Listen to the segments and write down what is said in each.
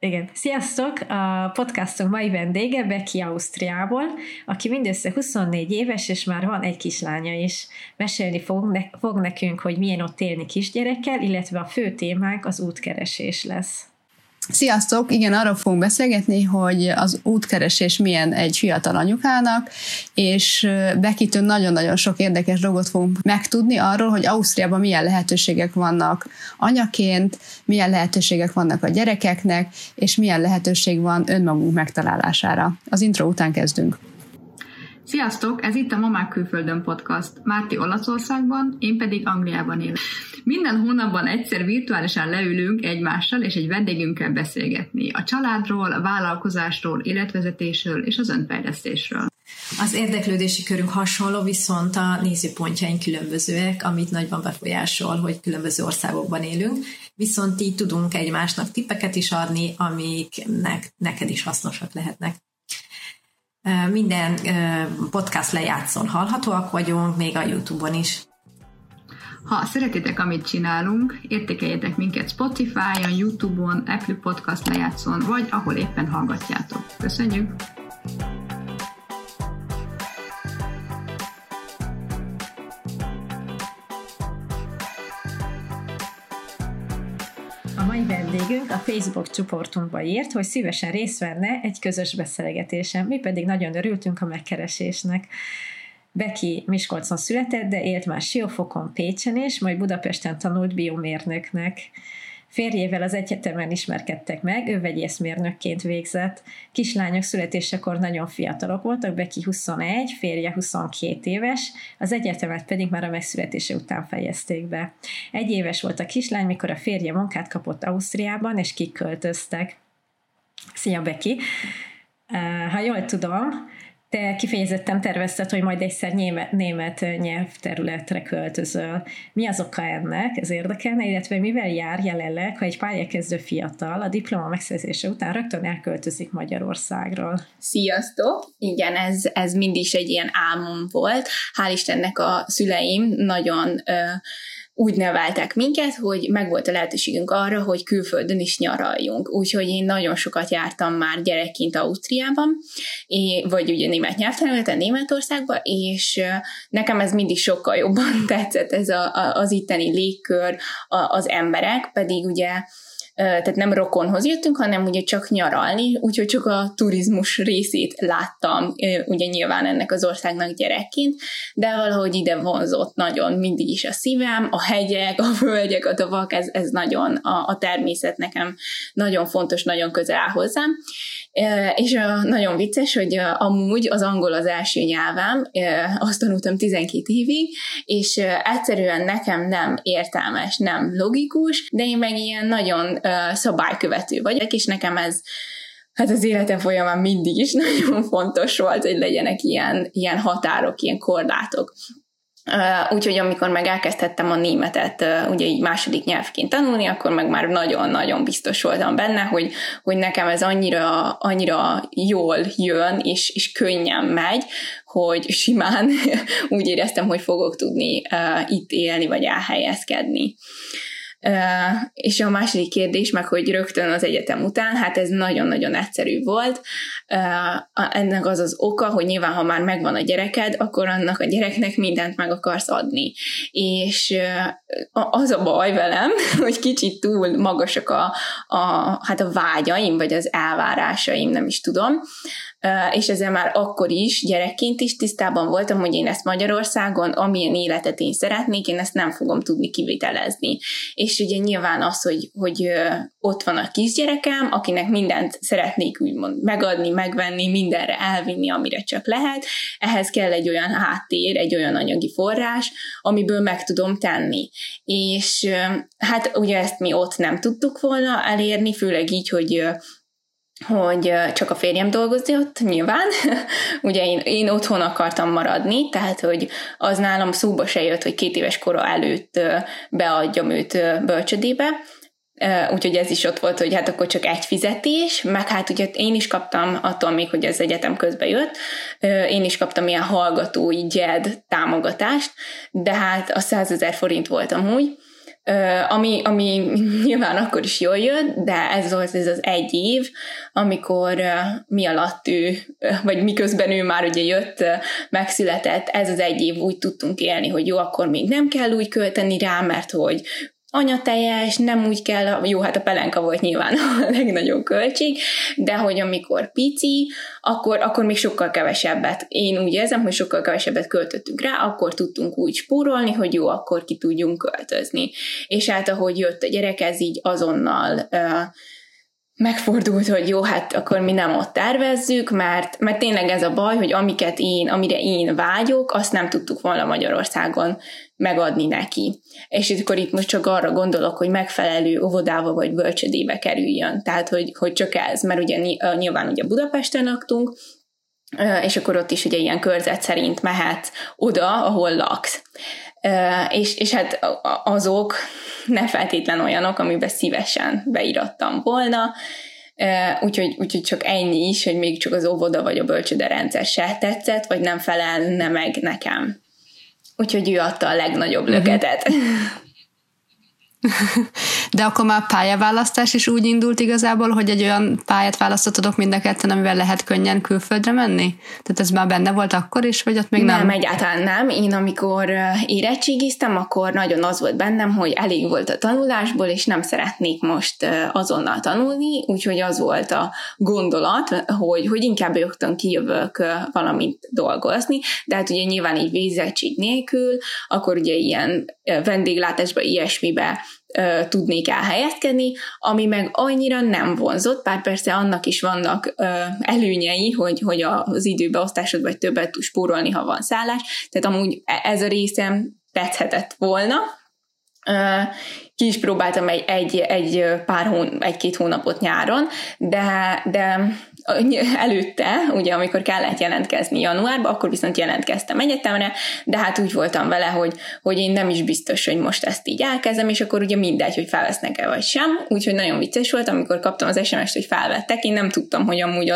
Igen. Sziasztok! A podcastunk mai vendége Becky Ausztriából, aki mindössze 24 éves, és már van egy kislánya is. Mesélni fog nekünk, hogy milyen ott élni kisgyerekkel, illetve a fő témánk az útkeresés lesz. Sziasztok! Igen, arról fogunk beszélgetni, hogy az útkeresés milyen egy fiatal anyukának, és Becky-től nagyon-nagyon sok érdekes dolgot fogunk megtudni arról, hogy Ausztriában milyen lehetőségek vannak anyaként, milyen lehetőségek vannak a gyerekeknek, és milyen lehetőség van önmagunk megtalálására. Az intro után kezdünk. Sziasztok! Ez itt a Mamák Külföldön podcast. Márti Olaszországban, én pedig Angliában élek. Minden hónapban egyszer virtuálisan leülünk egymással és egy vendégünkkel beszélgetni. A családról, a vállalkozásról, életvezetésről és az önfejlesztésről. Az érdeklődési körünk hasonló, viszont a nézőpontjaink különbözőek, amit nagyban befolyásol, hogy különböző országokban élünk. Viszont így tudunk egymásnak tippeket is adni, amik neked is hasznosak lehetnek. Minden podcast lejátszón hallhatóak vagyunk, még a YouTube-on is. Ha szeretitek, amit csinálunk, értékeljetek minket Spotify-on, YouTube-on, Apple Podcast lejátszón, vagy ahol éppen hallgatjátok. Köszönjük! A mai vendégünk a Facebook csoportunkba írt, hogy szívesen részt venne egy közös beszélgetésen. Mi pedig nagyon örültünk a megkeresésnek. Becky Miskolcon született, de élt már Siófokon, Pécsen is, majd Budapesten tanult biomérnöknek. Férjével az egyetemen ismerkedtek meg, ő vegyészmérnökként végzett. Kislányok születésekor nagyon fiatalok voltak, Becky 21, férje 22 éves, az egyetemet pedig már a megszületése után fejezték be. 1 éves volt a kislány, mikor a férje munkát kapott Ausztriában, és kiköltöztek. Szia, Becky! Ha jól tudom, te kifejezetten tervezted, hogy majd egyszer német nyelvterületre költözöl. Mi az oka ennek? Ez érdekelne, illetve mivel jár jelenleg, ha egy pályakezdő fiatal a diploma megszerzése után rögtön elköltözik Magyarországról? Sziasztok! Igen, ez mindig is egy ilyen álmom volt. Hál' Istennek a szüleim nagyon úgy neveltek minket, hogy megvolt a lehetőségünk arra, hogy külföldön is nyaraljunk. Úgyhogy én nagyon sokat jártam már gyerekként Ausztriában, vagy ugye német nyelvterületen, Németországban, és nekem ez mindig sokkal jobban tetszett, ez az itteni légkör, az emberek, pedig ugye tehát nem rokonhoz jöttünk, hanem ugye csak nyaralni, úgyhogy csak a turizmus részét láttam, ugye nyilván ennek az országnak gyerekként, de valahogy ide vonzott nagyon mindig is a szívem, a hegyek, a völgyek, a tavak, ez nagyon, a természet nekem nagyon fontos, nagyon közel áll hozzám, és nagyon vicces, hogy amúgy az angol az első nyelvem, azt tanultam 12 évig, és egyszerűen nekem nem értelmes, nem logikus, de én meg ilyen nagyon szabálykövető vagyok, és nekem ez hát az életem folyamán mindig is nagyon fontos volt, hogy legyenek ilyen határok, ilyen korlátok. Úgyhogy amikor meg elkezdhettem a németet ugye így második nyelvként tanulni, akkor meg már nagyon-nagyon biztos voltam benne, hogy nekem ez annyira jól jön, és könnyen megy, hogy simán úgy éreztem, hogy fogok tudni itt élni, vagy elhelyezkedni. És a második kérdés meg, hogy rögtön az egyetem után, hát ez nagyon-nagyon egyszerű volt. Ennek az az oka, hogy nyilván, ha már megvan a gyereked, akkor annak a gyereknek mindent meg akarsz adni. És az a baj velem, hogy kicsit túl magasak hát a vágyaim, vagy az elvárásaim, nem is tudom, és ezzel már akkor is, gyerekként is tisztában voltam, hogy én ezt Magyarországon, amilyen életet én szeretnék, én ezt nem fogom tudni kivitelezni. És ugye nyilván az, hogy ott van a kisgyerekem, akinek mindent szeretnék úgymond megadni, megvenni, mindenre elvinni, amire csak lehet, ehhez kell egy olyan háttér, egy olyan anyagi forrás, amiből meg tudom tenni. És hát ugye ezt mi ott nem tudtuk volna elérni, főleg így, hogy csak a férjem dolgozni ott, nyilván. Ugye én otthon akartam maradni, tehát, hogy az nálam szóba se jött, hogy 2 éves kora előtt beadjam őt bölcsödébe, úgyhogy ez is ott volt, hogy hát akkor csak egy fizetés, meg hát ugye én is kaptam attól még, hogy az egyetem közben jött, én is kaptam ilyen hallgatói GED támogatást, de hát a 100 000 forint volt amúgy, ami nyilván akkor is jól jött, de ez volt ez az egy év, amikor mi alatt ő, vagy miközben ő már ugye jött, megszületett, ez az egy év úgy tudtunk élni, hogy jó, akkor még nem kell úgy költeni rá, mert hogy anyatejes, nem úgy kell, jó, hát a pelenka volt nyilván a legnagyobb költség, de hogy amikor pici, akkor még sokkal kevesebbet, én úgy érzem, hogy sokkal kevesebbet költöttünk rá, akkor tudtunk úgy spórolni, hogy jó, akkor ki tudjunk költözni. És hát ahogy jött a gyerek, ez így azonnal megfordult, hogy jó, hát akkor mi nem ott tervezzük, mert tényleg ez a baj, hogy amire én vágyok, azt nem tudtuk volna Magyarországon megadni neki. És akkor itt most csak arra gondolok, hogy megfelelő óvodába vagy bölcsödébe kerüljön. Tehát, hogy csak ez, mert ugye nyilván ugye Budapesten laktunk, és akkor ott is ugye ilyen körzet szerint mehet oda, ahol laksz. És hát azok ne feltétlen olyanok, amiben szívesen beírattam volna, úgyhogy csak ennyi is, hogy még csak az óvoda vagy a bölcsőde rendszer se tetszett, vagy nem felelne meg nekem. Úgyhogy ő adta a legnagyobb löketet. De akkor már pályaválasztás is úgy indult igazából, hogy egy olyan pályát választottatok mind a ketten, amivel lehet könnyen külföldre menni? Tehát ez már benne volt akkor is, vagy ott még nem? Nem, egyáltalán nem. Én amikor érettségiztem, akkor nagyon az volt bennem, hogy elég volt a tanulásból, és nem szeretnék most azonnal tanulni, úgyhogy az volt a gondolat, hogy inkább rögtön kijövök valamit dolgozni, de hát ugye nyilván így végzettség nélkül, akkor ugye ilyen vendéglátásba, ilyesmibe tudnék elhelyezkedni, ami meg annyira nem vonzott, bár persze annak is vannak előnyei, hogy az időbeosztásod vagy többet tudsz spórolni, ha van szállás, tehát amúgy ez a részem tetszhetett volna. Ki is próbáltam egy-két hónapot nyáron, de előtte, ugye amikor kellett jelentkezni januárban, akkor viszont jelentkeztem egyetemre, de hát úgy voltam vele, hogy én nem is biztos, hogy most ezt így elkezdem, és akkor ugye mindegy, hogy felvesznek-e vagy sem, úgyhogy nagyon vicces volt, amikor kaptam az SMS-t, hogy felvettek, én nem tudtam, hogy amúgy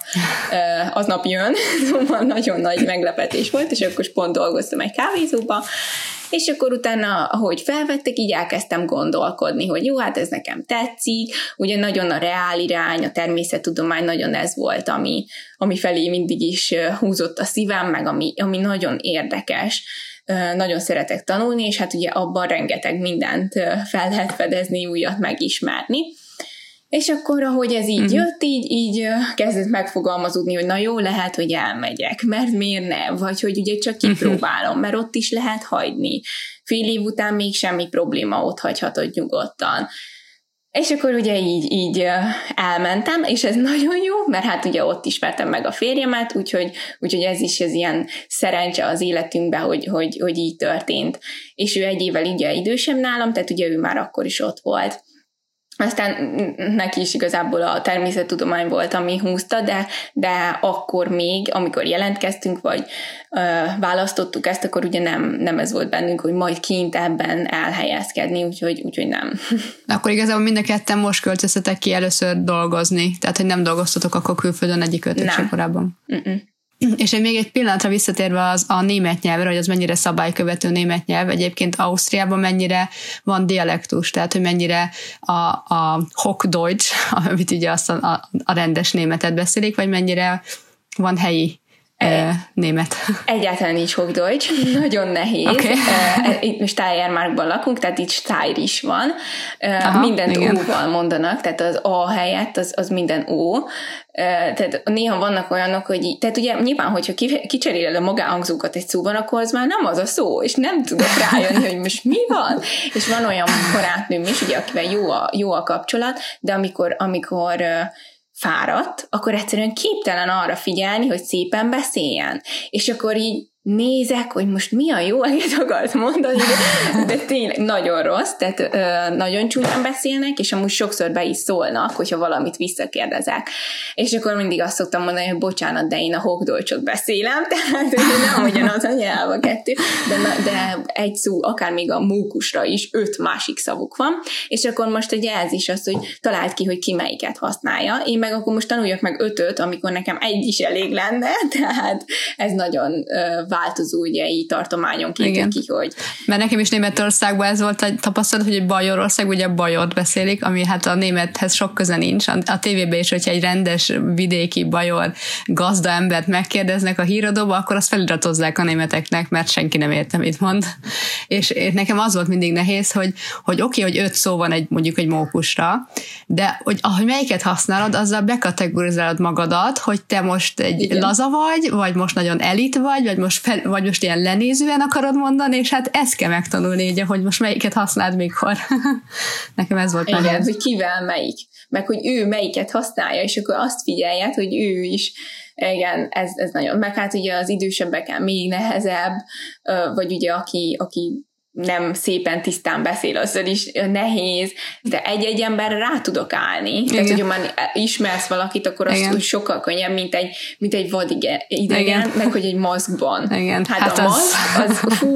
aznap jön, szóval nagyon nagy meglepetés volt, és akkor pont dolgoztam egy kávézóba, és akkor utána, ahogy felvettek, így elkezdtem gondolkodni, hogy jó, hát ez nekem tetszik, ugye nagyon a reál irány, a természettudomány nagyon ez volt, ami felé mindig is húzott a szívem, meg ami nagyon érdekes, nagyon szeretek tanulni, és hát ugye abban rengeteg mindent fel lehet fedezni, újat megismerni. És akkor, ahogy ez így jött, így kezdett megfogalmazódni, hogy na jó, lehet, hogy elmegyek, mert miért ne? Vagy hogy ugye csak kipróbálom, mert ott is lehet hagyni. Fél év után még semmi probléma, ott hagyhatod nyugodtan. És akkor ugye így elmentem, és ez nagyon jó, mert hát ugye ott ismertem meg a férjemet, úgyhogy ez is ez ilyen szerencse az életünkben, hogy így történt. És ő egy évvel ugye idősebb nálam, tehát ugye ő már akkor is ott volt. Aztán neki is igazából a természettudomány volt, ami húzta, de akkor még, amikor jelentkeztünk, vagy választottuk ezt, akkor ugye nem ez volt bennünk, hogy majd kint ebben elhelyezkedni, úgyhogy nem. Akkor igazából mind a ketten most költöztetek ki először dolgozni, tehát hogy nem dolgoztatok akkor külföldön egyikőtök sem korábban. És még egy pillanatra visszatérve a német nyelvre, hogy az mennyire szabálykövető német nyelv, egyébként Ausztriában mennyire van dialektus, tehát hogy mennyire a Hochdeutsch, amit ugye azt a rendes németet beszélik, vagy mennyire van helyi német. Egyáltalán nincs Hochdeutsch, nagyon nehéz. Okay. Itt most Steiermarkban lakunk, tehát itt Steyr is van. Mindent ó-val mondanak, tehát az A helyett az minden ó. Tehát néha vannak olyanok, hogy tehát ugye nyilván, hogyha kicseréled a magánhangzókat egy szóban, akkor az már nem az a szó, és nem tudok rájönni, hogy most mi van. És van olyan barátnőm is, ugye, akivel jó a kapcsolat, de amikor fáradt, akkor egyszerűen képtelen arra figyelni, hogy szépen beszéljen. És akkor így nézek, hogy most mi a jó, egyet akart mondani, de tényleg nagyon rossz, tehát nagyon csúnyán beszélnek, és amúgy sokszor be is szólnak, hogyha valamit visszakérdezek. És akkor mindig azt szoktam mondani, hogy bocsánat, de én a Hochdeutschot beszélem, tehát nem ugyanaz a nyelv a kettő, de egy szó, akár még a mókusra is 5 másik szavuk van, és akkor most ugye ez is az, hogy találd ki, hogy ki melyiket használja. Én meg akkor most tanuljak meg 5-öt, amikor nekem egy is elég lenne, tehát ez nagyon változó ugye így tartományonként ki, hogy... Mert nekem is Németországban ez volt egy tapasztalat, hogy Bajorország ugye bajort beszélik, ami hát a némethez sok köze nincs. A tévében is, hogyha egy rendes vidéki bajor gazda embert megkérdeznek a híradóba, akkor azt feliratozzák a németeknek, mert senki nem érte, mit mond. És nekem az volt mindig nehéz, hogy oké, hogy 5 szó van mondjuk egy mókusra, de hogy melyiket használod, azzal bekategorizálod magadat, hogy te most egy laza vagy most nagyon elit vagy most ilyen lenézően akarod mondani, és hát ezt kell megtanulni, ugye, hogy most melyiket használd mikor. Nekem ez volt nehéz. Igen, hogy kivel melyik, meg hogy ő melyiket használja, és akkor azt figyeljed, hogy ő is, igen, ez nagyon, meg hát ugye az idősebbeken még nehezebb, vagy ugye aki nem szépen tisztán beszél, azzal is nehéz, de egy-egy emberre rá tudok állni. Igen. Tehát, hogyha már ismersz valakit, akkor az sokkal könnyebb, mint egy vadidegen, meg hogy egy maszkban. Igen. Hát a maszk, az fú,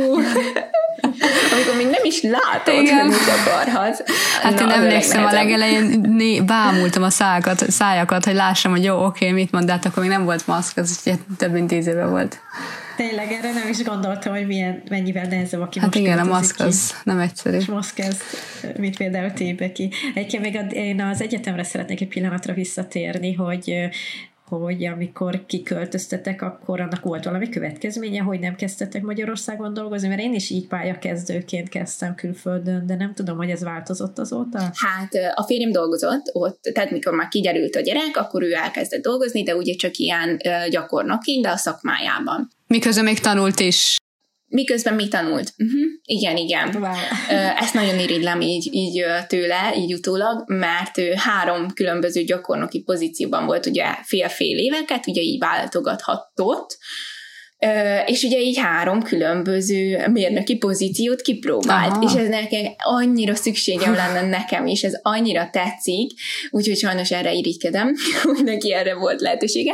amikor még nem is látod, hogy mit akarhatsz. Hát én emlékszem, a legelején bámultam a szájakat, hogy lássam, hogy jó, oké, mit mond, de hát akkor még nem volt maszk, az ugye több mint 10 éve volt. Tényleg erre nem is gondoltam, hogy mennyivel nehezebb, aki hát most igen, a maszk az nem egyszerű. És maszk ez, mint például Tébeki. Egyébként még én az egyetemre szeretnék egy pillanatra visszatérni, hogy amikor kiköltöztetek, akkor annak volt valami következménye, hogy nem kezdtetek Magyarországon dolgozni, mert én is így pályakezdőként kezdtem külföldön, de nem tudom, hogy ez változott azóta. Hát a férjem dolgozott ott, tehát mikor már kiderült a gyerek, akkor ő elkezdett dolgozni, de ugye csak ilyen gyakornokként, de a szakmájában. Miközben még tanult is. Miközben még tanult. Igen. Wow. Ezt nagyon irigylem így tőle, így utólag, mert 3 különböző gyakornoki pozícióban volt ugye fél éveket, ugye így váltogathatott, és ugye így 3 különböző mérnöki pozíciót kipróbált, és ez nekem annyira szükségem lenne nekem, és ez annyira tetszik, úgyhogy sajnos erre irigykedem, hogy neki erre volt lehetősége.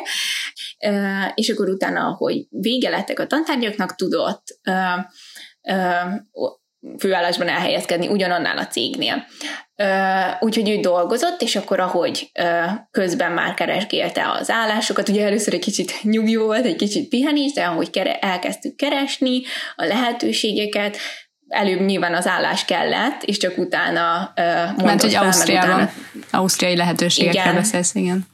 És akkor utána, ahogy vége lettek a tantárgyaknak, tudott főállásban elhelyezkedni ugyanannál a cégnél. Úgyhogy ő dolgozott, és akkor ahogy közben már keresgélte az állásokat, ugye először egy kicsit nyugi volt, egy kicsit pihenés, de ahogy elkezdtük keresni a lehetőségeket, előbb nyilván az állás kellett, és csak utána ment, hogy Ausztriában, ausztriai lehetőségekkel beszélsz, igen.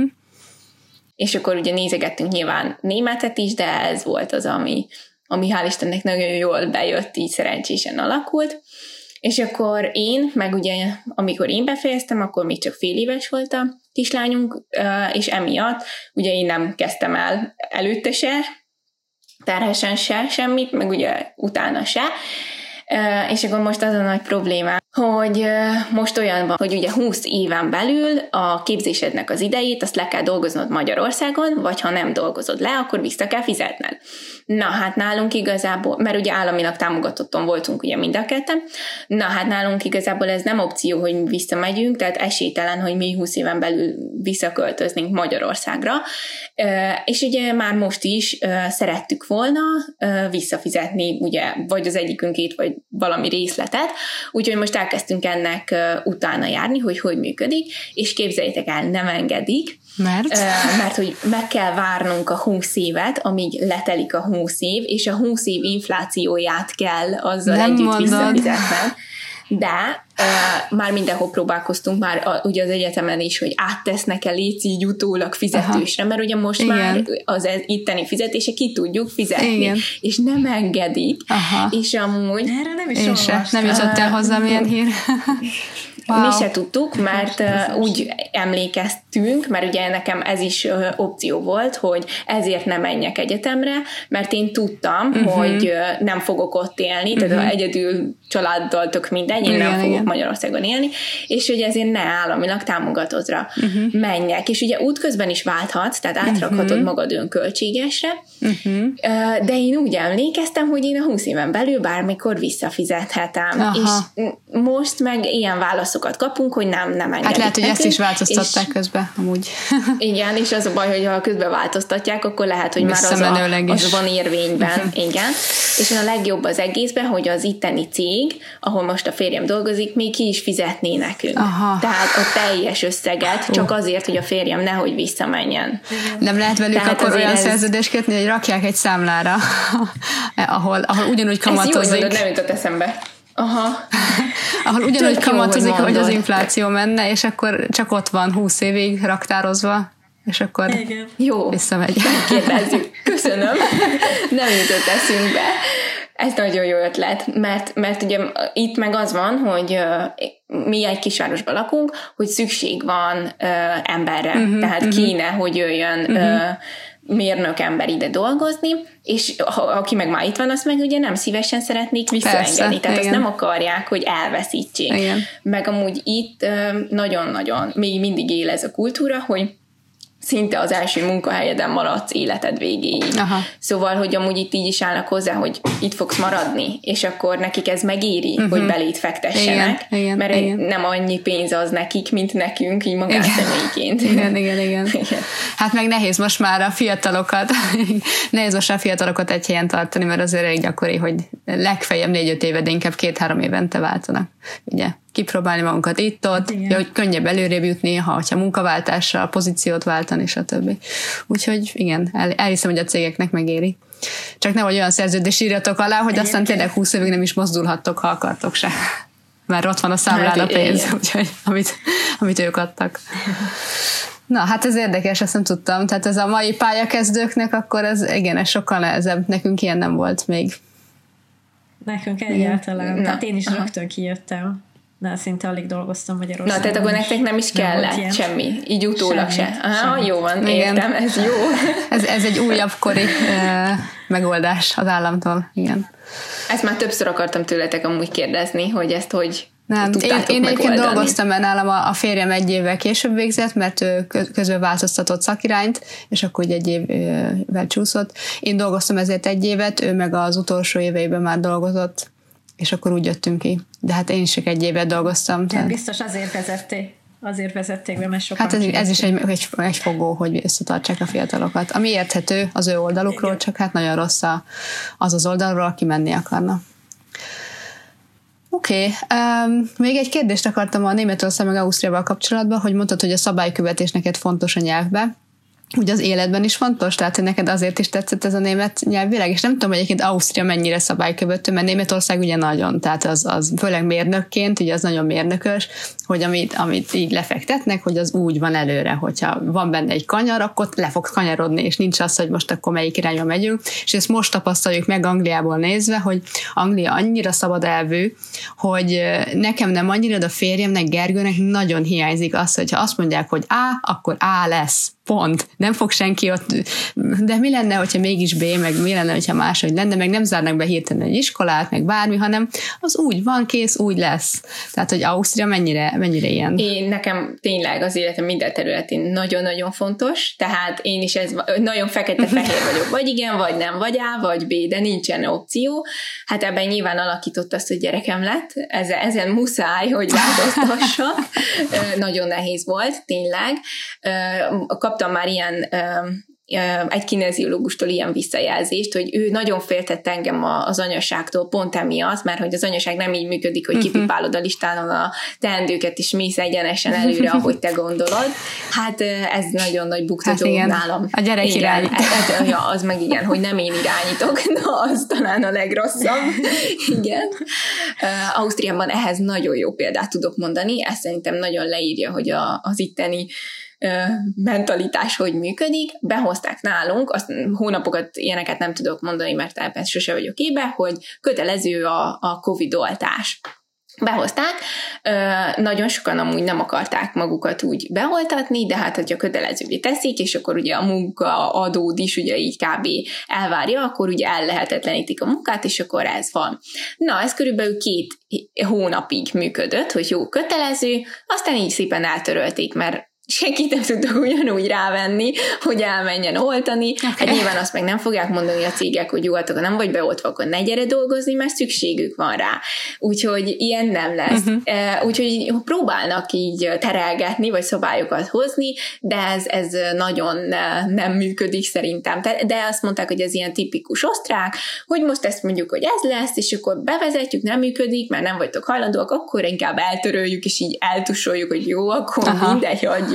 És akkor ugye nézegettünk nyilván németet is, de ez volt az, ami hál' Istennek nagyon jól bejött, így szerencsésen alakult. És akkor én, meg ugye amikor én befejeztem, akkor még csak fél éves volt a kislányunk, és emiatt ugye én nem kezdtem el előtte se, terhesen se semmit, meg ugye utána se. És akkor most az a nagy probléma, hogy most olyan van, hogy ugye 20 éven belül a képzésednek az idejét azt le kell dolgoznod Magyarországon, vagy ha nem dolgozod le, akkor vissza kell fizetned. Na hát nálunk igazából, mert ugye államilag támogatottan voltunk ugye mind a ketten, na hát nálunk igazából ez nem opció, hogy visszamegyünk, tehát esélytelen, hogy mi 20 éven belül visszaköltöznénk Magyarországra, és ugye már most is szerettük volna visszafizetni ugye vagy az egyikünkét, vagy valami részletet, úgyhogy most elkezdtünk ennek utána járni, hogy működik, és képzeljétek el, nem engedik, mert hogy meg kell várnunk a 20 évet, amíg letelik a 20 év, és a 20 év inflációját kell azzal nem együtt visszafizetned. De már mindenhol próbálkoztunk, már ugye az egyetemen is, hogy áttesznek-e léci így utólag fizetősre, mert ugye most már az itteni fizetése ki tudjuk fizetni, és nem engedik. És amúgy... Erre nem is olvastam. Nem jutott el hozzám ilyen hír. Wow. Mi se tudtuk, mert úgy emlékeztünk, mert ugye nekem ez is opció volt, hogy ezért nem menjek egyetemre, mert én tudtam, hogy nem fogok ott élni, tehát ha egyedül családdal tök mindegy, én nem fogok Magyarországon élni, és hogy ezért ne államilag támogatodra menjek. És ugye útközben is válthatsz, tehát átrakhatod magad önköltségesre, de én úgy emlékeztem, hogy én a 20 éven belül bármikor visszafizethetem. És most meg ilyen válaszokat kapunk, hogy nem engedik. Hát lehet, hogy ezt is változtatták közben. be, amúgy. Igen, és az a baj, hogy ha közben változtatják, akkor lehet, hogy már az van érvényben. Igen. És a legjobb az egészben, hogy az itteni cég, ahol most a férjem dolgozik, még ki is fizetné nekünk. Aha. Tehát a teljes összeget, csak azért, hogy a férjem nehogy visszamenjen. Nem lehet velük tehát akkor olyan szerződést kötni, hogy rakják egy számlára, ahol ugyanúgy kamatozik. Ez jó, mondod, nem jutott eszembe. Aha. Ahol ugyanúgy kamatozik, hogy az infláció menne, és akkor csak ott van 20 évig raktározva, és akkor jó. Visszamegy. Kérdezzük. Köszönöm. Nem jutott eszünkbe. Ez nagyon jó ötlet, mert ugye itt meg az van, hogy mi egy kisvárosban lakunk, hogy szükség van emberre, tehát kéne, hogy jöjjön mérnök ember ide dolgozni, és aki meg már itt van, azt meg ugye nem szívesen szeretnék visszaengedni. Persze, tehát igen. Azt nem akarják, hogy elveszítsék. Igen. Meg amúgy itt nagyon-nagyon még mindig él ez a kultúra, hogy szinte az első munkahelyeden maradsz életed végéig. Aha. Szóval, hogy amúgy itt így is állnak hozzá, hogy itt fogsz maradni, és akkor nekik ez megéri, hogy beléd fektessenek, mert nem annyi pénz az nekik, mint nekünk, így magánszemélyként. Igen. Hát meg nehéz most már a fiatalokat egy helyen tartani, mert azért elég gyakori, hogy legfeljebb 4-5 éve, de inkább 2-3 évente váltanak. Ugye? Kipróbálni magunkat itt-ott, hogy könnyebb előrébb jutni, ha munkaváltással, pozíciót váltani, stb. Úgyhogy igen, elhiszem, hogy a cégeknek megéri. Csak nehogy olyan szerződést írjatok alá, hogy aztán tényleg 20 évig nem is mozdulhattok, ha akartok se. Mert ott van a számlán a pénz, úgyhogy, amit ők adtak. Na, hát ez érdekes, ezt nem tudtam. Tehát ez a mai pályakezdőknek, akkor ez sokkal nehezebb. Nekünk ilyen nem volt még. Nekünk egyáltalán. Tehát én is rögtön kijöttem. Na, szinte alig dolgoztam Magyarországon. Na, tehát akkor nektek nem is kellett semmi, így utólag se. Aha, jó van, értem, ez jó. Ez egy újabb kori megoldás az államtól, igen. Ezt már többször akartam tőletek amúgy kérdezni, hogy ezt hogy nem, én egyébként dolgoztam, mert nálam a férjem 1 évvel később végzett, mert ő közben változtatott szakirányt, és akkor egy évvel csúszott. Én dolgoztam ezért 1 évet, ő meg az utolsó éveiben már dolgozott, és akkor úgy jöttünk ki. De hát én is csak 1 évet dolgoztam. Tehát biztos azért vezették be, mert sokan... Hát ez is egy fogó, hogy összetartsák a fiatalokat. Ami érthető az ő oldalukról, igen. Csak hát nagyon rossz az oldalról, aki menni akarna. Oké. Még egy kérdést akartam a Németország meg Ausztriával kapcsolatban, hogy mondtad, hogy a szabálykövetés neked fontos a nyelvbe. Ugye az életben is fontos, tehát hogy neked azért is tetszett ez a német nyelvvilág, és nem tudom, hogy egyébként Ausztria mennyire szabálykövető, mert Németország ugye nagyon, tehát az főleg mérnökként, ugye az nagyon mérnökös, hogy amit így lefektetnek, hogy az úgy van előre, hogyha van benne egy kanyar, akkor le fogsz kanyarodni, és nincs az, hogy most akkor melyik irányba megyünk, és ezt most tapasztaljuk meg Angliából nézve, hogy Anglia annyira szabad elvű, hogy nekem nem annyira, de a férjemnek, Gergőnek nagyon hiányzik az, hogyha azt mondják, hogy A, akkor A lesz. Pont. Nem fog senki ott, de mi lenne, hogyha mégis B, meg mi lenne, hogyha máshogy lenne, meg nem zárnak be hirtelen egy iskolát, meg bármi, hanem az úgy van, kész, úgy lesz. Tehát, hogy Ausztria mennyire ilyen? Nekem tényleg az életem minden területén nagyon-nagyon fontos, tehát én is nagyon fekete-fehér vagyok, vagy igen, vagy nem, vagy A, vagy B, de nincsen opció. Hát ebben nyilván alakított azt, hogy gyerekem lett, ezen muszáj, hogy változtassak. Nagyon nehéz volt, tényleg. Kaptam már ilyen egy kineziológustól ilyen visszajelzést, hogy ő nagyon féltett engem az anyaságtól pont emiatt, mert hogy az anyaság nem így működik, hogy kipipálod a listán a teendőket, és mész egyenesen előre, ahogy te gondolod. Hát ez nagyon nagy buktató nálam. A gyerek irányít. Ja, az meg igen, hogy nem én irányítok, na az talán a legrosszabb. Igen. Ausztriában ehhez nagyon jó példát tudok mondani, ezt szerintem nagyon leírja, hogy az itteni mentalitás hogy működik, behozták nálunk, azt hónapokat ilyeneket nem tudok mondani, mert ebben sose vagyok ébe, hogy kötelező a Covid-oltás. Behozták, nagyon sokan amúgy nem akarták magukat úgy beoltatni, de hát, hogyha kötelezővé teszik, és akkor ugye a munkaadód is ugye így kb. Elvárja, akkor ugye ellehetetlenítik a munkát, és akkor ez van. Na, ez körülbelül 2 hónapig működött, hogy jó, kötelező, aztán így szépen eltörölték, mert senkit nem tudtak ugyanúgy rávenni, hogy elmenjen oltani. Okay. Hát nyilván azt meg nem fogják mondani a cégek, hogy jó, hát nem vagy beoltva, akkor ne gyere dolgozni, mert szükségük van rá. Úgyhogy ilyen nem lesz. Úgyhogy próbálnak így terelgetni, vagy szabályokat hozni, de ez nagyon nem működik szerintem. De azt mondták, hogy ez ilyen tipikus osztrák, hogy most ezt mondjuk, hogy ez lesz, és akkor bevezetjük, nem működik, mert nem vagytok hajlandóak, akkor inkább eltöröljük, és így eltusoljuk, hogy jó, akkor mindegy, hagyjuk.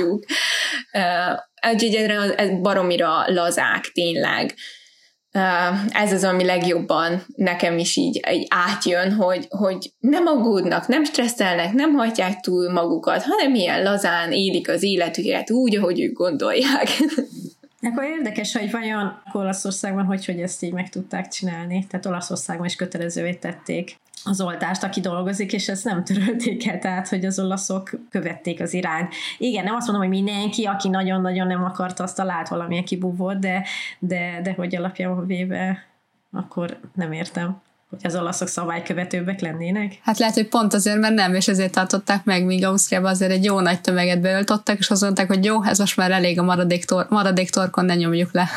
Úgyhogy ez baromira lazák tényleg. Ez az, ami legjobban nekem is így átjön, hogy nem aggódnak, nem stresszelnek, nem hajtják túl magukat, hanem ilyen lazán élik az életüket úgy, ahogy ők gondolják. Akkor érdekes, hogy vajon Olaszországban hogy ezt így meg tudták csinálni. Tehát Olaszországban is kötelezővé tették az oltást, aki dolgozik, és ezt nem törölték el, tehát, hogy az olaszok követték az irányt. Igen, nem azt mondom, hogy mindenki, aki nagyon-nagyon nem akart, azt talált valamilyen kibúvót, de hogy alapjában véve, akkor nem értem, hogy az olaszok szabálykövetőbbek lennének. Hát lehet, hogy pont azért, mert nem, és ezért tartották meg, míg Ausztriában azért egy jó nagy tömeget beöltöttek, és azt mondták, hogy jó, ez most már elég a maradék torkon, ne nyomjuk le.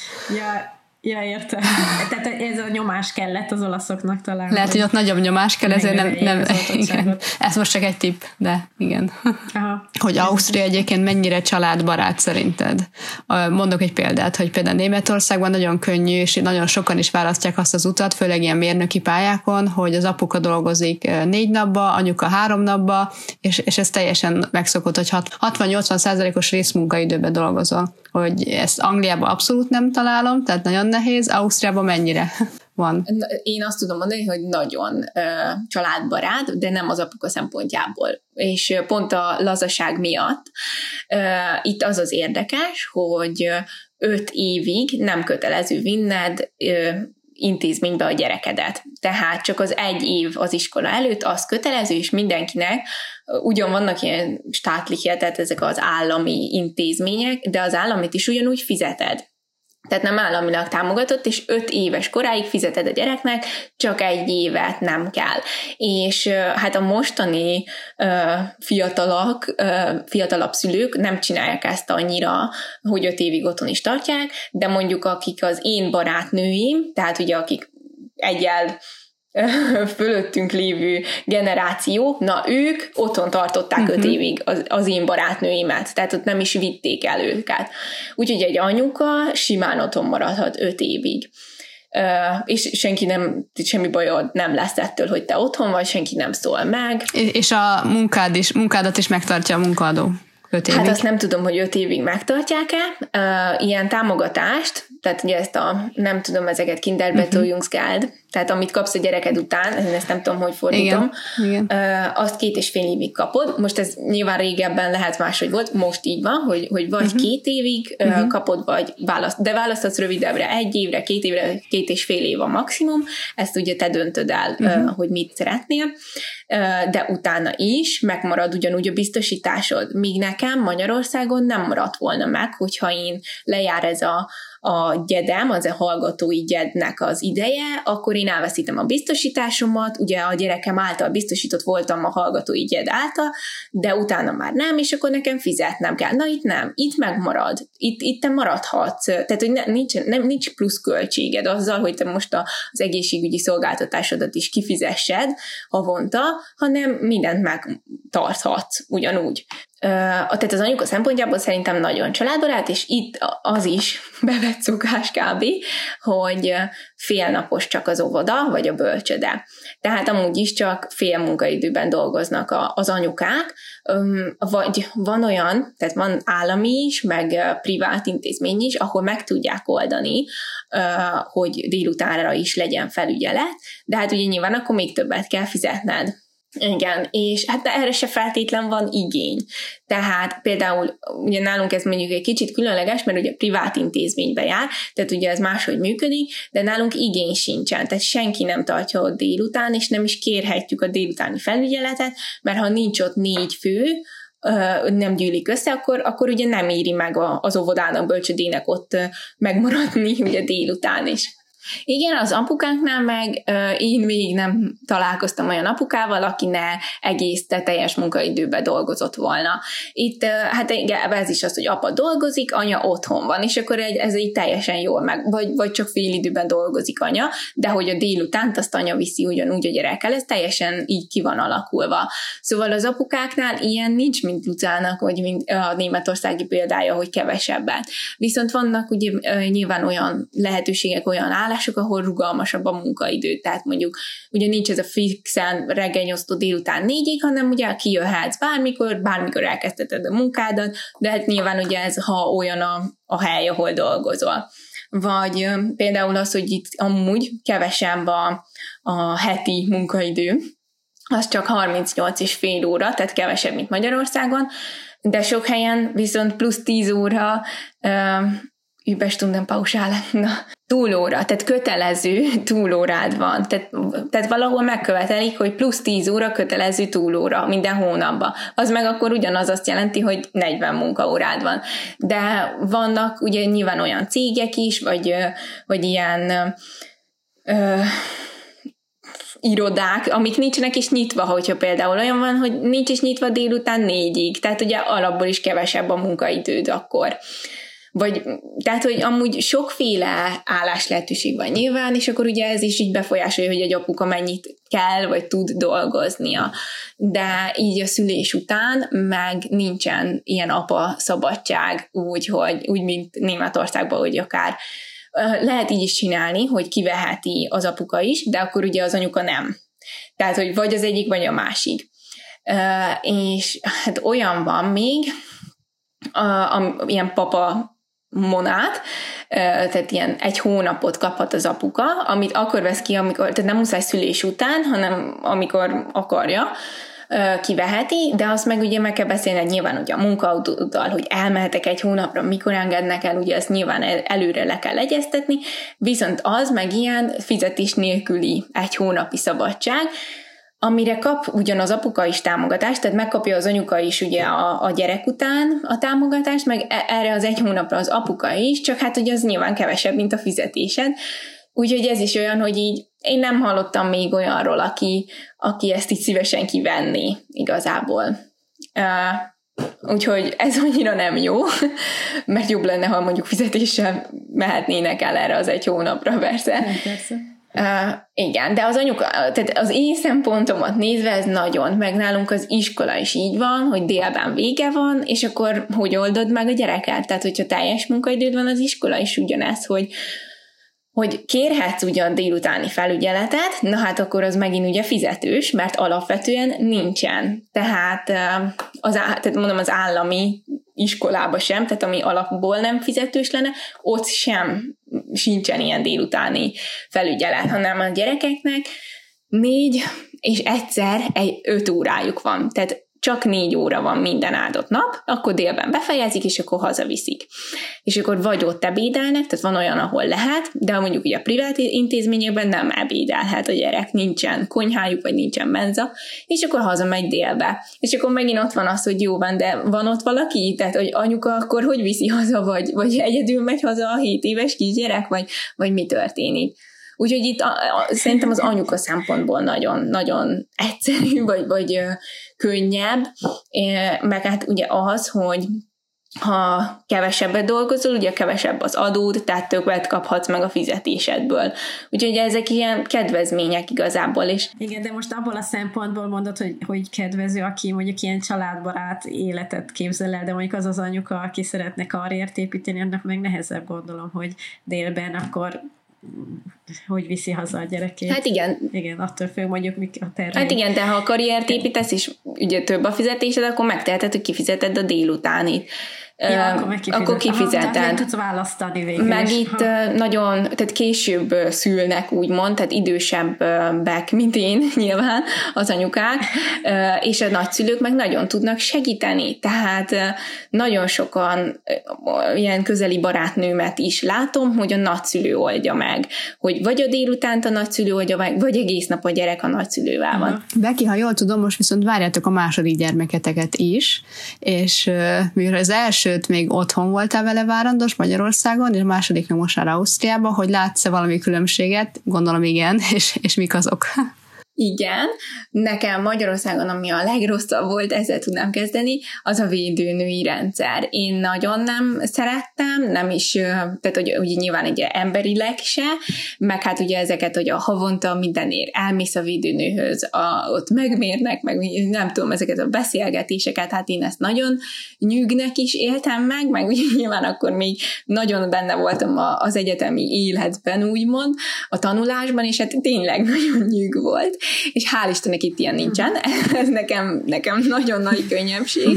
Ja, értem. Tehát ez a nyomás kellett az olaszoknak talán. Lehet, hogy ott nagyobb nyomás kell, ezért nem igen. Ez most csak egy tipp, de igen. Aha. Hogy Ausztria egyébként mennyire családbarát szerinted? Mondok egy példát, hogy például Németországban nagyon könnyű, és nagyon sokan is választják azt az utat, főleg ilyen mérnöki pályákon, hogy az apuka dolgozik 4 napba, anyuka 3 napba, és ez teljesen megszokott, hogy 60-80%-os részmunkaidőben dolgozol. Hogy ezt Angliában abszolút nem találom, tehát nagyon nehéz. Ausztriában mennyire van? Én azt tudom mondani, hogy nagyon családbarát, de nem az apuka szempontjából. És pont a lazaság miatt itt az az érdekes, hogy 5 évig nem kötelező vinned intézménybe a gyerekedet. Tehát csak az 1 év az iskola előtt, az kötelező, és mindenkinek ugyan vannak ilyen státliche, tehát ezek az állami intézmények, de az államit is ugyanúgy fizeted. Tehát nem államilag támogatott, és 5 éves koráig fizeted a gyereknek, csak 1 évet nem kell. És hát a mostani fiatalabb szülők nem csinálják ezt annyira, hogy 5 évig otthon is tartják, de mondjuk akik az én barátnőim, tehát ugye akik egyel fölöttünk lévő generáció, na ők otthon tartották 5 évig az én barátnőimet, tehát ott nem is vitték el őket. Úgyhogy egy anyuka simán otthon maradhat 5 évig. És semmi bajod nem lesz ettől, hogy te otthon vagy, senki nem szól meg. És a munkádat is megtartja a munkaadó. 5 évig. Hát azt nem tudom, hogy 5 évig megtartják-e. Ilyen támogatást, tehát ugye ezt nem tudom, ezeket Kinderbetreuungsgeld, tehát amit kapsz a gyereked után, ezt nem tudom, hogy fordítom, igen. Azt 2,5 évig kapod. Most ez nyilván régebben lehet máshogy volt, most így van, hogy vagy 2 évig kapod, vagy de választhatsz rövidebbre, 1 évre, 2 évre, 2,5 év a maximum, ezt ugye te döntöd el, hogy mit szeretnél, de utána is megmarad ugyanúgy a biztosításod, míg nekem Magyarországon nem maradt volna meg, hogyha én lejár ez a gyedem, az a hallgatói gyednek az ideje, akkor én elveszítem a biztosításomat, ugye a gyerekem által biztosított voltam a hallgatói gyed által, de utána már nem, és akkor nekem fizetnem kell. Na itt nem, itt megmarad, itt te maradhatsz, tehát hogy nincs plusz költséged azzal, hogy te most az egészségügyi szolgáltatásodat is kifizessed havonta, hanem mindent megtarthatsz ugyanúgy. Tehát az anyuka szempontjából szerintem nagyon családbarát, és itt az is bevett szokás kb., hogy félnapos csak az óvoda, vagy a bölcsöde. Tehát amúgy is csak fél munkaidőben dolgoznak az anyukák, vagy van olyan, tehát van állami is, meg privát intézmény is, ahol meg tudják oldani, hogy délutánra is legyen felügyelet, de hát ugye nyilván akkor még többet kell fizetned. Igen, és hát erre se feltétlen van igény. Tehát például ugye nálunk ez mondjuk egy kicsit különleges, mert ugye privát intézménybe jár, tehát ugye ez máshogy működik, de nálunk igény sincsen, tehát senki nem tartja ott délután, és nem is kérhetjük a délutáni felügyeletet, mert ha nincs ott 4 fő, nem gyűlik össze, akkor ugye nem éri meg az óvodának, bölcsödének ott megmaradni ugye délután is. Igen, az apukánknál meg én még nem találkoztam olyan apukával, aki ne egész teljes munkaidőben dolgozott volna. Itt hát ez is az, hogy apa dolgozik, anya otthon van, és akkor ez így teljesen jól meg, vagy csak fél időben dolgozik anya, de hogy a délutánt azt anya viszi ugyanúgy a gyerekkel, ez teljesen így ki van alakulva. Szóval az apukáknál ilyen nincs, mint Lucának, vagy mint a németországi példája, hogy kevesebbet. Viszont vannak ugye nyilván olyan lehetőségek, olyan állások, ahol rugalmasabb a munkaidő. Tehát mondjuk ugye nincs ez a fixen reggel 8-tól délután 4-ig, hanem ugye kijöhetsz bármikor elkezdheted a munkádat, de hát nyilván ugye ez, ha olyan a hely, ahol dolgozol. Vagy például az, hogy itt amúgy kevesebb a heti munkaidő, az csak 38,5 óra, tehát kevesebb, mint Magyarországon, de sok helyen viszont plusz 10 óra Überstunden Pauschale, túlóra, tehát kötelező túlórád van. Tehát valahol megkövetelik, hogy plusz 10 óra kötelező túlóra minden hónapban. Az meg akkor ugyanaz azt jelenti, hogy 40 munkaórád van. De vannak ugye nyilván olyan cégek is, vagy ilyen irodák, amik nincsenek is nyitva, hogyha például olyan van, hogy nincs is nyitva délután 4-ig, tehát ugye alapból is kevesebb a munkaidőd akkor. Tehát, hogy amúgy sokféle állás lehetőség van nyilván, és akkor ugye ez is így befolyásolja, hogy egy apuka mennyit kell, vagy tud dolgoznia. De így a szülés után meg nincsen ilyen apa szabadság úgy, mint Németországban, hogy akár lehet így is csinálni, hogy kiveheti az apuka is, de akkor ugye az anyuka nem. Tehát, hogy vagy az egyik, vagy a másik. És hát olyan van még, ilyen papa monát, tehát ilyen 1 hónapot kaphat az apuka, amit akkor vesz ki, tehát nem muszáj szülés után, hanem amikor akarja, kiveheti, de azt meg ugye meg kell beszélni nyilván ugye a munkaadóddal, hogy elmehetek 1 hónapra, mikor engednek el, ugye ezt nyilván előre le kell egyeztetni, viszont az meg ilyen fizetés nélküli 1 hónapi szabadság, amire kap ugyan az apuka is támogatást, tehát megkapja az anyuka is ugye a gyerek után a támogatást, meg erre az 1 hónapra az apuka is, csak hát ugye az nyilván kevesebb, mint a fizetésed. Úgyhogy ez is olyan, hogy így én nem hallottam még olyanról, aki ezt így szívesen kivenné igazából. Úgyhogy ez annyira nem jó, mert jobb lenne, ha mondjuk fizetéssel mehetnének el erre az 1 hónapra, persze. Persze. Igen, de az anyuka, tehát az én szempontomat nézve ez nagyon, meg nálunk az iskola is így van, hogy délben vége van, és akkor hogy oldod meg a gyereket? Tehát, hogyha teljes munkaidőd van, az iskola is ugyanez, hogy kérhetsz ugyan délutáni felügyeletet, na hát akkor az megint ugye fizetős, mert alapvetően nincsen. Tehát mondom, az állami iskolába sem, tehát ami alapból nem fizetős lenne, ott sincsen ilyen délutáni felügyelet, hanem a gyerekeknek 4 és egyszer 5 órájuk van. Tehát csak 4 óra van minden áldott nap, akkor délben befejezik, és akkor hazaviszik. És akkor vagy ott ebédelnek, tehát van olyan, ahol lehet, de mondjuk ugye a privát intézményekben nem ebédelhet a gyerek, nincsen konyhájuk, vagy nincsen menza, és akkor hazamegy délbe. És akkor megint ott van az, hogy jó van, de van ott valaki? Tehát, hogy anyuka akkor hogy viszi haza, vagy egyedül megy haza a 7 éves kisgyerek, vagy mi történik? Úgyhogy itt szerintem az anyuka szempontból nagyon egyszerű, vagy könnyebb, meg hát ugye az, hogy ha kevesebbet dolgozol, ugye kevesebb az adód, tehát többet kaphatsz meg a fizetésedből. Úgyhogy ezek ilyen kedvezmények igazából is. Igen, de most abból a szempontból mondod, hogy kedvező, aki mondjuk ilyen családbarát életet képzel el, de mondjuk az anyuka, aki szeretne karriert építeni, annak meg nehezebb, gondolom, hogy délben akkor hogy viszi haza a gyerekét. Hát igen. Igen, attól függ mondjuk mik a tervei. Hát igen, de ha a karriert építesz, és ugye több a fizetésed, akkor megteheted, hogy kifizeted a délutánit. Ja, akkor kifizeted. Tehát tudsz választani végül. Meg itt nagyon, tehát később szülnek úgymond, tehát idősebbek, mint én nyilván az anyukák, és a nagyszülők meg nagyon tudnak segíteni. Tehát nagyon sokan ilyen közeli barátnőmet is látom, hogy a nagyszülő oldja meg, hogy vagy a délutánt a nagyszülő oldja meg, vagy egész nap a gyerek a nagyszülővel van. Beki, ha jól tudom, most viszont várjátok a második gyermeketeket is, és mivel az első elsőt még otthon voltál vele várandós Magyarországon, és a második meg most már Ausztriában, hogy látsz-e valami különbséget? Gondolom igen, és mik azok? Igen, nekem Magyarországon, ami a legrosszabb volt, ezzel tudnám kezdeni, az a védőnői rendszer. Én nagyon nem szerettem, nem is, tehát hogy ugye nyilván egy emberileg se, meg hát ugye ezeket, hogy a havonta mindenért elmész a védőnőhöz, ott megmérnek, meg nem tudom, ezeket a beszélgetéseket, hát én ezt nagyon nyűgnek is éltem meg ugye nyilván akkor még nagyon benne voltam az egyetemi életben, úgymond, a tanulásban, és hát tényleg nagyon nyűg volt. És hál' Istennek itt ilyen nincsen, ez nekem nagyon nagy könnyebbség.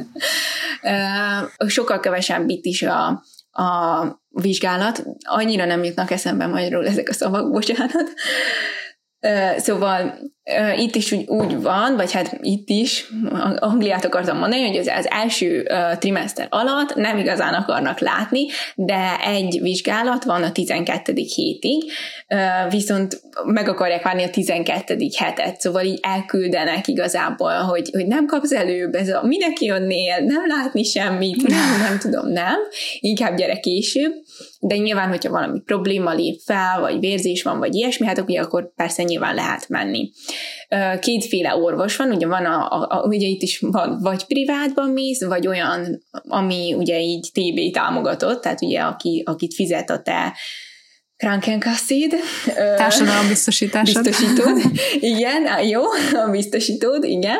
Sokkal kevesebb itt is a vizsgálat, annyira nem jutnak eszembe magyarul ezek a szavak, bocsánat. Szóval itt is úgy van, vagy hát itt is, Angliát akartam mondani, hogy az első trimester alatt nem igazán akarnak látni, de egy vizsgálat van a 12. hétig, viszont meg akarják várni a 12. hetet, szóval így elküldenek igazából, hogy nem kapsz előbb, ez a minek jönnél, nem látni semmit, nem tudom, inkább gyere később, de nyilván, hogyha valami probléma lép fel, vagy vérzés van, vagy ilyesmi, hát akkor persze nyilván lehet menni. Kétféle orvos van, ugye van ugye itt is van, vagy privátban mész, vagy olyan, ami ugye így TB támogatott, tehát ugye akit fizet a te Krankenkassid. Társadalombiztosításod. Biztosítód, igen, jó, a biztosítód, igen.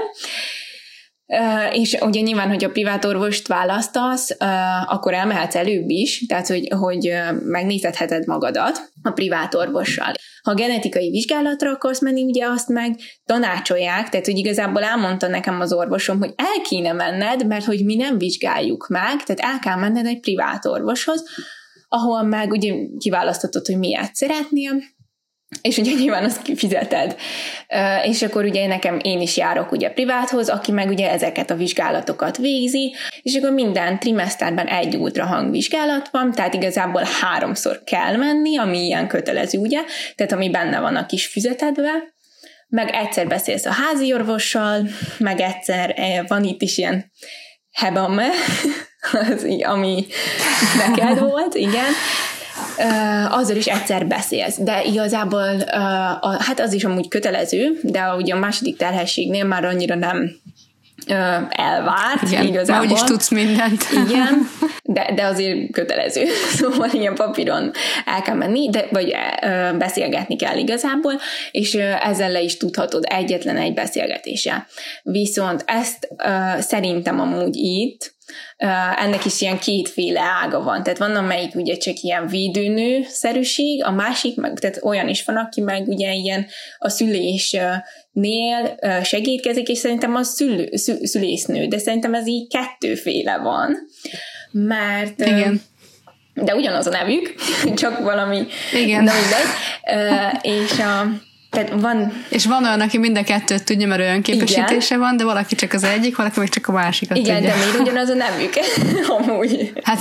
És ugye nyilván, hogy a privát orvost választasz, akkor elmehetsz előbb is, tehát hogy megnézheted magadat a privát orvossal. Ha genetikai vizsgálatra akarsz menni, ugye azt meg tanácsolják, tehát hogy igazából elmondta nekem az orvosom, hogy el kéne menned, mert hogy mi nem vizsgáljuk meg, tehát el kell menned egy privát orvoshoz, ahol meg ugye kiválasztatod, hogy miért szeretnél, és ugye nyilván azt kifizeted. És akkor ugye én is járok ugye priváthoz, aki meg ugye ezeket a vizsgálatokat végzi, és akkor minden trimeszterben egy ultrahangvizsgálat van, tehát igazából 3-szor kell menni, ami ilyen kötelező, ugye, tehát ami benne van a kis füzetedbe, meg egyszer beszélsz a házi orvossal, meg egyszer van itt is ilyen hebamme, ami neked volt, igen, azzal is egyszer beszélsz, de igazából hát az is amúgy kötelező, de ugye a második terhességnél már annyira nem elvárt, igen, igazából. Igen, úgyis tudsz mindent. Igen, de azért kötelező. Szóval ilyen papíron el kell menni, vagy beszélgetni kell igazából, és ezzel le is tudhatod egyetlen egy beszélgetéssel. Viszont ezt szerintem amúgy itt ennek is ilyen kétféle ága van. Tehát van, amelyik ugye csak ilyen védőnő-szerűség, a másik meg, tehát olyan is van, aki meg ugye ilyen a szülésnél segítkezik, és szerintem a szülésznő, de szerintem ez így kettőféle van. Mert... Igen. De ugyanaz a nevük, csak valami... Igen. Na mindegy. Tehát és van olyan, aki mind a kettőt tudja, mert olyan képesítése igen. van, de valaki csak az egyik, valaki meg csak a másikat igen, tudja. De miért ugyanaz a nevük? Amúgy. Hát...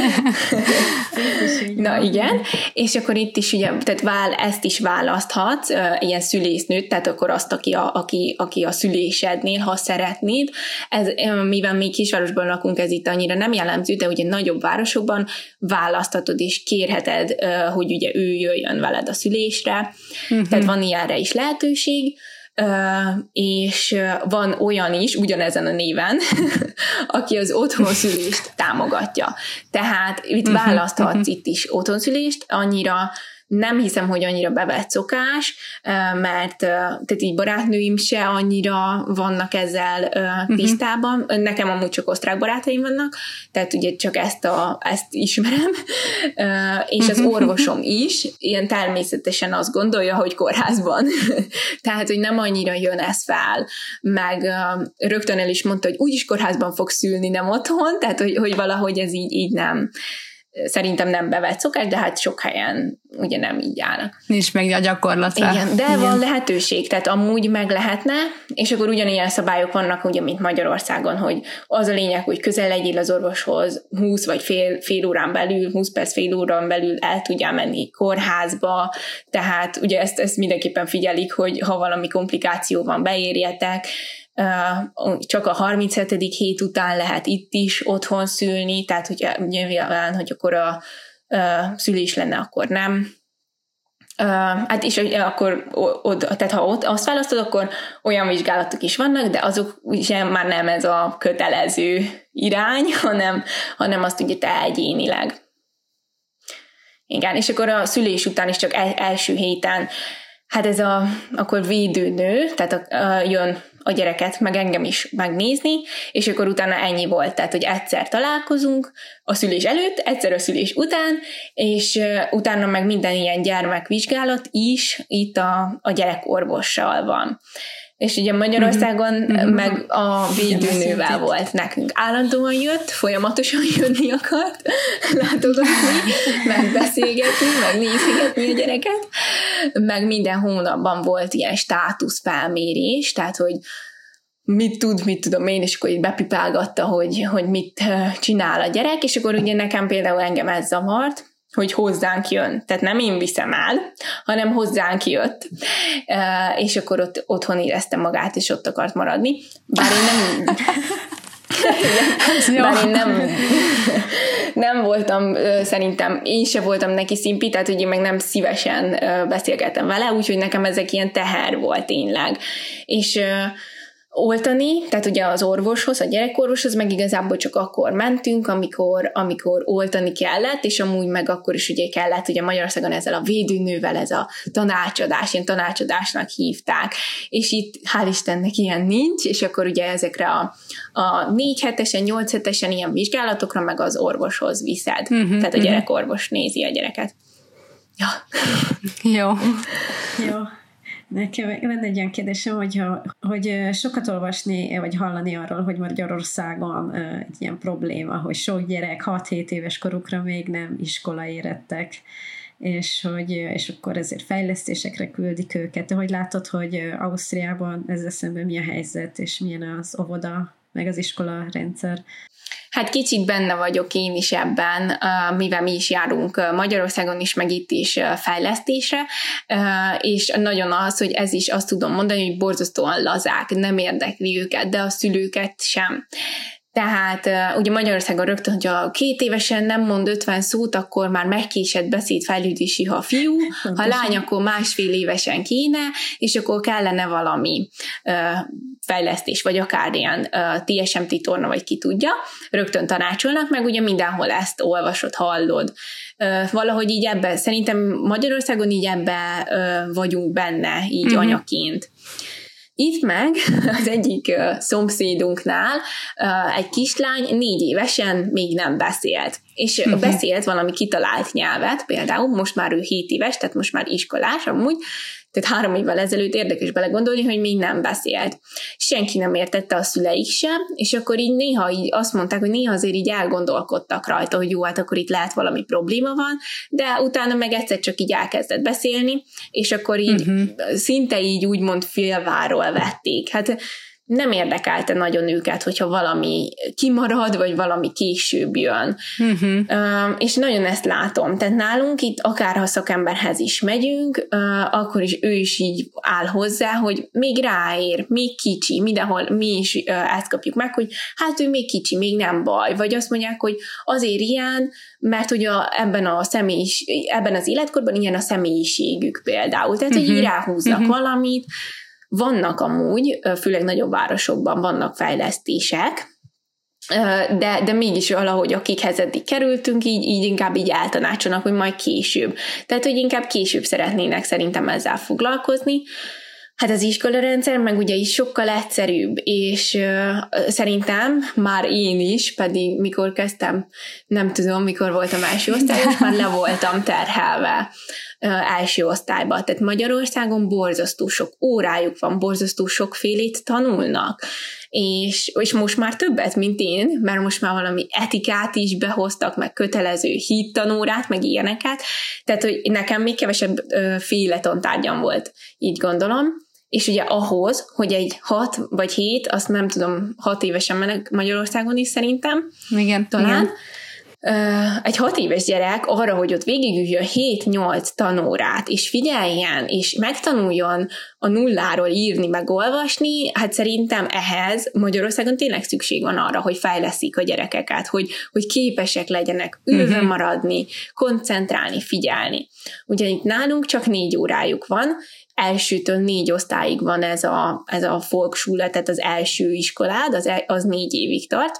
Na igen, és akkor itt is ugye, tehát ezt is választhatsz, ilyen szülésznőt, tehát akkor azt, aki a szülésednél, ha szeretnéd. Ez, mivel még kisvárosban lakunk, ez itt annyira nem jellemző, de ugye nagyobb városokban választhatod és kérheted, hogy ugye ő jöjjön veled a szülésre. Tehát van ilyenre is lehetőség, és van olyan is, ugyanezen a néven, aki az otthonszülést támogatja. Tehát itt választhatsz itt is otthonszülést, annyira nem hiszem, hogy annyira bevett szokás, mert tehát így barátnőim se annyira vannak ezzel tisztában. Nekem amúgy csak osztrák barátaim vannak, tehát ugye csak ezt ismerem, és az orvosom is ilyen természetesen azt gondolja, hogy kórházban. Tehát, hogy nem annyira jön ez fel, meg rögtön el is mondta, hogy úgyis kórházban fog szülni, nem otthon, tehát, hogy valahogy ez így nem szerintem nem bevett szokás, de hát sok helyen ugye nem így állnak. Nincs meg a gyakorlatra. Igen, de van lehetőség, tehát amúgy meg lehetne, és akkor ugyanilyen szabályok vannak, ugye, mint Magyarországon, hogy az a lényeg, hogy közel legyél az orvoshoz, 20 vagy fél órán belül, 20 perc fél órán belül el tudjál menni kórházba, tehát ugye ezt mindenképpen figyelik, hogy ha valami komplikáció van, beérjetek, csak a 37. hét után lehet itt is otthon szülni, tehát hogy nyilván, hogy akkor a szülés lenne, akkor nem. Hát és akkor, tehát ha ott azt választod, akkor olyan vizsgálatok is vannak, de azok ugye már nem ez a kötelező irány, hanem azt ugye te egyénileg. Igen, és akkor a szülés után is csak első héten, hát ez akkor védőnő, tehát jön a gyereket, meg engem is megnézni, és akkor utána ennyi volt, tehát hogy egyszer találkozunk a szülés előtt, egyszer a szülés után, és utána meg minden ilyen gyermekvizsgálat is itt a gyerekorvossal van. És ugye Magyarországon meg a védőnővel volt nekünk. Állandóan jött, folyamatosan jönni akart, látogatni, meg beszélgetni, meg nézgetni a gyereket, meg minden hónapban volt ilyen státuszfelmérés, tehát, hogy mit tudom én, és akkor így bepipálgatta, hogy mit csinál a gyerek, és akkor ugye nekem például engem ez zavart, hogy hozzánk jön. Tehát nem én viszem el, hanem hozzánk jött. És akkor ott otthon éreztem magát, és ott akart maradni. Bár én nem voltam, szerintem én se voltam neki szimpi, tehát hogy én meg nem szívesen beszélgettem vele, úgyhogy nekem ezek ilyen teher volt tényleg. És oltani, tehát ugye az orvoshoz, a gyerekorvoshoz meg igazából csak akkor mentünk, amikor oltani kellett, és amúgy meg akkor is ugye kellett, ugye Magyarországon ezzel a védőnővel ez a tanácsadás, ilyen tanácsadásnak hívták, és itt hál' Istennek ilyen nincs, és akkor ugye ezekre a 4 hetesen, 8 hetesen ilyen vizsgálatokra meg az orvoshoz viszed, tehát a gyerekorvos nézi a gyereket. Ja. Jó. Nekem lenne egy olyan kérdésem, hogy sokat olvasni, vagy hallani arról, hogy Magyarországon egy ilyen probléma, hogy sok gyerek 6-7 éves korukra még nem iskolaérettek, és akkor ezért fejlesztésekre küldik őket. De hogy látod, hogy Ausztriában ezzel szemben mi a helyzet, és milyen az óvoda, meg az iskola rendszer? Hát kicsit benne vagyok én is ebben, mivel mi is járunk Magyarországon is, meg itt is fejlesztésre, és nagyon az, hogy ez is azt tudom mondani, hogy borzasztóan lazák, nem érdekli őket, de a szülőket sem. Tehát ugye Magyarországon rögtön, hogyha 2 évesen nem mond 50 szót, akkor már megkésett beszédfejlődési, ha fiú, ha lány, akkor 1,5 évesen kéne, és akkor kellene valami fejlesztés, vagy akár ilyen TSMT torna, vagy ki tudja, rögtön tanácsolnak, meg ugye mindenhol ezt olvasod, hallod. Valahogy így ebben, szerintem Magyarországon így ebben vagyunk benne, így anyaként. Itt meg az egyik szomszédunknál egy kislány 4 évesen még nem beszélt. És beszélt valami kitalált nyelvet, például most már ő 7 éves, tehát most már iskolás amúgy, tehát 3 évvel ezelőtt érdekes belegondolni, hogy még nem beszélt. Senki nem értette, a szüleik sem, és akkor így néha így azt mondták, hogy néha azért így elgondolkodtak rajta, hogy jó, hát akkor itt lehet valami probléma van, de utána meg egyszer csak így elkezdett beszélni, és akkor így szinte így úgymond félváról vették. Hát nem érdekelte nagyon őket, hogyha valami kimarad, vagy valami később jön. És nagyon ezt látom. Tehát nálunk itt, akárha szakemberhez is megyünk, akkor is ő is így áll hozzá, hogy még ráér, még kicsi, mindenhol mi is ezt kapjuk meg, hogy hát ő még kicsi, még nem baj. Vagy azt mondják, hogy azért ilyen, mert hogy ebben az életkorban ilyen a személyiségük például. Tehát, hogy így ráhúznak valamit. Vannak amúgy, főleg nagyobb városokban vannak fejlesztések, de mégis valahogy akikhez eddig kerültünk, így inkább így eltanácsolnak, hogy majd később. Tehát, hogy inkább később szeretnének szerintem ezzel foglalkozni. Hát az iskolarendszer meg ugye is sokkal egyszerűbb, és szerintem már én is, pedig mikor kezdtem, nem tudom, mikor voltam első osztályos, már le voltam terhelve első osztályba. Tehát Magyarországon borzasztó sok órájuk van, borzasztó sokfélét tanulnak, és most már többet, mint én, mert most már valami etikát is behoztak, meg kötelező hittanórát, meg ilyeneket, tehát hogy nekem még kevesebb féle tantárgyam volt, így gondolom, és ugye ahhoz, hogy egy 6 vagy 7, azt nem tudom, 6 évesen mennek Magyarországon is szerintem, igen, talán, egy 6 éves gyerek arra, hogy ott végigüljön 7-8 tanórát, és figyeljen, és megtanuljon a nulláról írni, meg olvasni, hát szerintem ehhez Magyarországon tényleg szükség van arra, hogy fejleszik a gyerekeket, hogy képesek legyenek ülve maradni, koncentrálni, figyelni. Ugye itt nálunk csak 4 órájuk van, elsőtől 4 osztályig van ez a Volksschule, tehát az első iskolád, az 4 évig tart,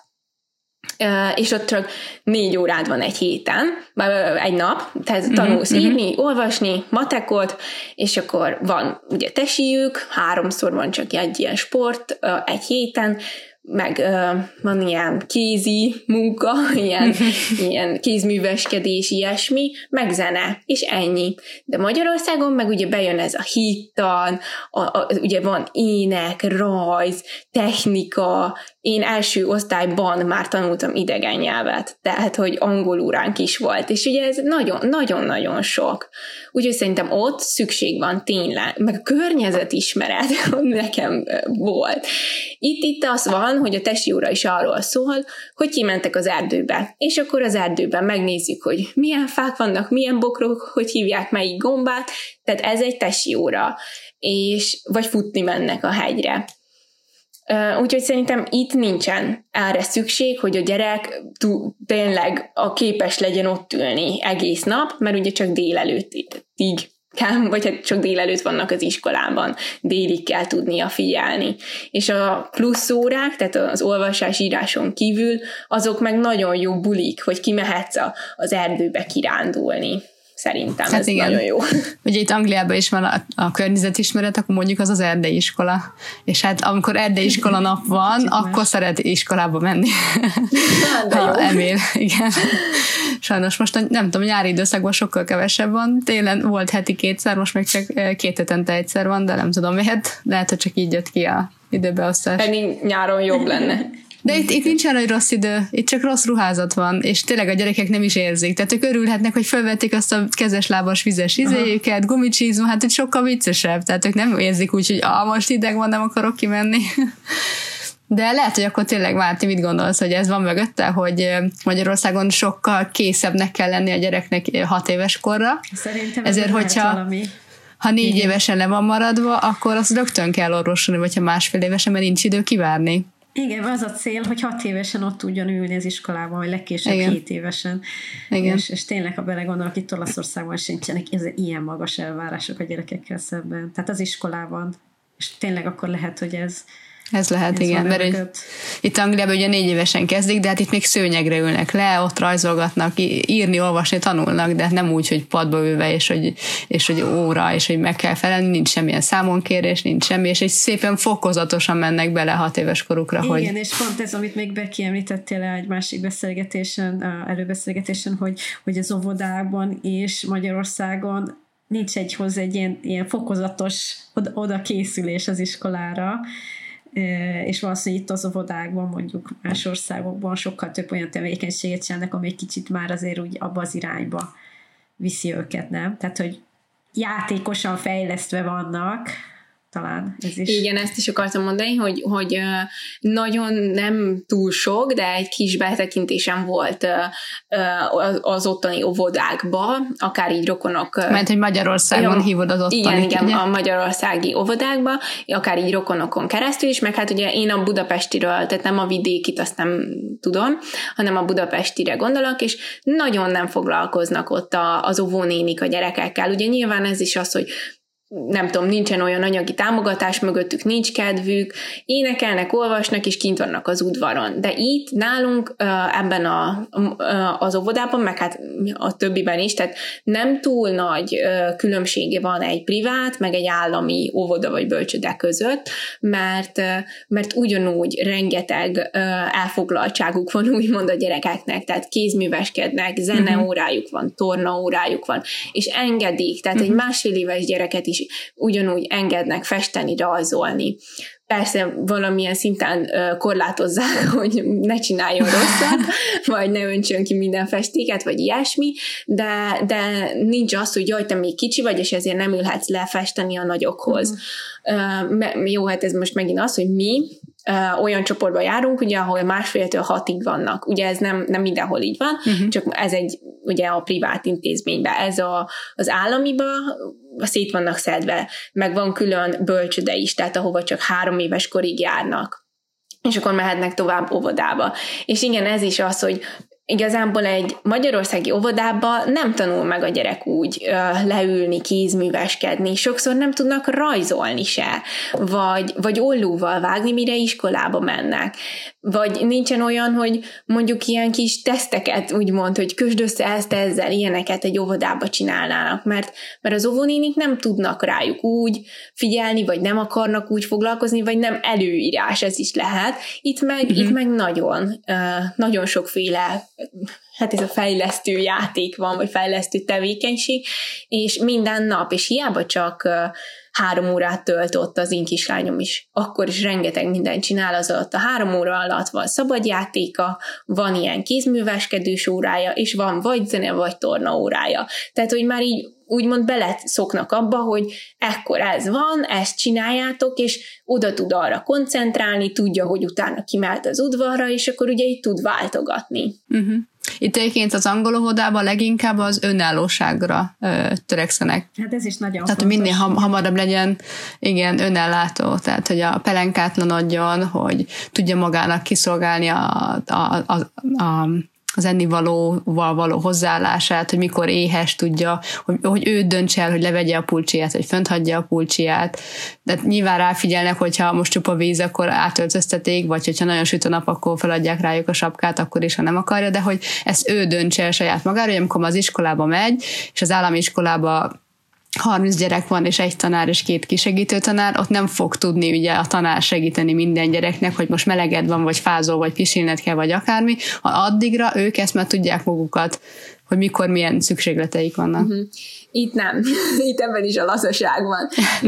és ott csak 4 órád van egy héten, egy nap, tehát tanulsz írni, olvasni, matekot, és akkor van ugye tesijük, 3-szor van csak egy ilyen sport egy héten, meg van ilyen kézi munka, ilyen kézműveskedés, ilyesmi, meg zene, és ennyi. De Magyarországon meg ugye bejön ez a hittan, ugye van ének, rajz, technika, én első osztályban már tanultam idegen nyelvet, tehát, hogy angol óránk is volt, és ugye ez nagyon-nagyon sok. Úgyhogy szerintem ott szükség van tényleg, meg a környezetismeret nekem volt. Itt az van, hogy a testi óra is arról szól, hogy kimentek az erdőbe, és akkor az erdőben megnézzük, hogy milyen fák vannak, milyen bokrok, hogy hívják melyik gombát, tehát ez egy testi óra, vagy futni mennek a hegyre. Úgyhogy szerintem itt nincsen erre szükség, hogy a gyerek tényleg képes legyen ott ülni egész nap, mert ugye csak délelőttig kell, vagy hát csak délelőtt vannak az iskolában, délig kell tudnia figyelni. És a plusz órák, tehát az olvasás-íráson kívül, azok meg nagyon jó bulik, hogy kimehetsz az erdőbe kirándulni. Szerintem hát ez igen. Nagyon jó. Ugye itt Angliában is van a környezetismeret, akkor mondjuk az erdei iskola. És hát amikor erdei iskola nap van, akkor szeret iskolába menni. Ha emél, igen. Sajnos most nem tudom, nyári időszakban sokkal kevesebb van. Télen volt heti 2-szer, most meg csak 2 hetente egyszer van, de nem tudom miért. Lehet, hogy csak így jött ki a időbeosztás. Pedig nyáron jobb lenne. De itt nincsen egy rossz idő, itt csak rossz ruházat van, és tényleg a gyerekek nem is érzik. Tehát ők örülhetnek, hogy felvették azt a kezes-lábas vizes izéjüket, gumicsizma, hát itt sokkal viccesebb. Tehát ők nem érzik úgy, hogy most hideg van, nem akarok kimenni. De lehet, hogy akkor tényleg, Márti, mit gondolsz, hogy ez van mögötte, hogy Magyarországon sokkal készebbnek kell lenni a gyereknek 6 éves korra. Szerintem ezért, hogyha valami. Ha 4 évesen le van maradva, akkor azt rögtön kell orvosolni, vagy ha 1,5 évesen, mert nincs idő kivárni. Igen, az a cél, hogy 6 évesen ott tudjon ülni az iskolában, vagy legkésőbb 7 évesen. Igen. És tényleg, ha belegondolok, itt Olaszországban sincsenek ilyen magas elvárások a gyerekekkel szemben. Tehát az iskolában. És tényleg akkor lehet, hogy ez lehet, igen, mert itt Angliában ugye 4 évesen kezdik, de hát itt még szőnyegre ülnek le, ott rajzolgatnak, írni, olvasni tanulnak, de nem úgy, hogy padba ülve, és hogy óra, és hogy meg kell felelni, nincs semmilyen számonkérés, nincs semmi, és szépen fokozatosan mennek bele 6 éves korukra. Igen, és pont ez, amit még Becky említettél egy másik előbeszélgetésen, hogy az óvodákban és Magyarországon nincs hozzá egy ilyen fokozatos oda készülés az iskolára, és valószínűleg itt az óvodákban, mondjuk más országokban sokkal több olyan tevékenységet csinálnak, ami egy kicsit már azért úgy abba az irányba viszi őket, nem? Tehát, hogy játékosan fejlesztve vannak, talán ez is. Igen, ezt is akartam mondani, hogy nagyon nem túl sok, de egy kis betekintésem volt az ottani óvodákba, akár így rokonok. Mert hogy Magyarországon hívod az ottanit. Igen, a magyarországi óvodákba, akár így rokonokon keresztül is, meg hát ugye én a budapestiről, tehát nem a vidékit, azt nem tudom, hanem a budapestire gondolok, és nagyon nem foglalkoznak ott az óvónénik a gyerekekkel. Ugye nyilván ez is az, hogy nem tudom, nincsen olyan anyagi támogatás mögöttük, nincs kedvük, énekelnek, olvasnak, és kint vannak az udvaron. De itt nálunk ebben az óvodában, meg hát a többiben is, tehát nem túl nagy különbsége van egy privát, meg egy állami óvoda vagy bölcsőde között, mert ugyanúgy rengeteg elfoglaltságuk van, úgymond a gyerekeknek, tehát kézműveskednek, zeneórájuk van, tornaórájuk van, és engedik, tehát egy 1,5 éves gyereket is ugyanúgy engednek festeni, rajzolni. Persze valamilyen szinten korlátozzák, hogy ne csináljon rosszat, vagy ne öntsön ki minden festéket, vagy ilyesmi, de nincs az, hogy jaj, te még kicsi vagy, és ezért nem ülhetsz le festeni a nagyokhoz. Jó, hát ez most megint az, hogy mi olyan csoportban járunk, ugye, ahol 1,5-től 6-ig vannak. Ugye ez nem mindenhol így van, csak ez egy ugye a privát intézményben. Ez az államiba szét vannak szedve, meg van külön bölcsöde is, tehát ahova csak 3 éves korig járnak. És akkor mehetnek tovább óvodába. És igen, ez is az, hogy igazából egy magyarországi óvodába nem tanul meg a gyerek úgy leülni, kézműveskedni, sokszor nem tudnak rajzolni se, vagy ollóval vágni, mire iskolába mennek. Vagy nincsen olyan, hogy mondjuk ilyen kis teszteket úgymond, hogy kösd össze ezt ezzel, ilyeneket egy óvodába csinálnának, mert az óvónénik nem tudnak rájuk úgy figyelni, vagy nem akarnak úgy foglalkozni, vagy nem előírás, ez is lehet. Itt meg nagyon sokféle, hát ez a fejlesztő játék van, vagy fejlesztő tevékenység, és minden nap, és hiába csak 3 órát tölt ott az én kislányom is. Akkor is rengeteg mindent csinál, az alatt a 3 óra alatt van szabadjátéka, van ilyen kézműveskedős órája, és van vagy zene, vagy torna órája. Tehát, hogy már így úgymond beleszoknak abba, hogy ekkor ez van, ezt csináljátok, és oda tud arra koncentrálni, tudja, hogy utána kimehet az udvarra, és akkor ugye így tud váltogatni. Itt egyébként az angol óvodában leginkább az önállóságra törekszenek. Hát ez is nagyon tehát, hogy minél hamarabb legyen, igen, önellátó, tehát, hogy a pelenkátlanodjon, hogy tudja magának kiszolgálni az ennivalóval való hozzáállását, hogy mikor éhes tudja, hogy ő döntse el, hogy levegye a pulcsiját, vagy fönt hagyja a pulcsiját. De nyilván ráfigyelnek, hogyha most csupa víz, akkor átöltöztetik, vagy hogyha nagyon süt a nap, akkor feladják rájuk a sapkát, akkor is, ha nem akarja, de hogy ezt ő döntse el saját magára, hogy amikor az iskolába megy, és az állami iskolába 30 gyerek van, és 1 tanár és 2 kisegítő tanár, ott nem fog tudni ugye a tanár segíteni minden gyereknek, hogy most meleged van, vagy fázol, vagy pisilned kell, vagy akármi, ha addigra ők ezt már tudják magukat, hogy mikor milyen szükségleteik vannak. Itt nem. Itt ebben is a lazaság van.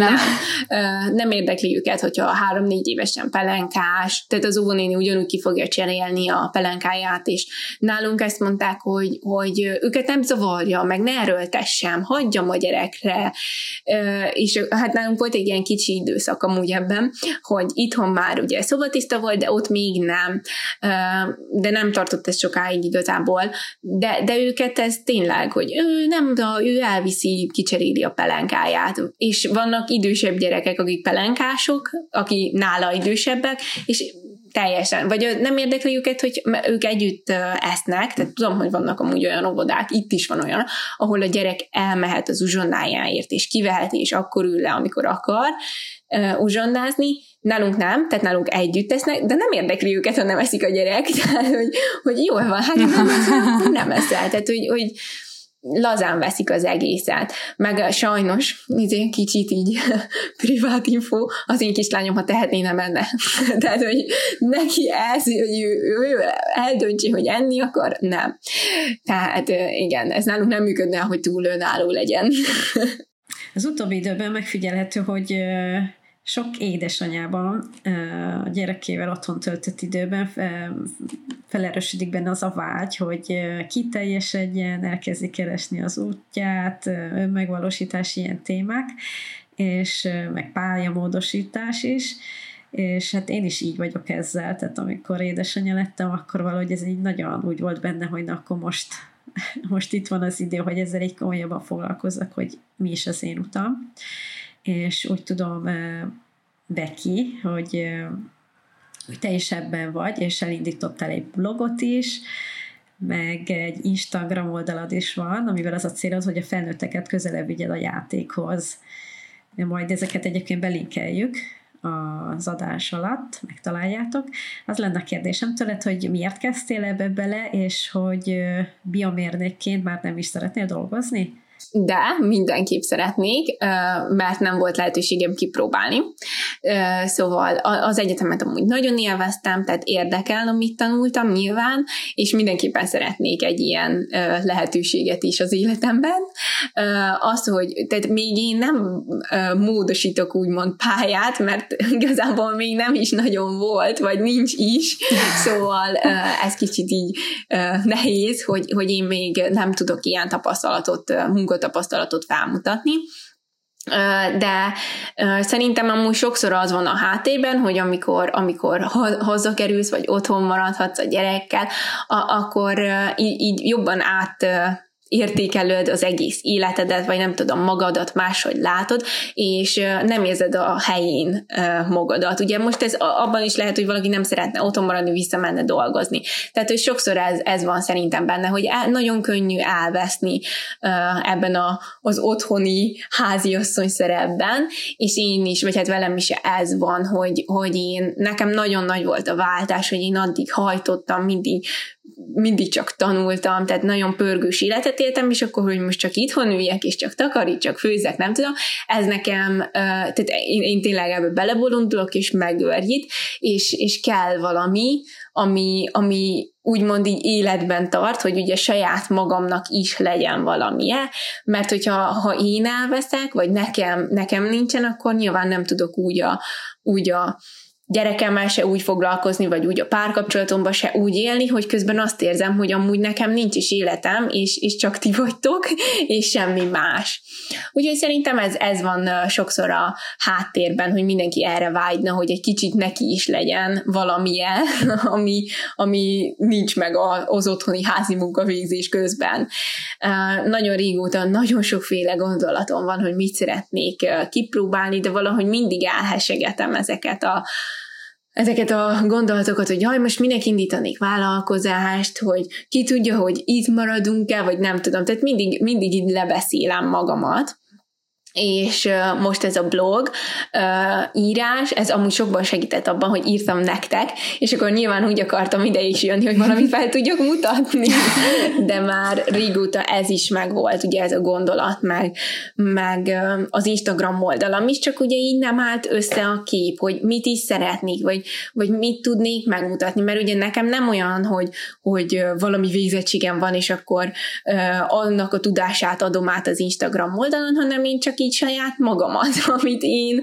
Nem érdekli őket, hogyha 3-4 évesen pelenkás, tehát az óvónéni ugyanúgy ki fogja cserélni a pelenkáját, és nálunk ezt mondták, hogy őket nem zavarja, meg ne erőltessem, hagyjam a gyerekre. És hát nálunk volt egy ilyen kicsi időszak amúgy ebben, hogy itthon már ugye szobatiszta volt, de ott még nem. De nem tartott ez sokáig igazából. De őket ez tényleg, hogy ő elviszi, kicseréli a pelenkáját. És vannak idősebb gyerekek, akik pelenkások, akik nála idősebbek, és teljesen, vagy nem érdekli őket, hogy ők együtt esznek, tehát tudom, hogy vannak amúgy olyan óvodák, itt is van olyan, ahol a gyerek elmehet az uzsonnájáért, és kiveheti, és akkor ül le, amikor akar uzsonnázni. Nálunk nem, tehát nálunk együtt esznek, de nem érdekli őket, ha nem eszik a gyerek, tehát hogy jól van, hát nem eszel, tehát hogy lazán veszik az egészet. Meg sajnos, kicsit így privát info, az én kislányom, ha tehetné, nem enne. Tehát, hogy neki ez, hogy ő eldöntse, hogy enni akar, nem. Tehát igen, ez nálunk nem működne, hogy túl önálló legyen. Az utóbbi időben megfigyelhető, hogy sok édesanyában a gyerekével otthon töltött időben felerősödik benne az a vágy, hogy kiteljesedjen, elkezdi keresni az útját, önmegvalósítás, ilyen témák, és meg pályamódosítás is, és hát én is így vagyok ezzel, tehát amikor édesanyja lettem, akkor valahogy ez így nagyon úgy volt benne, hogy na, akkor most itt van az idő, hogy ezzel így komolyabban foglalkozzak, hogy mi is az én utam. És úgy tudom, Becky, hogy te is ebben vagy, és elindítottál egy blogot is, meg egy Instagram oldalad is van, amivel az a célod, hogy a felnőtteket közelebb vigyed a játékhoz. Majd ezeket egyébként belinkeljük az adás alatt, megtaláljátok. Az lenne a kérdésem tőled, hogy miért kezdtél ebbe bele, és hogy biomérnökként már nem is szeretnél dolgozni? De mindenképp szeretnék, mert nem volt lehetőségem kipróbálni. Szóval az egyetemet amúgy nagyon élveztem, tehát érdekel, amit tanultam nyilván, és mindenképpen szeretnék egy ilyen lehetőséget is az életemben. Az, hogy tehát még én nem módosítok úgymond pályát, mert igazából még nem is nagyon volt, vagy nincs is, szóval ez kicsit így nehéz, hogy én még nem tudok ilyen munkatapasztalatot felmutatni, De szerintem amúgy sokszor az van a háttérben, hogy amikor hazakerülsz, vagy otthon maradhatsz a gyerekkel, akkor így jobban értékelőd az egész életedet, vagy nem tudom, magadat máshogy látod, és nem érzed a helyén magadat. Ugye most ez abban is lehet, hogy valaki nem szeretne otthon maradni, visszamenne dolgozni. Tehát, hogy sokszor ez van szerintem benne, hogy nagyon könnyű elveszni ebben az otthoni háziasszony szerepben, és én is, vagy hát velem is ez van, hogy nekem nagyon nagy volt a váltás, hogy én addig hajtottam, mindig csak tanultam, tehát nagyon pörgős életet éltem, és akkor, hogy most csak itthon üljek, és csak takarítsak, főzzek, nem tudom, ez nekem, tehát én tényleg ebbe belebolondulok, és megőrjít, és kell valami, ami úgymond így életben tart, hogy ugye saját magamnak is legyen valamije, mert hogyha én elveszek, vagy nekem nincsen, akkor nyilván nem tudok úgy a gyerekemmel se úgy foglalkozni, vagy úgy a párkapcsolatomban se úgy élni, hogy közben azt érzem, hogy amúgy nekem nincs is életem, és csak ti vagytok, és semmi más. Úgyhogy szerintem ez van sokszor a háttérben, hogy mindenki erre vágyna, hogy egy kicsit neki is legyen valamilyen, ami nincs meg az otthoni házi munkavégzés közben. Nagyon régóta nagyon sokféle gondolatom van, hogy mit szeretnék kipróbálni, de valahogy mindig elhessegetem ezeket a gondolatokat, hogy jaj, most minek indítanék vállalkozást, hogy ki tudja, hogy itt maradunk-e, vagy nem tudom. Tehát mindig így lebeszélem magamat. És most ez a blog írás, ez amúgy sokban segített abban, hogy írtam nektek, és akkor nyilván úgy akartam ide is jönni, hogy valamit fel tudjak mutatni, de már régóta ez is megvolt, ugye ez a gondolat, meg az Instagram oldalam is, csak ugye így nem állt össze a kép, hogy mit is szeretnék, vagy mit tudnék megmutatni, mert ugye nekem nem olyan, hogy valami végzettségem van, és akkor annak a tudását adom át az Instagram oldalon, hanem én csak így saját magamat, amit én,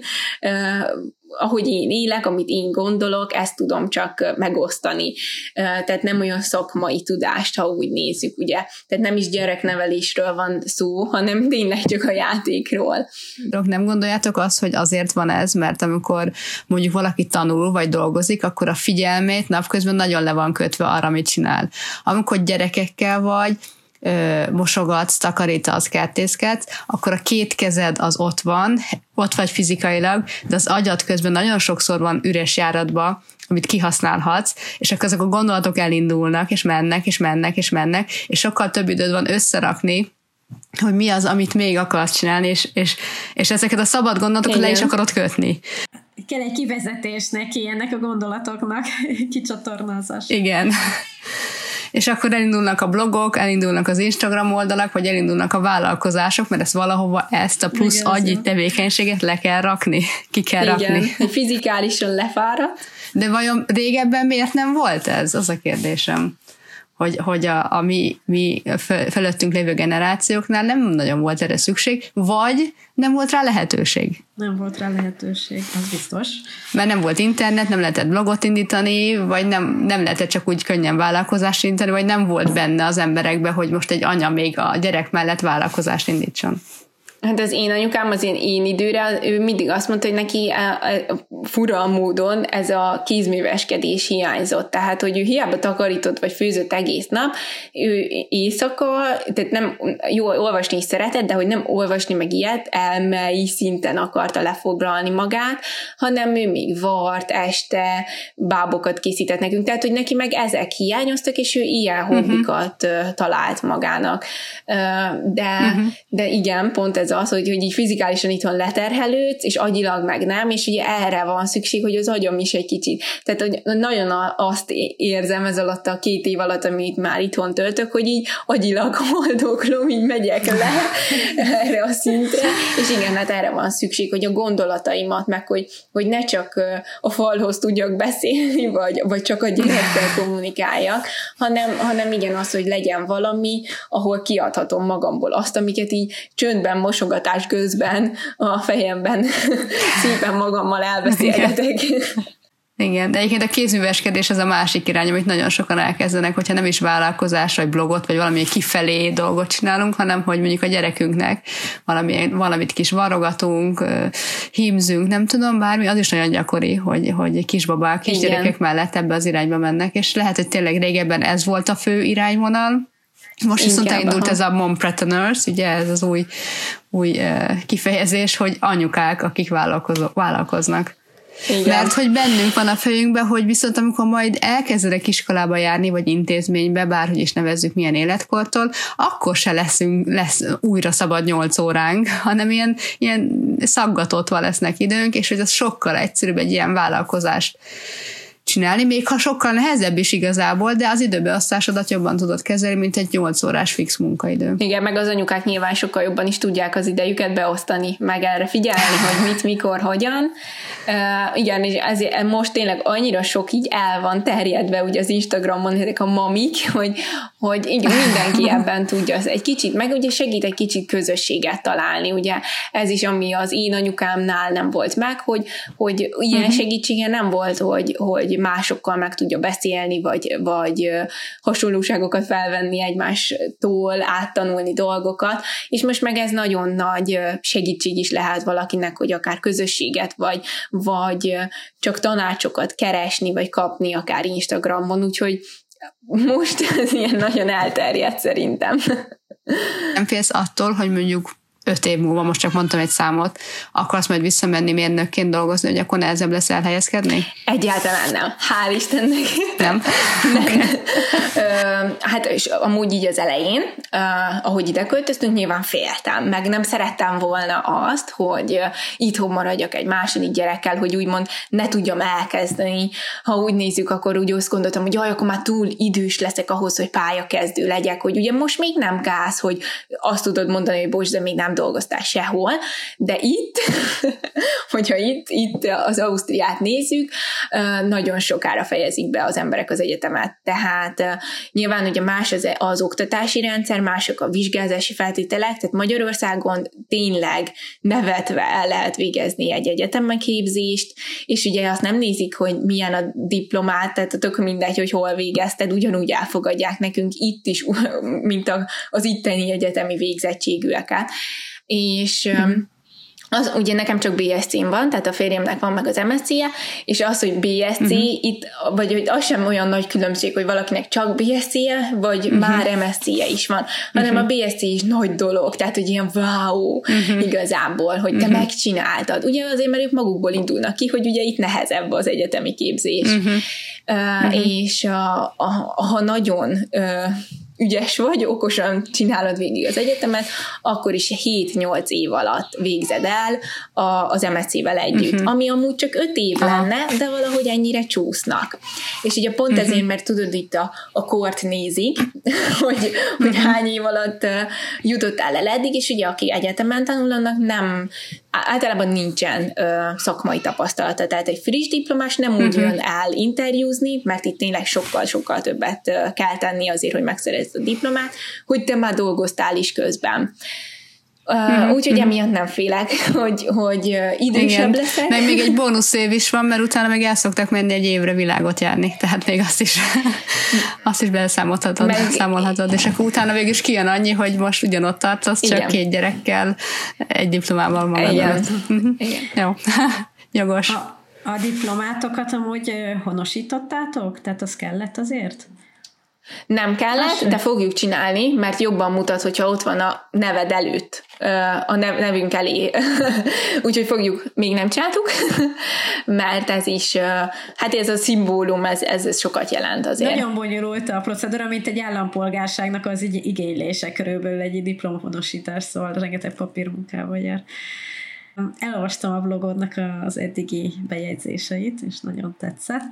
ahogy én élek, amit én gondolok, ezt tudom csak megosztani. Tehát nem olyan szakmai tudást, ha úgy nézzük, ugye. Tehát nem is gyereknevelésről van szó, hanem tényleg csak a játékról. Nem gondoljátok azt, hogy azért van ez, mert amikor mondjuk valaki tanul, vagy dolgozik, akkor a figyelmét napközben nagyon le van kötve arra, amit csinál. Amikor gyerekekkel vagy, mosogatsz, takarítasz, kertészkedsz, akkor a két kezed az ott vagy fizikailag, de az agyad közben nagyon sokszor van üres járatba, amit kihasználhatsz, és akkor ezek a gondolatok elindulnak, és mennek, és mennek, és mennek, és sokkal több időd van összerakni, hogy mi az, amit még akarsz csinálni, és ezeket a szabad gondolatokat le is akarod kötni. Kell egy kivezetés neki ennek a gondolatoknak, kicsatornázás. Igen. És akkor elindulnak a blogok, elindulnak az Instagram oldalak, vagy elindulnak a vállalkozások, mert ezt a plusz agyi tevékenységet le kell rakni, ki kell rakni. Igen, fizikálisan lefáradt. De vajon régebben miért nem volt ez? Az a kérdésem. Hogy a mi fölöttünk lévő generációknál nem nagyon volt erre szükség, vagy nem volt rá lehetőség. Nem volt rá lehetőség, az biztos. Mert nem volt internet, nem lehetett blogot indítani, vagy nem lehetett csak úgy könnyen vállalkozást indítani, vagy nem volt benne az emberekben, hogy most egy anya még a gyerek mellett vállalkozást indítson. Hát az én anyukám az én időre, ő mindig azt mondta, hogy neki fura módon ez a kézműveskedés hiányzott. Tehát, hogy ő hiába takarított vagy főzött egész nap, ő éjszaka, tehát nem jó olvasni is szeretett, de hogy nem olvasni meg ilyet, elmei szinten akarta lefoglalni magát, hanem ő még vart, este bábokat készített nekünk. Tehát, hogy neki meg ezek hiányoztak, és ő ilyen hobbikat talált magának. De igen, pont ez az, hogy így fizikálisan itthon leterhelődsz, és agyilag meg nem, és ugye erre van szükség, hogy az agyam is egy kicsit. Tehát, hogy nagyon azt érzem ez alatt a 2 év alatt, amit már itthon töltök, hogy így agyilag haldoklom, így megyek le erre a szintre, és igen, hát erre van szükség, hogy a gondolataimat, meg hogy ne csak a falhoz tudjak beszélni, vagy csak a gyerekkel kommunikáljak, hanem igen az, hogy legyen valami, ahol kiadhatom magamból azt, amiket így csöndben mosogatás közben a fejemben szépen magammal elbeszélgetek. Igen, de egyébként a kézműveskedés az a másik irány, amit nagyon sokan elkezdenek, hogyha nem is vállalkozás, vagy blogot, vagy valami kifelé dolgot csinálunk, hanem hogy mondjuk a gyerekünknek valamit kis varogatunk, hímzünk, nem tudom, bármi, az is nagyon gyakori, hogy kisbabák, kisgyerekek mellett ebbe az irányba mennek, és lehet, hogy tényleg régebben ez volt a fő irányvonal. Most viszont elindult ez a mompreneurs, ugye ez az új kifejezés, hogy anyukák, akik vállalkoznak. Igen. Mert hogy bennünk van a fejünkben, hogy viszont amikor majd elkezdek iskolába járni, vagy intézménybe, bárhogy is nevezzük milyen életkortól, akkor se lesz újra szabad 8 óránk, hanem ilyen szaggatotva lesznek időnk, és hogy az sokkal egyszerűbb egy ilyen vállalkozást csinálni, még ha sokkal nehezebb is igazából, de az időbeosztásodat jobban tudod kezelni, mint egy 8 órás fix munkaidő. Igen, meg az anyukák nyilván sokkal jobban is tudják az idejüket beosztani, meg erre figyelni, hogy mit, mikor, hogyan. Igen, és ezért most tényleg annyira sok így el van terjedve ugye az Instagramon ezek a mamik, hogy igen, mindenki ebben tudja egy kicsit, meg ugye segít egy kicsit közösséget találni, ugye ez is, ami az én anyukámnál nem volt meg, hogy ilyen segítsége nem volt, hogy másokkal meg tudja beszélni, vagy hasonlóságokat felvenni egymástól, áttanulni dolgokat, és most meg ez nagyon nagy segítség is lehet valakinek, hogy akár közösséget, vagy csak tanácsokat keresni, vagy kapni akár Instagramon, úgyhogy most ez ilyen nagyon elterjedt szerintem. Nem félsz attól, hogy mondjuk 5 év múlva, most csak mondtam egy számot, akarsz majd visszamenni mérnökként dolgozni, hogy akkor nehezebb lesz elhelyezkedni? Egyáltalán nem. Hál' Istennek. Nem? Okay. Hát és amúgy így az elején, ahogy ide költöztünk, nyilván féltem, meg nem szerettem volna azt, hogy itthon maradjak egy második gyerekkel, hogy úgymond ne tudjam elkezdeni. Ha úgy nézzük, akkor úgy azt gondoltam, hogy jaj, akkor már túl idős leszek ahhoz, hogy pályakezdő legyek, hogy ugye most még nem gáz, hogy azt tudod mondani, hogy bocs, de még nem dolgoztál sehol, de itt, hogyha itt az Ausztriát nézzük, nagyon sokára fejezik be az emberek az egyetemet. Tehát nyilván ugye más az oktatási rendszer, mások a vizsgázási feltételek, tehát Magyarországon tényleg nevetve el lehet végezni egy egyetemképzést, és ugye azt nem nézik, hogy milyen a diplomát, tehát tök mindegy, hogy hol végezted, ugyanúgy elfogadják nekünk itt is, mint az itteni egyetemi végzettségűeket. És az ugye nekem csak BSc-m van, tehát a férjemnek van meg az MSc-je, és az, hogy BSc itt, vagy hogy az sem olyan nagy különbség, hogy valakinek csak BSc-je, vagy már MSc-je is van, hanem a BSc is nagy dolog, tehát hogy ilyen wow igazából, hogy te megcsináltad. Ugye azért, mert ők magukból indulnak ki, hogy ugye itt nehezebb az egyetemi képzés. És ha nagyon ügyes vagy, okosan csinálod végig az egyetemet, akkor is 7-8 év alatt végzed el az MSc-vel együtt, ami amúgy csak 5 év lenne, de valahogy ennyire csúsznak. És ugye pont ezért, mert tudod, itt a kort nézik, hogy hány év alatt jutottál el eddig, és ugye aki egyetemen tanul, annak nem, általában nincsen szakmai tapasztalata, tehát egy friss diplomás nem úgy jön el interjúzni, mert itt tényleg sokkal-sokkal többet kell tenni azért, hogy megszerezd a diplomát, hogy te már dolgoztál is közben. Úgyhogy emiatt nem félek, hogy idősebb leszek. Meg még egy bónusz év is van, mert utána meg el szoktak menni egy évre világot járni, tehát még azt is beleszámolhatod, és akkor utána végül is kijön annyi, hogy most ugyanott tartasz, csak 2 gyerekkel, egy diplomával magad előtt. Jó, jogos. A diplomátokat amúgy honosítottátok? Tehát az kellett azért? Nem kellett, de fogjuk csinálni, mert jobban mutat, hogyha ott van a neved előtt, a nevünk elé. Úgyhogy fogjuk, még nem csináltuk, mert ez is, hát ez a szimbólum, ez sokat jelent azért. Nagyon bonyolult a procedúra, mint egy állampolgárságnak az igénylése körülbelül egy diplomahonosítás, szóval rengeteg papírmunkával jár. Elolvastam a blogodnak az eddigi bejegyzéseit, és nagyon tetszett.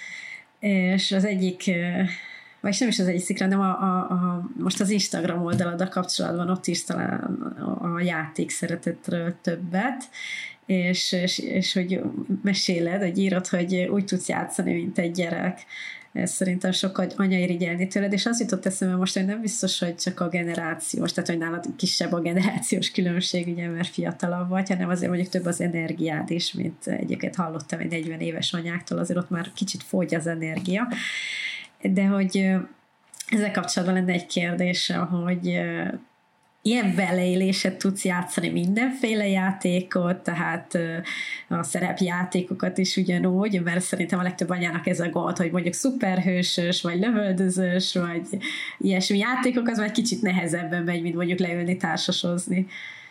És az egyik, vagy nem is az egyik szikra, hanem most az Instagram oldaladdal kapcsolatban ott is talán a játék szeretetről többet, és hogy meséled, hogy írod, hogy úgy tudsz játszani, mint egy gyerek. Ez szerintem sokkal anya irigyelni tőled, és az jutott eszembe most, hogy nem biztos, hogy csak a generációs, tehát hogy nálad kisebb a generációs különbség, ugye, mert fiatalabb vagy, hanem azért mondjuk több az energiád is, mint egyébként hallottam egy 40 éves anyáktól, azért ott már kicsit fogy az energia. De hogy ezzel kapcsolatban lenne egy kérdés, hogy ilyen beleéléset tudsz játszani mindenféle játékot, tehát a szerepjátékokat is ugyanúgy, mert szerintem a legtöbb anyának ez a gond, hogy mondjuk szuperhősös, vagy lövöldözős, vagy ilyesmi játékok, az már kicsit nehezebben megy, mint mondjuk leülni társasozni.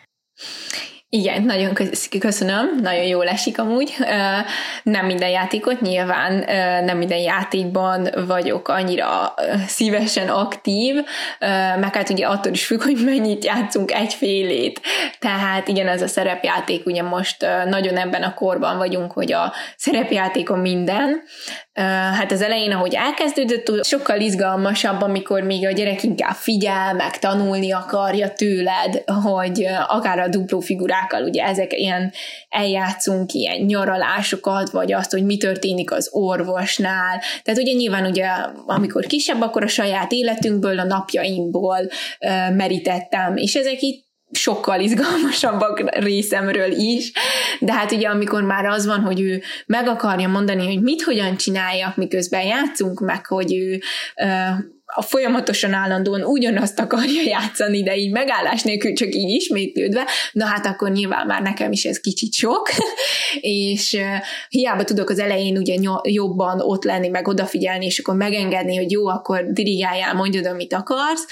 Igen, nagyon köszönöm, nagyon jól esik amúgy. Nem minden játékot, nyilván nem minden játékban vagyok annyira szívesen aktív, meg hát ugye attól is függ, hogy mennyit játszunk egyfélét. Tehát igen, ez a szerepjáték, ugye most nagyon ebben a korban vagyunk, hogy a szerepjátékon minden. Hát az elején, ahogy elkezdődött, sokkal izgalmasabb, amikor még a gyerek inkább figyel, meg tanulni akarja tőled, hogy akár a dupló figurákkal, ugye ezek ilyen eljátszunk ilyen nyaralásokat, vagy azt, hogy mi történik az orvosnál. Tehát ugye nyilván ugye, amikor kisebb, akkor a saját életünkből, a napjainkból merítettem, és ezek itt sokkal izgalmasabbak részemről is, de hát ugye amikor már az van, hogy ő meg akarja mondani, hogy mit, hogyan csináljak, miközben játszunk meg, hogy ő folyamatosan állandóan ugyanazt akarja játszani, de így megállás nélkül csak így ismétlődve, na hát akkor nyilván már nekem is ez kicsit sok, és hiába tudok az elején ugye jobban ott lenni, meg odafigyelni, és akkor megengedni, hogy jó, akkor dirigáljál, mondjad, amit akarsz.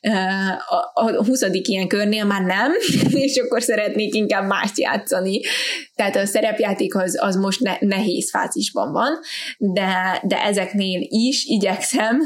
A 20. ilyen körnél már nem, és akkor szeretnék inkább mást játszani. Tehát a szerepjáték az most nehéz fázisban van, de ezeknél is igyekszem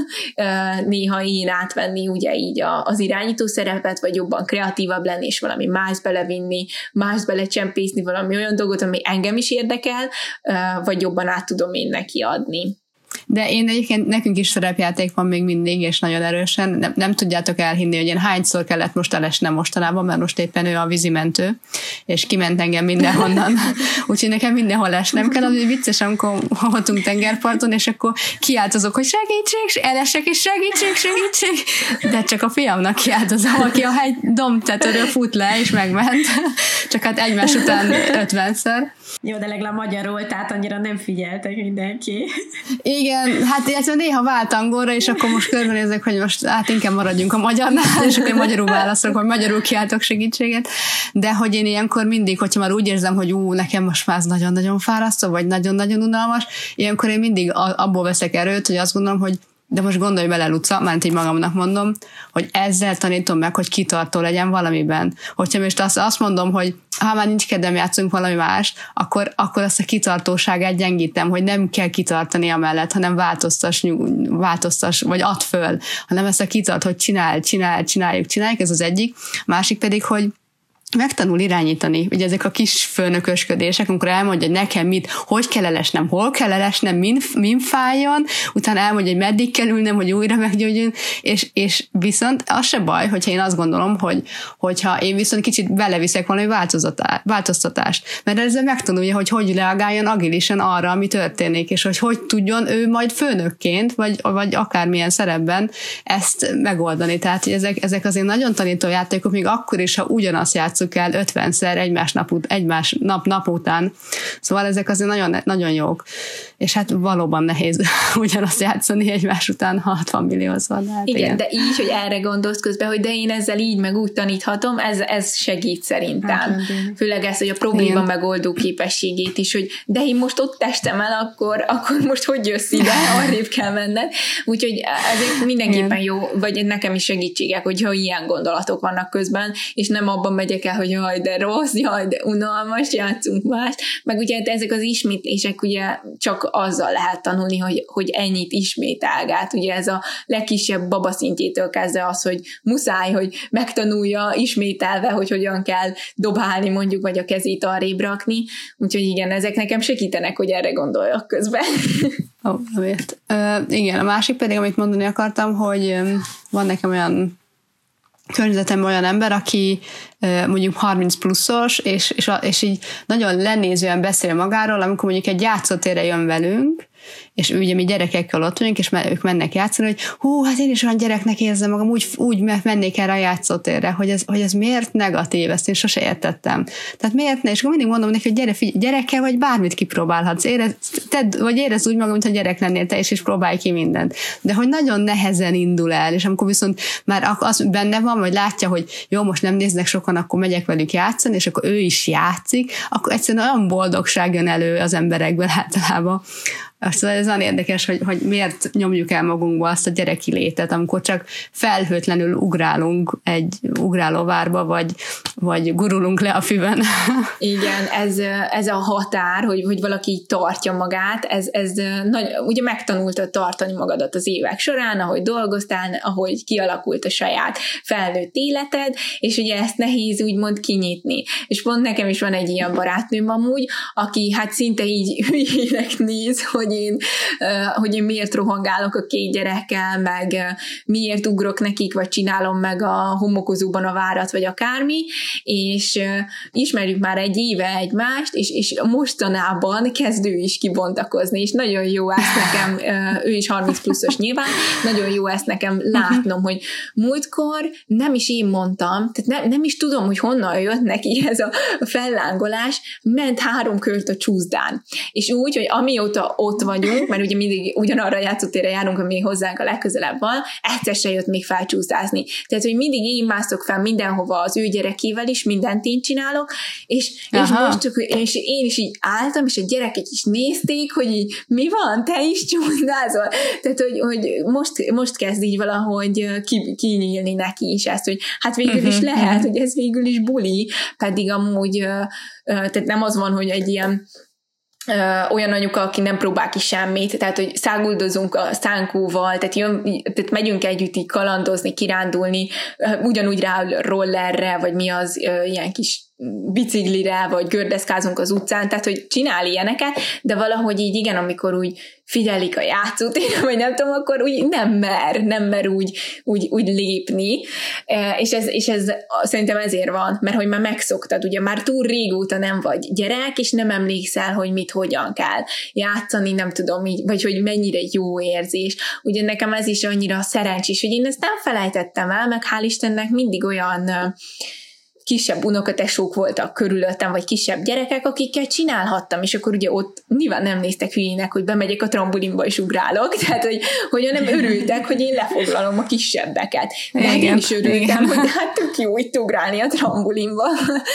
néha én átvenni ugye így az irányító szerepet, vagy jobban kreatívabb lenni, és valami más belevinni, más belecsempészni, valami olyan dolgot, ami engem is érdekel, vagy jobban át tudom én neki adni. De én egyébként, nekünk is szerepjáték van még mindig, és nagyon erősen. Nem tudjátok elhinni, hogy én hányszor kellett most elesnem mostanában, mert most éppen ő a vízimentő, és kiment engem mindenhonnan. Úgyhogy nekem mindenhol esnem kell, az vicces, amikor voltunk tengerparton, és akkor kiáltozok, hogy segítség, elesek, és segítség. De csak a fiamnak kiáltozom, aki a hegy dombtetőről fut le, és megment. Csak hát egymás után 50-szer. Jó, de legalább magyarul, tehát annyira nem figyeltek mindenki. Igen, hát illetve néha vált angolra, és akkor most körbenézek, hogy most inkább maradjunk a magyarnál, és akkor magyarul válaszolok, vagy magyarul kiáltok segítséget, de hogy én ilyenkor mindig, hogyha már úgy érzem, hogy nekem most már ez nagyon-nagyon fárasztó, vagy nagyon-nagyon unalmas, ilyenkor én mindig abból veszek erőt, hogy azt gondolom, hogy de most gondolj bele, Luca, mert így magamnak mondom, hogy ezzel tanítom meg, hogy kitartó legyen valamiben. Hogyha most azt mondom, hogy ha már nincs kedvem, játszunk valami más, akkor azt a kitartóságát gyengítem, hogy nem kell kitartani amellett, hanem változtass, vagy add föl, hanem ezt a kitart, hogy csináljuk, ez az egyik. Másik pedig, hogy megtanul irányítani. Ugye ezek a kis főnökösködések, amikor elmondja, hogy nekem hogy kell elesnem, hol kell elesnem, min fájjon, utána elmondja, hogy meddig kell ülnem, hogy újra meggyógyuljon, és viszont az se baj, hogyha én azt gondolom, hogyha én viszont kicsit beleviszek valami változtatást, mert ezzel megtanulja, hogy reagáljon agilisan arra, ami történik, és hogy tudjon ő majd főnökként, vagy akármilyen szerepben ezt megoldani. Tehát, hogy ezek azért nagyon tanító játékok, még akkor is, ha ugyanazt játszunk el 50-szer egymás nap után. Szóval ezek azért nagyon, nagyon jók. És hát valóban nehéz ugyanazt játszani egymás után 60 milliószor. Igen, de így, hogy erre gondolsz közben, hogy de én ezzel így meg úgy taníthatom, ez segít szerintem. Hát, főleg ez, hogy a probléma megoldó képességét is, hogy de én most ott testem el, akkor most hogy jössz ide, arrébb kell menned. Úgyhogy ezek mindenképpen jó, vagy nekem is segítségek, hogyha ilyen gondolatok vannak közben, és nem abban megyek el, hogy jaj, de rossz, jaj, de unalmas, játszunk más. Meg ugye ezek az ismétlések ugye csak azzal lehet tanulni, hogy ennyit ismételgát. Ugye ez a legkisebb babaszintjétől kezdve az, hogy muszáj, hogy megtanulja ismételve, hogy hogyan kell dobálni mondjuk, vagy a kezét arrébb rakni. Úgyhogy igen, ezek nekem segítenek, hogy erre gondoljak közben. Igen, a másik pedig, amit mondani akartam, hogy van nekem olyan környezetemben olyan ember, aki mondjuk 30 pluszos, és így nagyon lenézően beszél magáról, amikor mondjuk egy játszótérre jön velünk, és ugye mi gyerekekkel ott vagyunk, és ők mennek játszani, hogy hú, hát én is olyan gyereknek érzem magam, úgy mennék erre a játszótérre, hogy ez miért negatív, ezt én sose értettem. Tehát miért ne? És akkor mindig mondom neki, hogy gyerekkel vagy bármit kipróbálhatsz. Érezd úgy magam, mintha gyerek lennél te is próbálj ki mindent. De hogy nagyon nehezen indul el, és amikor viszont már az benne van, vagy látja, hogy jó, most nem néznek sokan, akkor megyek velük játszani, és akkor ő is játszik, akkor egyszerűen olyan boldogság jön elő az emberekből általában. Szóval ez nagyon érdekes, hogy miért nyomjuk el magunkba azt a gyereki létet, amikor csak felhőtlenül ugrálunk egy ugrálóvárba, vagy gurulunk le a füven. Igen, ez a határ, hogy valaki így tartja magát, ez ugye megtanultad tartani magadat az évek során, ahogy dolgoztál, ahogy kialakult a saját felnőtt életed, és ugye ezt nehéz úgymond kinyitni. És pont nekem is van egy ilyen barátnőm amúgy, aki hát szinte így hülyének néz, hogy én miért rohangálok a 2 gyerekkel, meg miért ugrok nekik, vagy csinálom meg a homokozóban a várat, vagy akármi, és ismerjük már egy éve egymást, és mostanában kezd ő is kibontakozni, és nagyon jó ezt nekem, ő is 30 pluszos nyilván, nagyon jó ezt nekem látnom, hogy múltkor nem is én mondtam, tehát nem is tudom, hogy honnan jött neki ez a fellángolás, ment 3 kört a csúszdán. És úgy, hogy amióta ott vagyunk, mert ugye mindig ugyanarra a játszótérre járunk, ami hozzánk a legközelebb van, egyszer se jött még felcsúszdázni. Tehát, hogy mindig én mászok fel mindenhova az ő gyerekével is, mindent én csinálok, és én is így álltam, és a gyerekek is nézték, hogy így, mi van, te is csúszdázol? Tehát, hogy most kezd így valahogy kinyílni neki is ezt, hogy hát végül is lehet, hogy ez végül is buli, pedig amúgy tehát nem az van, hogy egy ilyen olyan anyuka, aki nem próbál ki semmit, tehát, hogy száguldozunk a szánkóval, tehát megyünk együtt így kalandozni, kirándulni, ugyanúgy rá rollerre, vagy mi az ilyen kis biciklire, vagy gördeszkázunk az utcán, tehát, hogy csinál ilyeneket, de valahogy így igen, amikor úgy figyelik a játszótérre, vagy nem tudom, akkor úgy nem mer úgy lépni, és ez szerintem ezért van, mert hogy már megszoktad, ugye már túl régóta nem vagy gyerek, és nem emlékszel, hogy mit, hogyan kell játszani, nem tudom, vagy hogy mennyire jó érzés. Ugye nekem ez is annyira szerencsés, hogy én ezt nem felejtettem el, meg hál' Istennek mindig olyan kisebb unokatesók voltak körülöttem, vagy kisebb gyerekek, akikkel csinálhattam, és akkor ugye ott nyilván nem néztek hülyének, hogy bemegyek a trambulinba és ugrálok, tehát hogy nem örültek, hogy én lefoglalom a kisebbeket. De hát én is örültem, hogy hát tök jó itt ugrálni a trambulinba.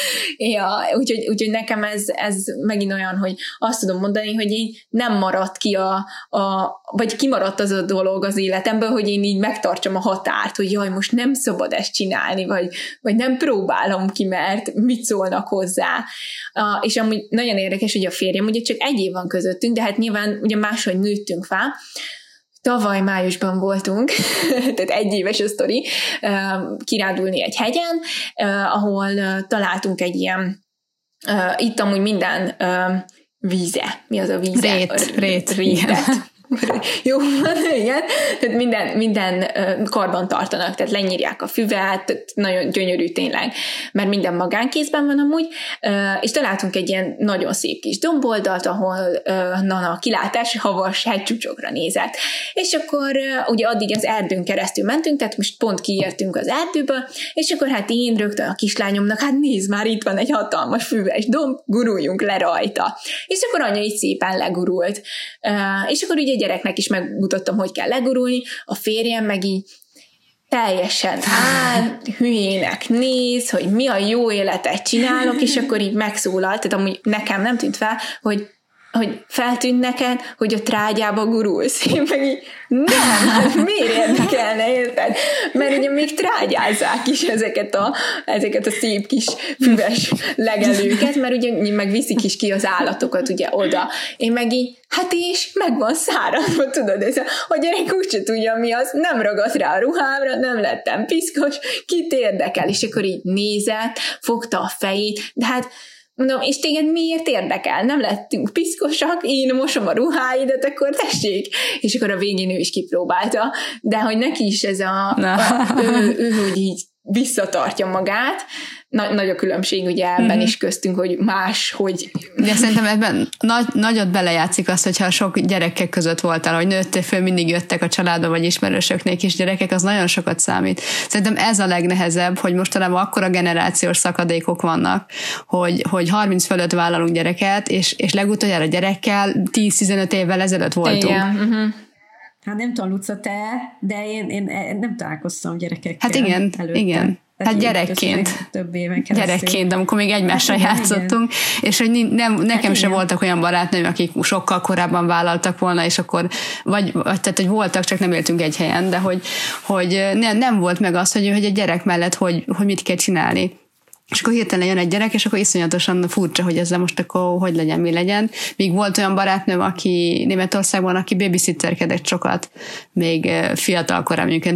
Úgyhogy nekem ez megint olyan, hogy azt tudom mondani, hogy így nem maradt ki vagy kimaradt az a dolog az életemből, hogy én így megtartsam a határt, hogy jaj, most nem szabad ezt csinálni, vagy nem próbálom ki, mert mit szólnak hozzá. És amúgy nagyon érdekes, hogy a férjem, ugye csak 1 év van közöttünk, de hát nyilván ugye máshogy nőttünk fel. Tavaly májusban voltunk, tehát 1 éves a sztori, kirándulni egy hegyen, ahol találtunk egy ilyen, itt amúgy minden víze. Mi az a víze? Rétet. Jó, igen. Tehát minden karban tartanak, tehát lenyírják a füvet, nagyon gyönyörű tényleg, mert minden magánkézben van amúgy, és találtunk egy ilyen nagyon szép kis domboldalt, ahol a kilátás havas hegycsúcsokra nézett. És akkor ugye addig az erdőn keresztül mentünk, tehát most pont kiértünk az erdőből, és akkor hát én rögtön a kislányomnak, hát nézd már, itt van egy hatalmas füves domb, guruljunk le rajta. És akkor anya így szépen legurult. És akkor ugye gyereknek is megmutattam, hogy kell legurulni, a férjem meg így teljesen hülyének néz, hogy mi a jó életet csinálok, és akkor így megszólalt, tehát amúgy nekem nem tűnt fel, hogy feltűnt neked, hogy a trágyába gurulsz. Én meg így, nem, miért érdekelne, érted? Mert ugye még trágyázzák is ezeket a szép kis füves legelőket, mert ugye meg viszik is ki az állatokat ugye oda. Én meg így, hát és meg van száradva, tudod, ez a gyerek úgyse tudja, mi az, nem ragadt rá a ruhámra, nem lettem piszkos, kit érdekel, és akkor így nézett, fogta a fejét, de hát mondom, és téged miért érdekel? Nem lettünk piszkosak, én mosom a ruháidat, akkor tessék. És akkor a végén ő is kipróbálta, de hogy neki is ez ő hogy így visszatartja magát, nagy a különbség ugye ebben is köztünk, hogy más, hogy... De szerintem ebben nagyot belejátszik az, hogyha sok gyerekek között voltál, hogy nőttél föl, mindig jöttek a családba, vagy ismerősöknél is gyerekek, az nagyon sokat számít. Szerintem ez a legnehezebb, hogy mostanában akkora generációs szakadékok vannak, hogy 30 fölött vállalunk gyereket, és legutoljára gyerekkel 10-15 évvel ezelőtt voltunk. Igen. Hát nem tudom, Luca, te, de én nem találkoztam gyerekekkel. Hát igen, előtte. Igen. Hát gyerekként, amikor még egymással játszottunk, és hogy nekem sem voltak olyan barátnőim, akik sokkal korábban vállaltak volna, és akkor, vagy tehát, hogy voltak, csak nem éltünk egy helyen, de hogy nem volt meg az, hogy egy gyerek mellett, hogy mit kell csinálni. És akkor hirtelen jön egy gyerek, és akkor iszonyatosan furcsa, hogy ezzel most akkor hogy legyen, mi legyen. Még volt olyan barátnőm, aki Németországban, aki babysitterkedett sokat, még fiatal korán, mondjuk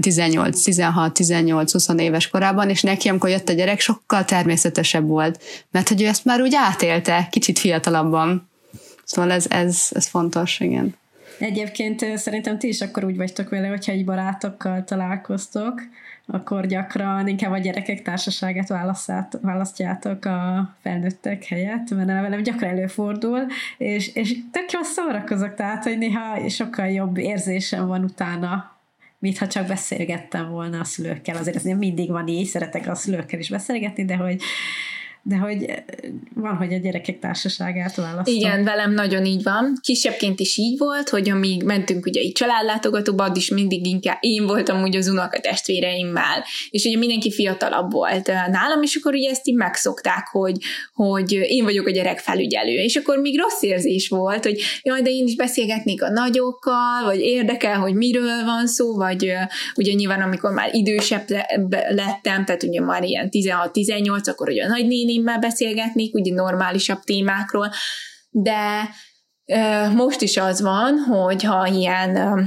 18-20 éves korában, és neki, amikor jött a gyerek, sokkal természetesebb volt, mert hogy ő ezt már úgy átélte, kicsit fiatalabban. Szóval ez fontos, igen. Egyébként szerintem ti is akkor úgy vagytok vele, hogyha egy barátokkal találkoztok, akkor gyakran inkább a gyerekek társaságát választjátok a felnőttek helyett, mert velem gyakran előfordul, és tök jól szórakozok, tehát, hogy néha sokkal jobb érzésem van utána, mintha csak beszélgettem volna a szülőkkel. Azért ez nem mindig van így, szeretek a szülőkkel is beszélgetni, de hogy van, hogy a gyerekek társaságát választom. Igen, velem nagyon így van. Kisebbként is így volt, hogy amíg mentünk ugye így családlátogatóba, addig is mindig inkább én voltam úgy az unokatestvéreimmel, és ugye mindenki fiatalabb volt nálam, és akkor ugye ezt így megszokták, hogy én vagyok a gyerek felügyelő, és akkor még rossz érzés volt, hogy jaj, de én is beszélgetnék a nagyokkal, vagy érdekel, hogy miről van szó, vagy ugye nyilván amikor már idősebb lettem, tehát ugye már ilyen 16-18, akkor ugye a nagynénimmel beszélgetnék, ugye normálisabb témákról, de most is az van, hogy ha ilyen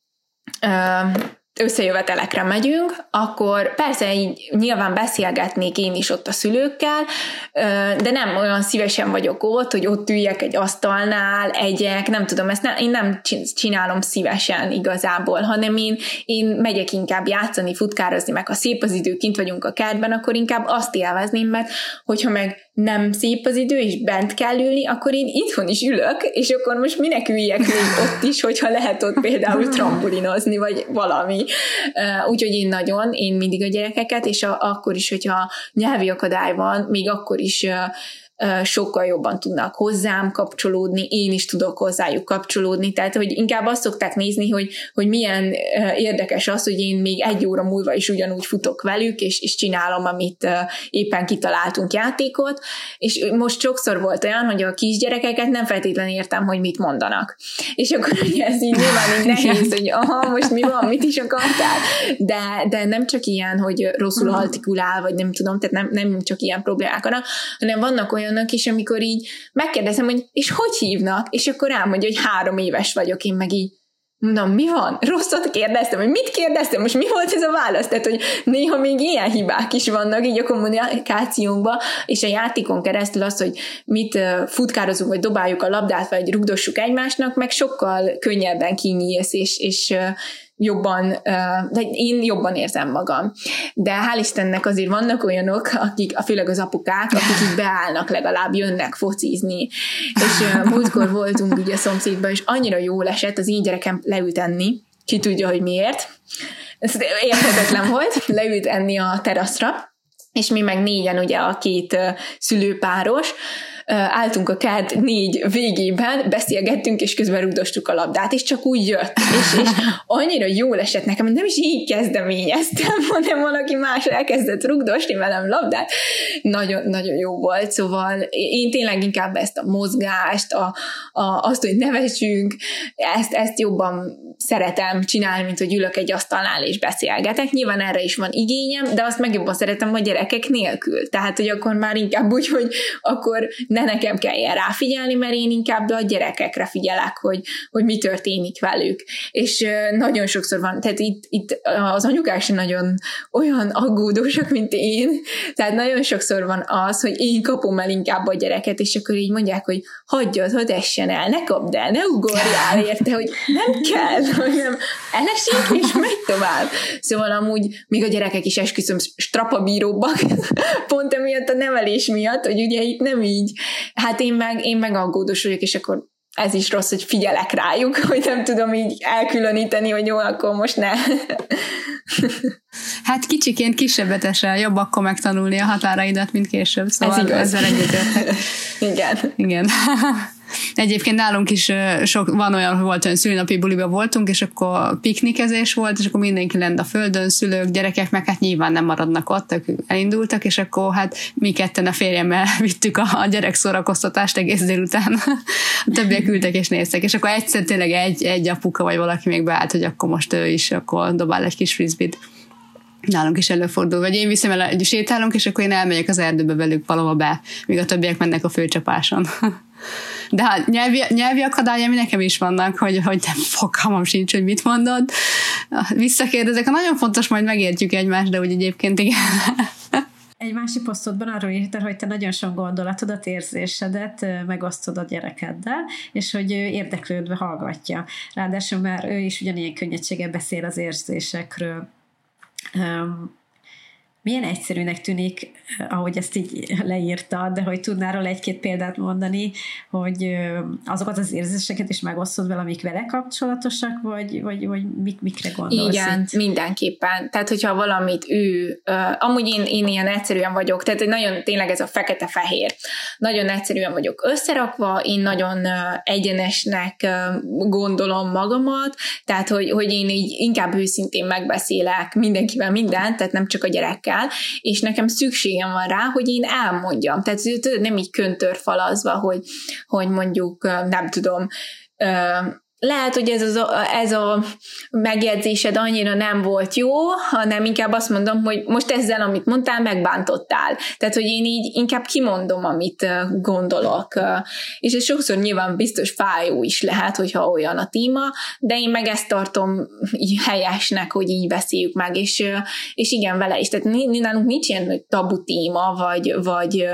összejövetelekre megyünk, akkor persze így nyilván beszélgetnék én is ott a szülőkkel, de nem olyan szívesen vagyok ott, hogy ott üljek egy asztalnál, egyek, nem tudom, én nem csinálom szívesen igazából, hanem én megyek inkább játszani, futkározni, meg ha szép az idő, kint vagyunk a kertben, akkor inkább azt élvezném, mert hogyha meg nem szép az idő, és bent kell ülni, akkor én itthon is ülök, és akkor most minek üljek még ott is, hogyha lehet ott például trambolinozni, vagy valami. Úgyhogy én mindig a gyerekeket, és akkor is, hogyha nyelvi akadály van, még akkor is sokkal jobban tudnak hozzám kapcsolódni, én is tudok hozzájuk kapcsolódni, tehát hogy inkább azt szokták nézni, hogy milyen érdekes az, hogy én még 1 óra múlva is ugyanúgy futok velük, és csinálom, amit éppen kitaláltunk játékot, és most sokszor volt olyan, hogy a kisgyerekeket nem feltétlenül értem, hogy mit mondanak. És akkor ugye ez így nyilván így nehéz, hogy most mi van, mit is akartál, de nem csak ilyen, hogy rosszul artikulál, vagy nem tudom, tehát nem csak ilyen problémák vannak, hanem vannak olyanok is, amikor így megkérdezem, hogy és hogy hívnak? És akkor elmondja, hogy 3 éves vagyok, én meg így mondom, mi van? Rosszat kérdeztem, hogy mit kérdeztem? Most mi volt ez a válasz? Tehát, hogy néha még ilyen hibák is vannak így a kommunikációnkban, és a játékon keresztül az, hogy mit futkározunk, vagy dobáljuk a labdát, vagy rugdossuk egymásnak, meg sokkal könnyebben kinyílsz, és jobban, vagy én jobban érzem magam. De hál' Istennek azért vannak olyanok, akik, főleg az apukák, akik így beállnak, legalább jönnek focizni. És múltkor voltunk ugye a szomszédban, és annyira jól esett az én gyerekem leült enni, ki tudja, hogy miért. Ez érthetetlen volt, leült enni a teraszra, és mi meg 4-en ugye a 2 szülőpáros, álltunk a kert 4 végében, beszélgettünk, és közben rugdostuk a labdát, és csak úgy jött. És annyira jól esett nekem, hogy nem is így kezdeményeztem, hanem valaki más elkezdett rugdosni velem labdát. Nagyon, nagyon jó volt, szóval én tényleg inkább ezt a mozgást, azt, hogy nevessünk, ezt jobban szeretem csinálni, mint hogy ülök egy asztalnál és beszélgetek. Nyilván erre is van igényem, de azt meg jobban szeretem a gyerekek nélkül. Tehát, hogy akkor már inkább úgy, hogy akkor ne nekem kelljen ráfigyelni, mert én inkább a gyerekekre figyelek, hogy mi történik velük. És nagyon sokszor van, tehát itt az anyukák sem nagyon olyan aggódósak, mint én, tehát nagyon sokszor van az, hogy én kapom el inkább a gyereket, és akkor így mondják, hogy hadd essen el, ne kapd el, ne ugorjál érte, hogy nem kell, hogy nem elesik, és megy tovább. Szóval amúgy még a gyerekek is esküszöm strapabíróbbak, pont emiatt a nevelés miatt, hogy ugye itt nem így. Hát én meg aggódós vagyok, és akkor ez is rossz, hogy figyelek rájuk, hogy nem tudom így elkülöníteni, hogy jó, akkor most ne. Hát kicsiként kisebbet esel, jobb akkor megtanulni a határaidat, mint később, szóval ezzel egyetértek. Igen. Egyébként nálunk is van olyan szülinapi buliba voltunk, és akkor piknikezés volt, és akkor mindenki lent a földön, szülők, gyerekek, meg hát nyilván nem maradnak ott, ők elindultak, és akkor hát mi ketten a férjemmel vittük a gyerekszórakoztatást egész délután. A többiek ültek és néztek, és akkor egyszer tényleg egy apuka vagy valaki még beállt, hogy akkor most ő is akkor dobál egy kis frisbee-t. Nálunk is előfordul, vagy én viszem el, sétálunk, és akkor én elmegyek az erdőbe velük valahol be, míg a többiek mennek a főcsapáson. De hát nyelvi akadályai nekem is vannak, hogy nem fogalmam sincs, hogy mit mondod. Visszakérdezek, nagyon fontos, majd megértjük egymást, de úgy egyébként igen. Egy másik posztodban arról írtál, hogy te nagyon sok gondolatodat, érzésedet megosztod a gyerekeddel, és hogy ő érdeklődve hallgatja. Ráadásul már ő is ugyanilyen könnyedséggel beszél az érzésekről. Milyen egyszerűnek tűnik, ahogy ezt így leírtad, de hogy tudnál róla egy-két példát mondani, hogy azokat az érzéseket is megosztod vele, amik vele kapcsolatosak, vagy mikre gondolsz? Igen, itt? Mindenképpen. Tehát, hogyha valamit amúgy én ilyen egyszerűen vagyok, tehát nagyon tényleg ez a fekete-fehér. Nagyon egyszerűen vagyok összerakva, én nagyon egyenesnek gondolom magamat, tehát, hogy én így inkább őszintén megbeszélek mindenkivel mindent, tehát nem csak a gyerekkel, és nekem szükségem van rá, hogy én elmondjam. Tehát nem így köntörfalazva, hogy mondjuk, nem tudom, lehet, hogy ez a megjegyzésed annyira nem volt jó, hanem inkább azt mondom, hogy most ezzel, amit mondtál, megbántottál. Tehát, hogy én így inkább kimondom, amit gondolok. És ez sokszor nyilván biztos fájó is lehet, hogyha olyan a téma, de én meg ezt tartom így helyesnek, hogy így beszéljük meg, és igen, vele is. Tehát nálunk nincs ilyen tabu téma, vagy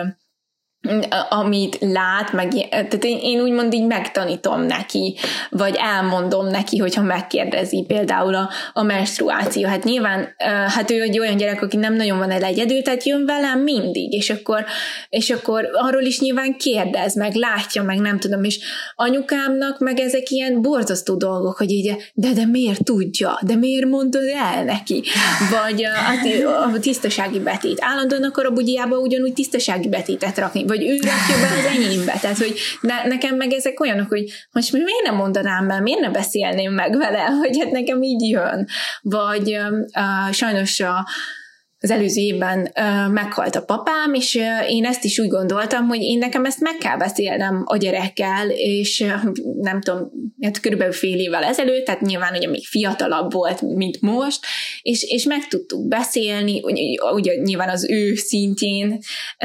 amit lát, tehát én úgymond így megtanítom neki, vagy elmondom neki, hogyha megkérdezi például a menstruáció. Hát nyilván, hát ő egy olyan gyerek, aki nem nagyon van el egyedül, tehát jön velem mindig, és akkor arról is nyilván kérdez, meg látja, meg nem tudom, és anyukámnak meg ezek ilyen borzasztó dolgok, hogy így, de miért tudja, de miért mondod el neki? Vagy a tisztasági betét. Állandóan akar a bugyjába ugyanúgy tisztasági betétet rakni, vagy ő rakja be az enyémbe. Tehát, hogy nekem meg ezek olyanok, hogy most miért nem mondanám el, miért ne beszélném meg vele, hogy hát nekem így jön. Vagy sajnos az előző évben meghalt a papám, és én ezt is úgy gondoltam, hogy nekem ezt meg kell beszélnem a gyerekkel, és nem tudom, hát körülbelül fél évvel ezelőtt, tehát nyilván ugye még fiatalabb volt, mint most, és meg tudtuk beszélni, ugye nyilván az ő szintjén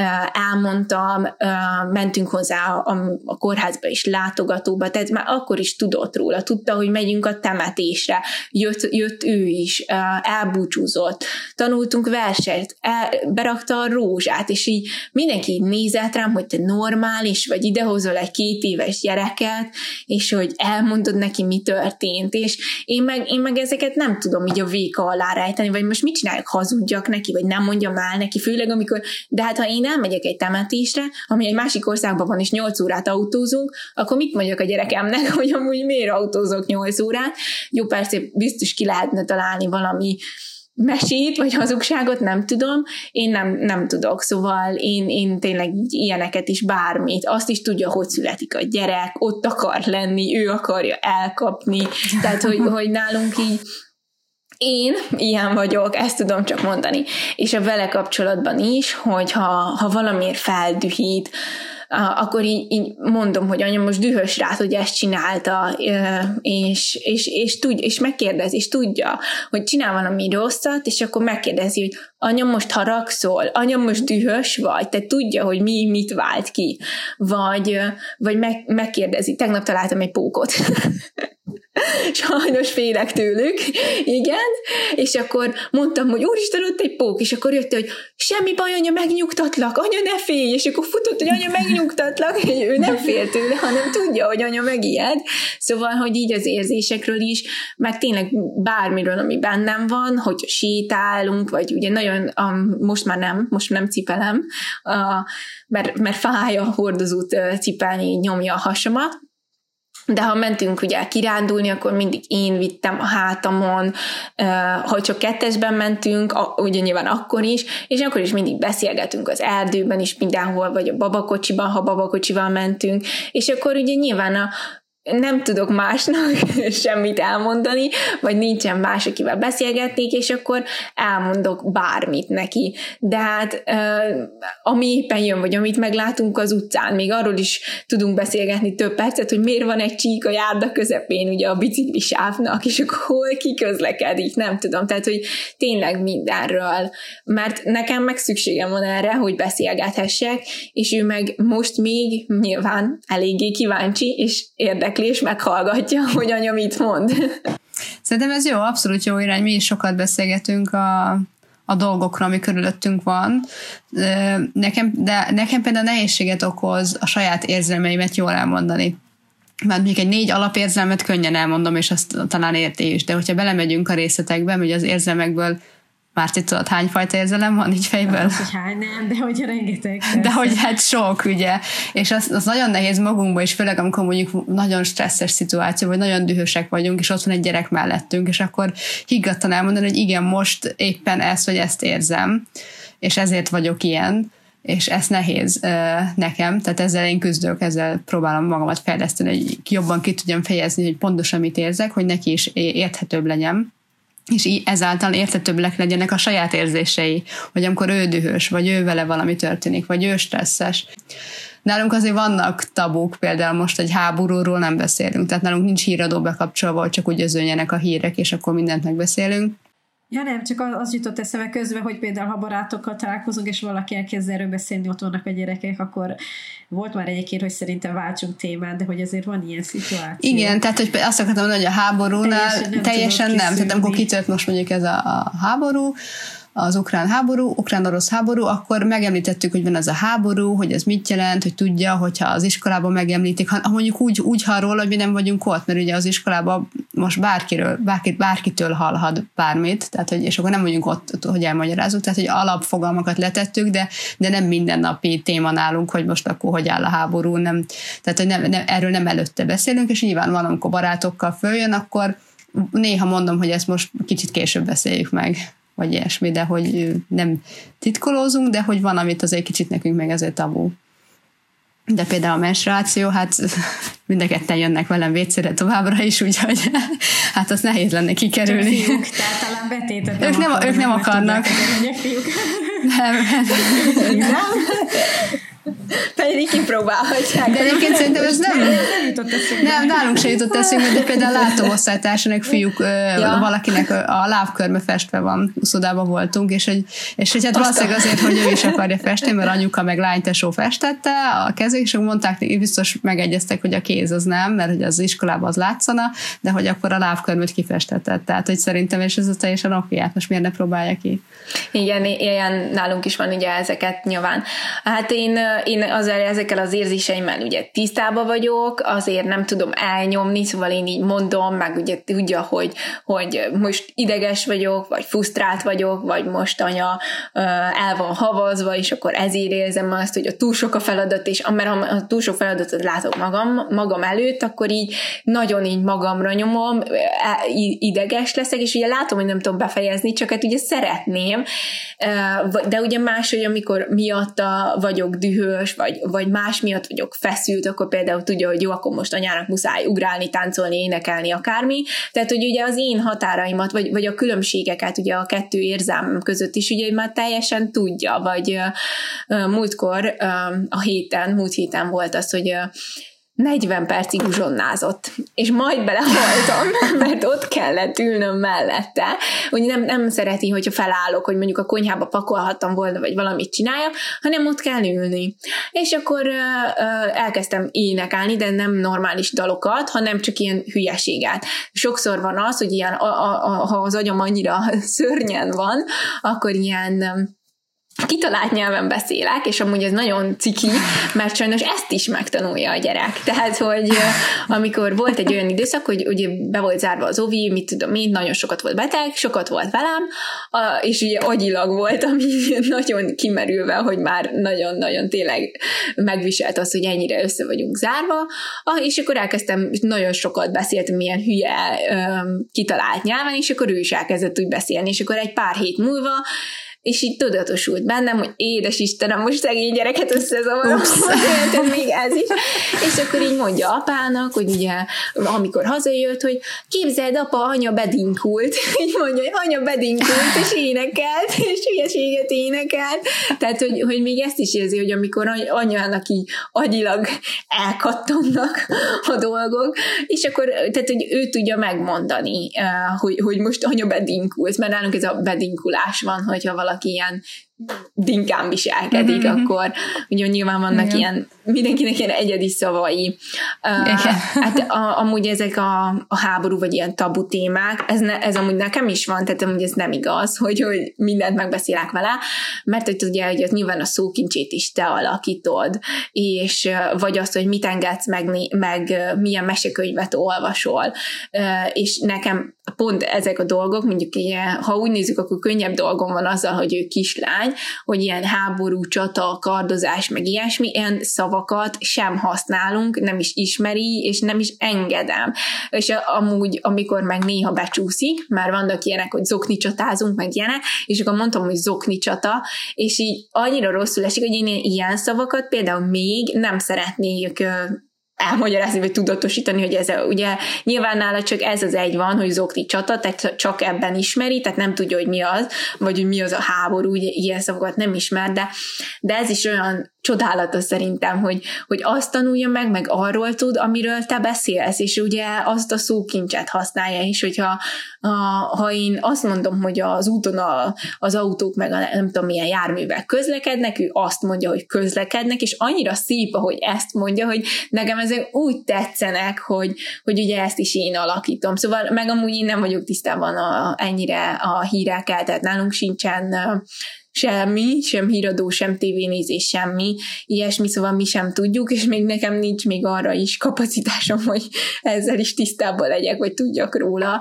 elmondtam, mentünk hozzá a kórházba is látogatóba, tehát már akkor is tudott róla, tudta, hogy megyünk a temetésre, jött ő is, elbúcsúzott, tanultunk verset, berakta a rózsát, és így mindenki így nézett rám, hogy te normális, vagy idehozol egy 2 éves gyereket, és hogy elmondod neki, mi történt, és én meg ezeket nem tudom így a véka alá rejteni, vagy most mit csináljak, hazudjak neki, vagy nem mondjam el neki, főleg amikor, de hát ha én elmegyek egy temetésre, ami egy másik országban van, és 8 órát autózunk, akkor mit mondjak a gyerekemnek, hogy amúgy miért autózok 8 órát? Jó, persze biztos ki lehetne találni valami mesét, vagy hazugságot, nem tudom, én nem tudok, szóval én tényleg ilyeneket is, bármit, azt is tudja, hogy születik a gyerek, ott akar lenni, ő akarja elkapni, tehát, hogy nálunk így én ilyen vagyok, ezt tudom csak mondani, és a vele kapcsolatban is, hogy ha valamiért feldühít, akkor így mondom, hogy anya most dühös rá, hogy ezt csinálta, és megkérdezi, és tudja, hogy csinál valami rosszat, és akkor megkérdezi, hogy anya, most haragszol, anya, most dühös vagy, te tudja, hogy mit vált ki, vagy megkérdezi, tegnap találtam egy pókot. Sajnos félek tőlük, igen, és akkor mondtam, hogy úristen, ott egy pók, és akkor jött, hogy semmi baj, anya, megnyugtatlak, anya, ne félj, és akkor futott, hogy anya, megnyugtatlak, ő nem fél tőle, hanem tudja, hogy anya megijed, szóval, hogy így az érzésekről is, meg tényleg bármiről, ami bennem van, hogy sétálunk, vagy ugye nagyon, most nem cipelem, mert fáj a hordozót cipelni, nyomja a hasamat, de ha mentünk ugye kirándulni, akkor mindig én vittem a hátamon, ha csak kettesben mentünk, ugye nyilván akkor is, és akkor is mindig beszélgetünk az erdőben is mindenhol, vagy a babakocsiban, ha babakocsival mentünk, és akkor ugye nyilván nem tudok másnak semmit elmondani, vagy nincsen más, akivel beszélgetnék, és akkor elmondok bármit neki. De hát ami éppen jön, vagy amit meglátunk az utcán, még arról is tudunk beszélgetni több percet, hogy miért van egy csík a járda közepén, ugye a biciklisávnak, és akkor hol kiközlekedik, nem tudom. Tehát, hogy tényleg mindenről. Mert nekem meg szükségem van erre, hogy beszélgethessek, és ő meg most még nyilván eléggé kíváncsi, és érdekli, és meghallgatja, hogy anya mit mond. Szerintem ez jó, abszolút jó irány. Mi is sokat beszélgetünk a dolgokról, ami körülöttünk van. Nekem például nehézséget okoz a saját érzelmeimet jól elmondani. Mert mondjuk egy 4 alapérzelmet könnyen elmondom, és azt talán érti is, de hogyha belemegyünk a részletekbe, hogy az érzelmekből Márti, tudod, hány fajta érzelem van így fejből? Az, hogy hány nem, de hogy rengeteg. De hogy hát sok, ugye. És az nagyon nehéz magunkba is, főleg amikor mondjuk nagyon stresszes szituáció, vagy nagyon dühösek vagyunk, és ott van egy gyerek mellettünk, és akkor higgadtan elmondani, hogy igen, most éppen ezt vagy ezt érzem, és ezért vagyok ilyen, és ez nehéz nekem, tehát ezzel én küzdök, ezzel próbálom magamat fejleszteni, hogy jobban ki tudjam fejezni, hogy pontosan mit érzek, hogy neki is érthetőbb legyen, és ezáltal érthetőbbek legyenek a saját érzései, hogy amikor ő dühös, vagy ő vele valami történik, vagy ő stresszes. Nálunk azért vannak tabuk, például most egy háborúról nem beszélünk, tehát nálunk nincs híradó bekapcsolva, hogy csak úgy özönjenek a hírek, és akkor mindent megbeszélünk. Ja nem, csak az jutott eszembe közben, hogy például ha barátokkal találkozunk, és valaki elkezd erről beszélni, ott vannak a gyerekek, akkor volt már egyébként, hogy szerintem váltsunk témát, de hogy azért van ilyen szituáció. Igen, tehát hogy azt akartam mondani, hogy a háborúnál teljesen nem. Tehát amikor kitört most mondjuk ez a háború, az ukrán háború, ukrán-orosz háború, akkor megemlítettük, hogy van az a háború, hogy ez mit jelent, hogy tudja, hogyha az iskolában megemlítik, ha mondjuk úgy hall róla, hogy mi nem vagyunk ott, mert ugye az iskolában most bárkitől hallhat bármit, tehát, hogy, és akkor nem vagyunk ott, hogy elmagyarázunk, tehát, hogy alapfogalmakat letettük, de nem mindennapi téma nálunk, hogy most akkor hogy áll a háború, nem, tehát, hogy nem, erről nem előtte beszélünk, és nyilván van, amikor barátokkal följön, akkor néha mondom, hogy ezt most kicsit később beszéljük meg, vagy ilyesmi, de hogy nem titkolózunk, de hogy van, amit azért kicsit nekünk meg ezért tabu. De például a menstruáció, hát mind a ketten jönnek velem vécére továbbra is, úgyhogy hát az nehéz lenne kikerülni. Csak fiúk, tehát talán betétet ők nem akarnak. Nem. Pedig kipróbálhatják. De egyébként szerintem ez nem nálunk se jutott eszünkbe, de például látóosztálytársanak fiúk, valakinek a lábkörme festve van, uszodában voltunk, és hogy hát valószínűleg azért, hogy ő is akarja festeni, mert anyuka meg lánytesó festette a kezét, és mondták, hogy biztos megegyeztek, hogy a kéz az nem, mert hogy az iskolában az látszana, de hogy akkor a lábkörmöt kifestetett. Tehát, hogy szerintem, és ez a teljesen oké, hát most miért ne próbálja ki? Igen, ilyen nálunk is van ugye ezeket nyilván. Hát én azért ezekkel az érzéseimmel ugye tisztában vagyok, azért nem tudom elnyomni, szóval én így mondom, meg ugye tudja, hogy most ideges vagyok, vagy frusztrált vagyok, vagy most anya el van havazva, és akkor ezért érzem azt, hogy a túl sok a feladat, és mert ha túl sok feladatot látok magam előtt, akkor így nagyon így magamra nyomom, ideges leszek, és ugye látom, hogy nem tudom befejezni, csak hát ugye szeretném, de ugye máshogy, amikor miatta vagyok dühös, vagy vagy más miatt vagyok feszült, akkor például tudja, hogy jó, akkor most anyának muszáj ugrálni, táncolni, énekelni, akármi. Tehát, hogy ugye az én határaimat, vagy a különbségeket ugye a kettő érzelmem között is ugye már teljesen tudja, vagy múltkor múlt héten volt az, hogy 40 percig uzsonnázott, és majd belehaltam, mert ott kellett ülnöm mellette. Úgy nem szereti, hogyha felállok, hogy mondjuk a konyhába pakolhattam volna, vagy valamit csináljak, hanem ott kell ülni. És akkor elkezdtem énekelni, de nem normális dalokat, hanem csak ilyen hülyeséget. Sokszor van az, hogy ilyen, ha az agyam annyira szörnyen van, akkor ilyen kitalált nyelven beszélek, és amúgy ez nagyon ciki, mert sajnos ezt is megtanulja a gyerek. Tehát, hogy amikor volt egy olyan időszak, hogy ugye be volt zárva az ovi, mit tudom én, nagyon sokat volt beteg, sokat volt velem, és ugye agyilag volt, ami nagyon kimerülve, hogy már nagyon-nagyon tényleg megviselt az, hogy ennyire össze vagyunk zárva, és akkor elkezdtem, nagyon sokat beszéltem ilyen hülye kitalált nyelven, és akkor ő is elkezdett úgy beszélni, és akkor egy pár hét múlva és így tudatosult bennem, hogy édes Istenem, most szegény gyereket összezavarom, hogy még ez is. És akkor így mondja apának, hogy ugye, amikor hazajött, hogy képzeld, apa, anya bedinkult. Így mondja, hogy anya bedinkult, és énekelt, és hülyeséget énekelt. Tehát, hogy még ezt is érzi, hogy amikor anyának így agyilag elkattannak a dolgok, és akkor, tehát, hogy ő tudja megmondani, hogy most anya bedinkult, mert nálunk ez a bedinkulás van, hogyha valaki ilyen dinkán viselkedik, akkor ugye nyilván vannak ilyen, mindenkinek ilyen egyedi szavai. Hát amúgy ezek a háború, vagy ilyen tabu témák, ez amúgy nekem is van, tehát amúgy ez nem igaz, hogy mindent megbeszélek vele, mert hogy ugye, hogy nyilván a szókincsét is te alakítod, és vagy azt, hogy mit engedsz meg milyen mesekönyvet olvasol, és nekem pont ezek a dolgok, mondjuk ilyen, ha úgy nézzük, akkor könnyebb dolgom van azzal, hogy ő kislány, hogy ilyen háború, csata, kardozás, meg ilyesmi, ilyen szavakat sem használunk, nem is ismeri, és nem is engedem. És amúgy, amikor meg néha becsúszik, már vannak ilyenek, hogy zokni csatázunk, meg ilyenek, és akkor mondtam, hogy zokni csata, és így annyira rosszul esik, hogy én ilyen szavakat például még nem szeretnék elmagyarázni, vagy tudatosítani, hogy ez ugye nyilván nála csak ez az egy van, hogy zokni csata, tehát csak ebben ismeri, tehát nem tudja, hogy mi az, vagy hogy mi az a háború, ugye ilyen szavakat nem ismer, de ez is olyan csodálatos szerintem, hogy azt tanulja meg arról tud, amiről te beszélsz, és ugye azt a szókincset használja, és hogyha ha én azt mondom, hogy az úton az autók meg a nem tudom milyen járművek közlekednek, ő azt mondja, hogy közlekednek, és annyira szép, ahogy ezt mondja, hogy nekem ezek úgy tetszenek, hogy ugye ezt is én alakítom. Szóval meg amúgy én nem vagyok tisztában ennyire a hírekkel, tehát nálunk sincsen semmi, sem híradó, sem tévénézés, semmi, ilyesmi, szóval mi sem tudjuk, és még nekem nincs még arra is kapacitásom, hogy ezzel is tisztában legyek, vagy tudjak róla.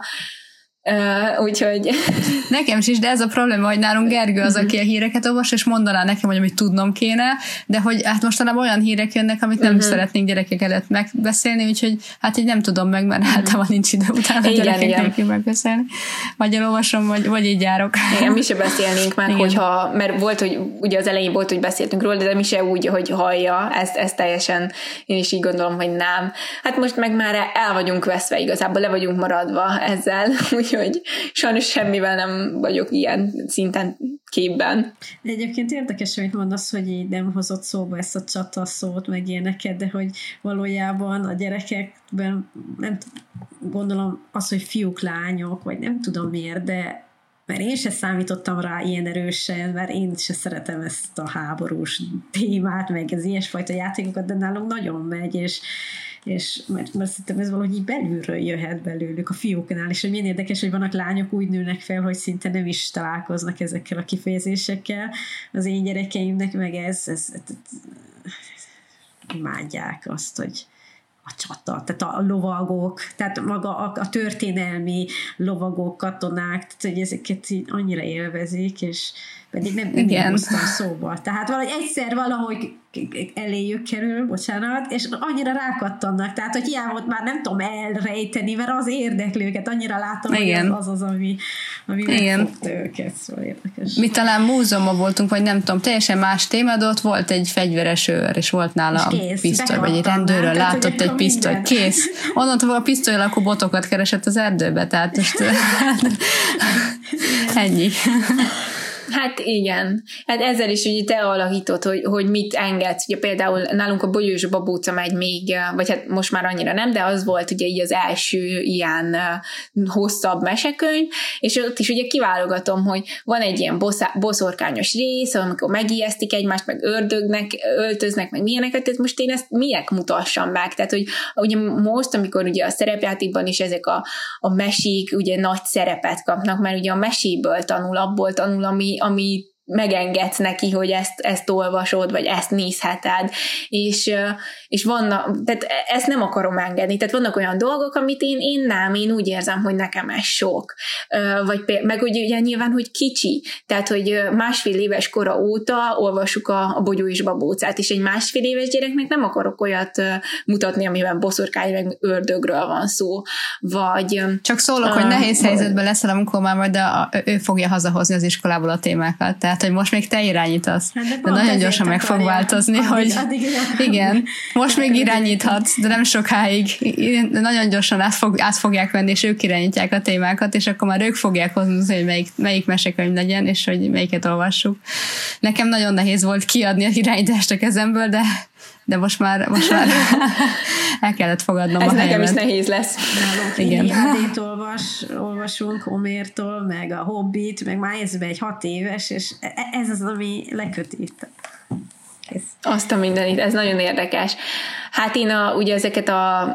Úgyhogy... Nekem is, de ez a probléma, hogy nálunk Gergő az, aki a híreket olvas, és mondaná nekem, hogy amit tudnom kéne, de hogy hát mostanában olyan hírek jönnek, amit nem szeretnénk gyerekek előtt megbeszélni, úgyhogy hát így nem tudom meg, mert általában nincs idő utána a gyerekek nélkül megbeszélni. Vagy elolvasom, vagy így járok. Igen, mi se beszélnénk meg, hogyha, mert volt, hogy ugye az elején volt, hogy beszéltünk róla, de mi se úgy, hogy hallja, ezt teljesen én is így gondolom, hogy nem. Hát most meg már el vagyunk veszve igazából, le vagyunk maradva ezzel, úgyhogy sajnos semmivel nem vagyok ilyen szinten képben. Egyébként érdekes, amit mondasz, hogy így nem hozott szóba ezt a csata szót, meg ilyeneket, de hogy valójában a gyerekekben nem gondolom az, hogy fiúk, lányok, vagy nem tudom miért, de mert én se számítottam rá ilyen erősen, mert én se szeretem ezt a háborús témát, meg az ilyesfajta játékokat, de nálunk nagyon megy, és mert szerintem ez valahogy így belülről jöhet belőlük a fiúknál, és hogy milyen érdekes, hogy vannak lányok úgy nőnek fel, hogy szinte nem is találkoznak ezekkel a kifejezésekkel. Az én gyerekeimnek meg ez imádják azt, hogy a csata, tehát a lovagok, tehát maga a történelmi lovagok, katonák, tehát hogy ezeket így annyira élvezik, és pedig nem hoztam szóba. Tehát valahogy eléjük kerül, bocsánat, és annyira rákattannak, tehát hogy hiába már nem tudom elrejteni, mert az érdekli őket, annyira látom, igen. hogy az, ami megfogta őket, szóval érdekes. Mi talán múzeumban voltunk, vagy nem tudom, teljesen más téma, de ott volt egy fegyveres őr, és volt nála pisztoly, vagy egy rendőről látott egy pisztoly, kész. Onnantól a pisztoly alakú botokat keresett az erdőbe, tehát most ennyi. Hát igen. Hát ezzel is ugye te alakítod, hogy mit engedsz. Ugye például nálunk a Bogyó és a Babóca megy még, vagy hát most már annyira nem, de az volt ugye így az első ilyen hosszabb mesekönyv, és ott is ugye kiválogatom, hogy van egy ilyen boszorkányos rész, amikor megijesztik egymást, meg ördögnek, öltöznek, meg milyeneket, tehát most én ezt minek mutassam meg? Tehát, hogy ugye most, amikor ugye a szerepjátékban is ezek a mesék ugye nagy szerepet kapnak, mert ugye a meséből tanul, abból tanul, ami megengedsz neki, hogy ezt olvasod, vagy ezt nézheted, és vannak, tehát ezt nem akarom engedni, tehát vannak olyan dolgok, amit én úgy érzem, hogy nekem ez sok. Meg ugye nyilván, hogy kicsi, tehát, hogy 1,5 éves kora óta olvassuk a Bogyó és Babócát, és egy 1,5 éves gyereknek nem akarok olyat mutatni, amiben boszorkány, meg ördögről van szó, vagy... Csak szólok, hogy nehéz helyzetben leszel, amikor már majd ő fogja hazahozni az iskolából a témákat, tehát, hogy most még te irányítasz, de nagyon gyorsan meg fog változni, hogy igen, most még irányíthatsz, de nem sokáig, nagyon gyorsan át fogják venni, és ők irányítják a témákat, és akkor már ők fogják hozni, hogy melyik mesekönyv legyen, és hogy melyiket olvassuk. Nekem nagyon nehéz volt kiadni az irányítást a kezemből, de most már el kellett fogadnom ez a helyemet. Nekem is nehéz lesz. Igen. Olvasunk Homértól, meg a Hobbit, meg már ez egy 6 éves, és ez az, ami leköti. Azt a mindenit, ez nagyon érdekes. Hát én ugye ezeket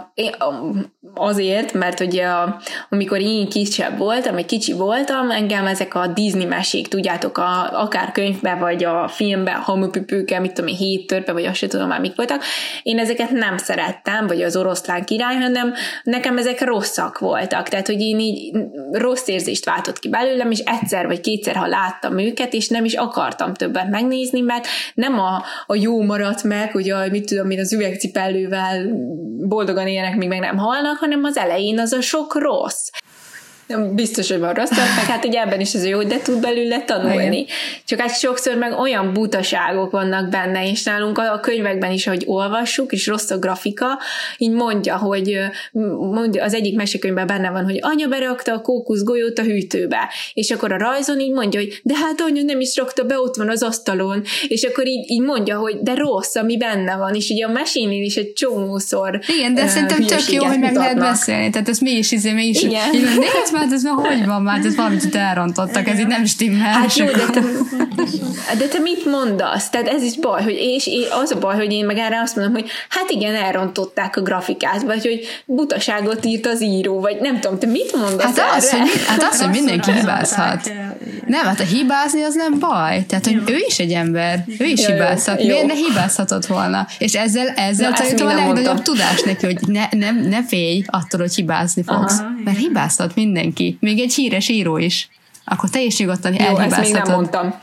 azért, mert ugye amikor én kicsi voltam, engem ezek a Disney mesék, tudjátok, akár könyvben, vagy a filmben, Hamupipőke, mit tudom én, 7 törpe, vagy azt sem tudom már mik voltak, én ezeket nem szerettem, vagy az Oroszlán király, hanem nekem ezek rosszak voltak, tehát hogy én így rossz érzést váltott ki belőlem, és egyszer vagy kétszer, ha láttam őket, és nem is akartam többet megnézni, mert nem a jó maradt meg, hogy mit tudom én, az üvegcipellővel boldogan élnek, míg meg nem halnak, hanem az elején az a sok rossz. Biztos, hogy van rosszat, meg hát ugye ebben is az jó, de tud belőle tanulni. Igen. Csak hát sokszor meg olyan butaságok vannak benne, és nálunk a könyvekben is, ahogy olvassuk, és rossz a grafika, így mondja, az egyik mesekönyvben benne van, hogy anya berakta a kókuszgolyót a hűtőbe, és akkor a rajzon így mondja, hogy de hát anya nem is rakta be, ott van az asztalon, és akkor így mondja, hogy de rossz, ami benne van, és ugye a mesénél is egy csomószor igen, de szerintem tök jó, hogy meg lehet beszélni, tehát ezt mi is nézd már, ez már hogy van már, ez valamit elrontottak, ez így nem stimmel. Hát jó, de te mit mondasz? Tehát ez is baj, és az a baj, hogy én meg erre azt mondom, hogy hát igen, elrontották a grafikát, vagy hogy butaságot írt az író, vagy nem tudom, te mit mondasz erre? Hát az, hogy mindenki hibázhat. Nem, hát a hibázni az nem baj. Tehát, hogy ő is egy ember, ő is hibázhat. Miért ne hibázhatott volna? És ezzel tanítom a legnagyobb tudás neki, hogy ne félj attól, hogy hibázni fogsz. Aha, mert hibázhat mindenki. Még egy híres író is. Akkor te is nyugodtan elhibázhatod. Jó, ezt még nem mondtam.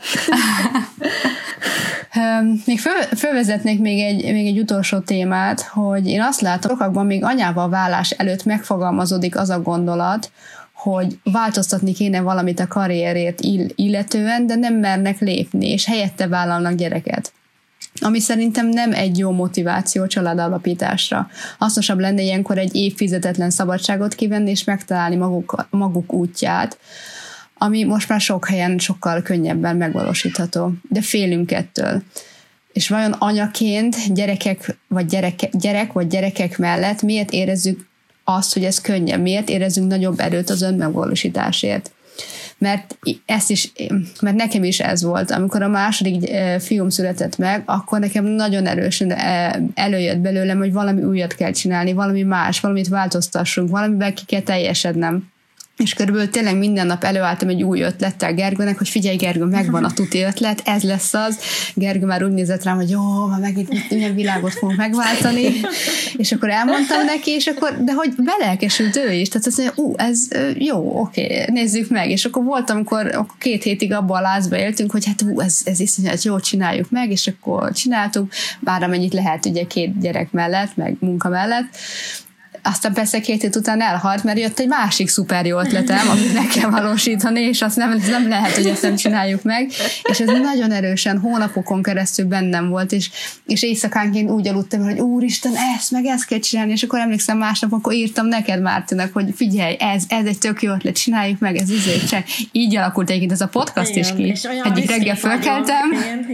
Még fölvezetnék még egy utolsó témát, hogy én azt látom, sokakban még anyával válás előtt megfogalmazódik az a gondolat, hogy változtatni kéne valamit a karrierért illetően, de nem mernek lépni, és helyette vállalnak gyereket. Ami szerintem nem egy jó motiváció családalapításra. Hasznosabb lenne ilyenkor egy év fizetetlen szabadságot kivenni, és megtalálni maguk útját, ami most már sok helyen sokkal könnyebben megvalósítható. De félünk ettől. És vajon anyaként gyerek vagy gyerekek mellett miért érezzük azt, hogy ez könnyebb? Miért érezzünk nagyobb erőt az önmegvalósításért? Mert nekem is ez volt. Amikor a második fiúm született meg, akkor nekem nagyon erősen előjött belőlem, hogy valami újat kell csinálni, valami más, valamit változtassunk, valamivel ki kell teljesednem. és körülbelül tényleg minden nap előálltam egy új ötlettel Gergőnek, hogy figyelj Gergő, megvan a tuti ötlet, ez lesz az. Gergő már úgy nézett rám, hogy jó, már megint milyen világot fogunk megváltani, és akkor elmondtam neki, és akkor, de hogy belelkesült ő is, tehát azt mondja, ez jó, oké, nézzük meg, és akkor volt, amikor 2 hétig abban a lázba éltünk, hogy hát ez iszonyat jó, csináljuk meg, és akkor csináltuk, bár amennyit lehet ugye 2 gyerek mellett, meg munka mellett. Aztán persze 2 hét után elhalt, mert jött egy másik szuper jó ötletem, amit meg kell valósítani, és azt nem lehet, hogy ezt nem csináljuk meg. És ez nagyon erősen hónapokon keresztül bennem volt, és éjszakánként úgy aludtam, hogy úristen, ezt kell csinálni, és akkor emlékszem másnap, akkor írtam neked, Mártinak, hogy figyelj, ez egy tök jó ötlet, csináljuk meg, ez csak. Így alakult egyébként ez a podcast is ki. Egyik reggel fölkeltem.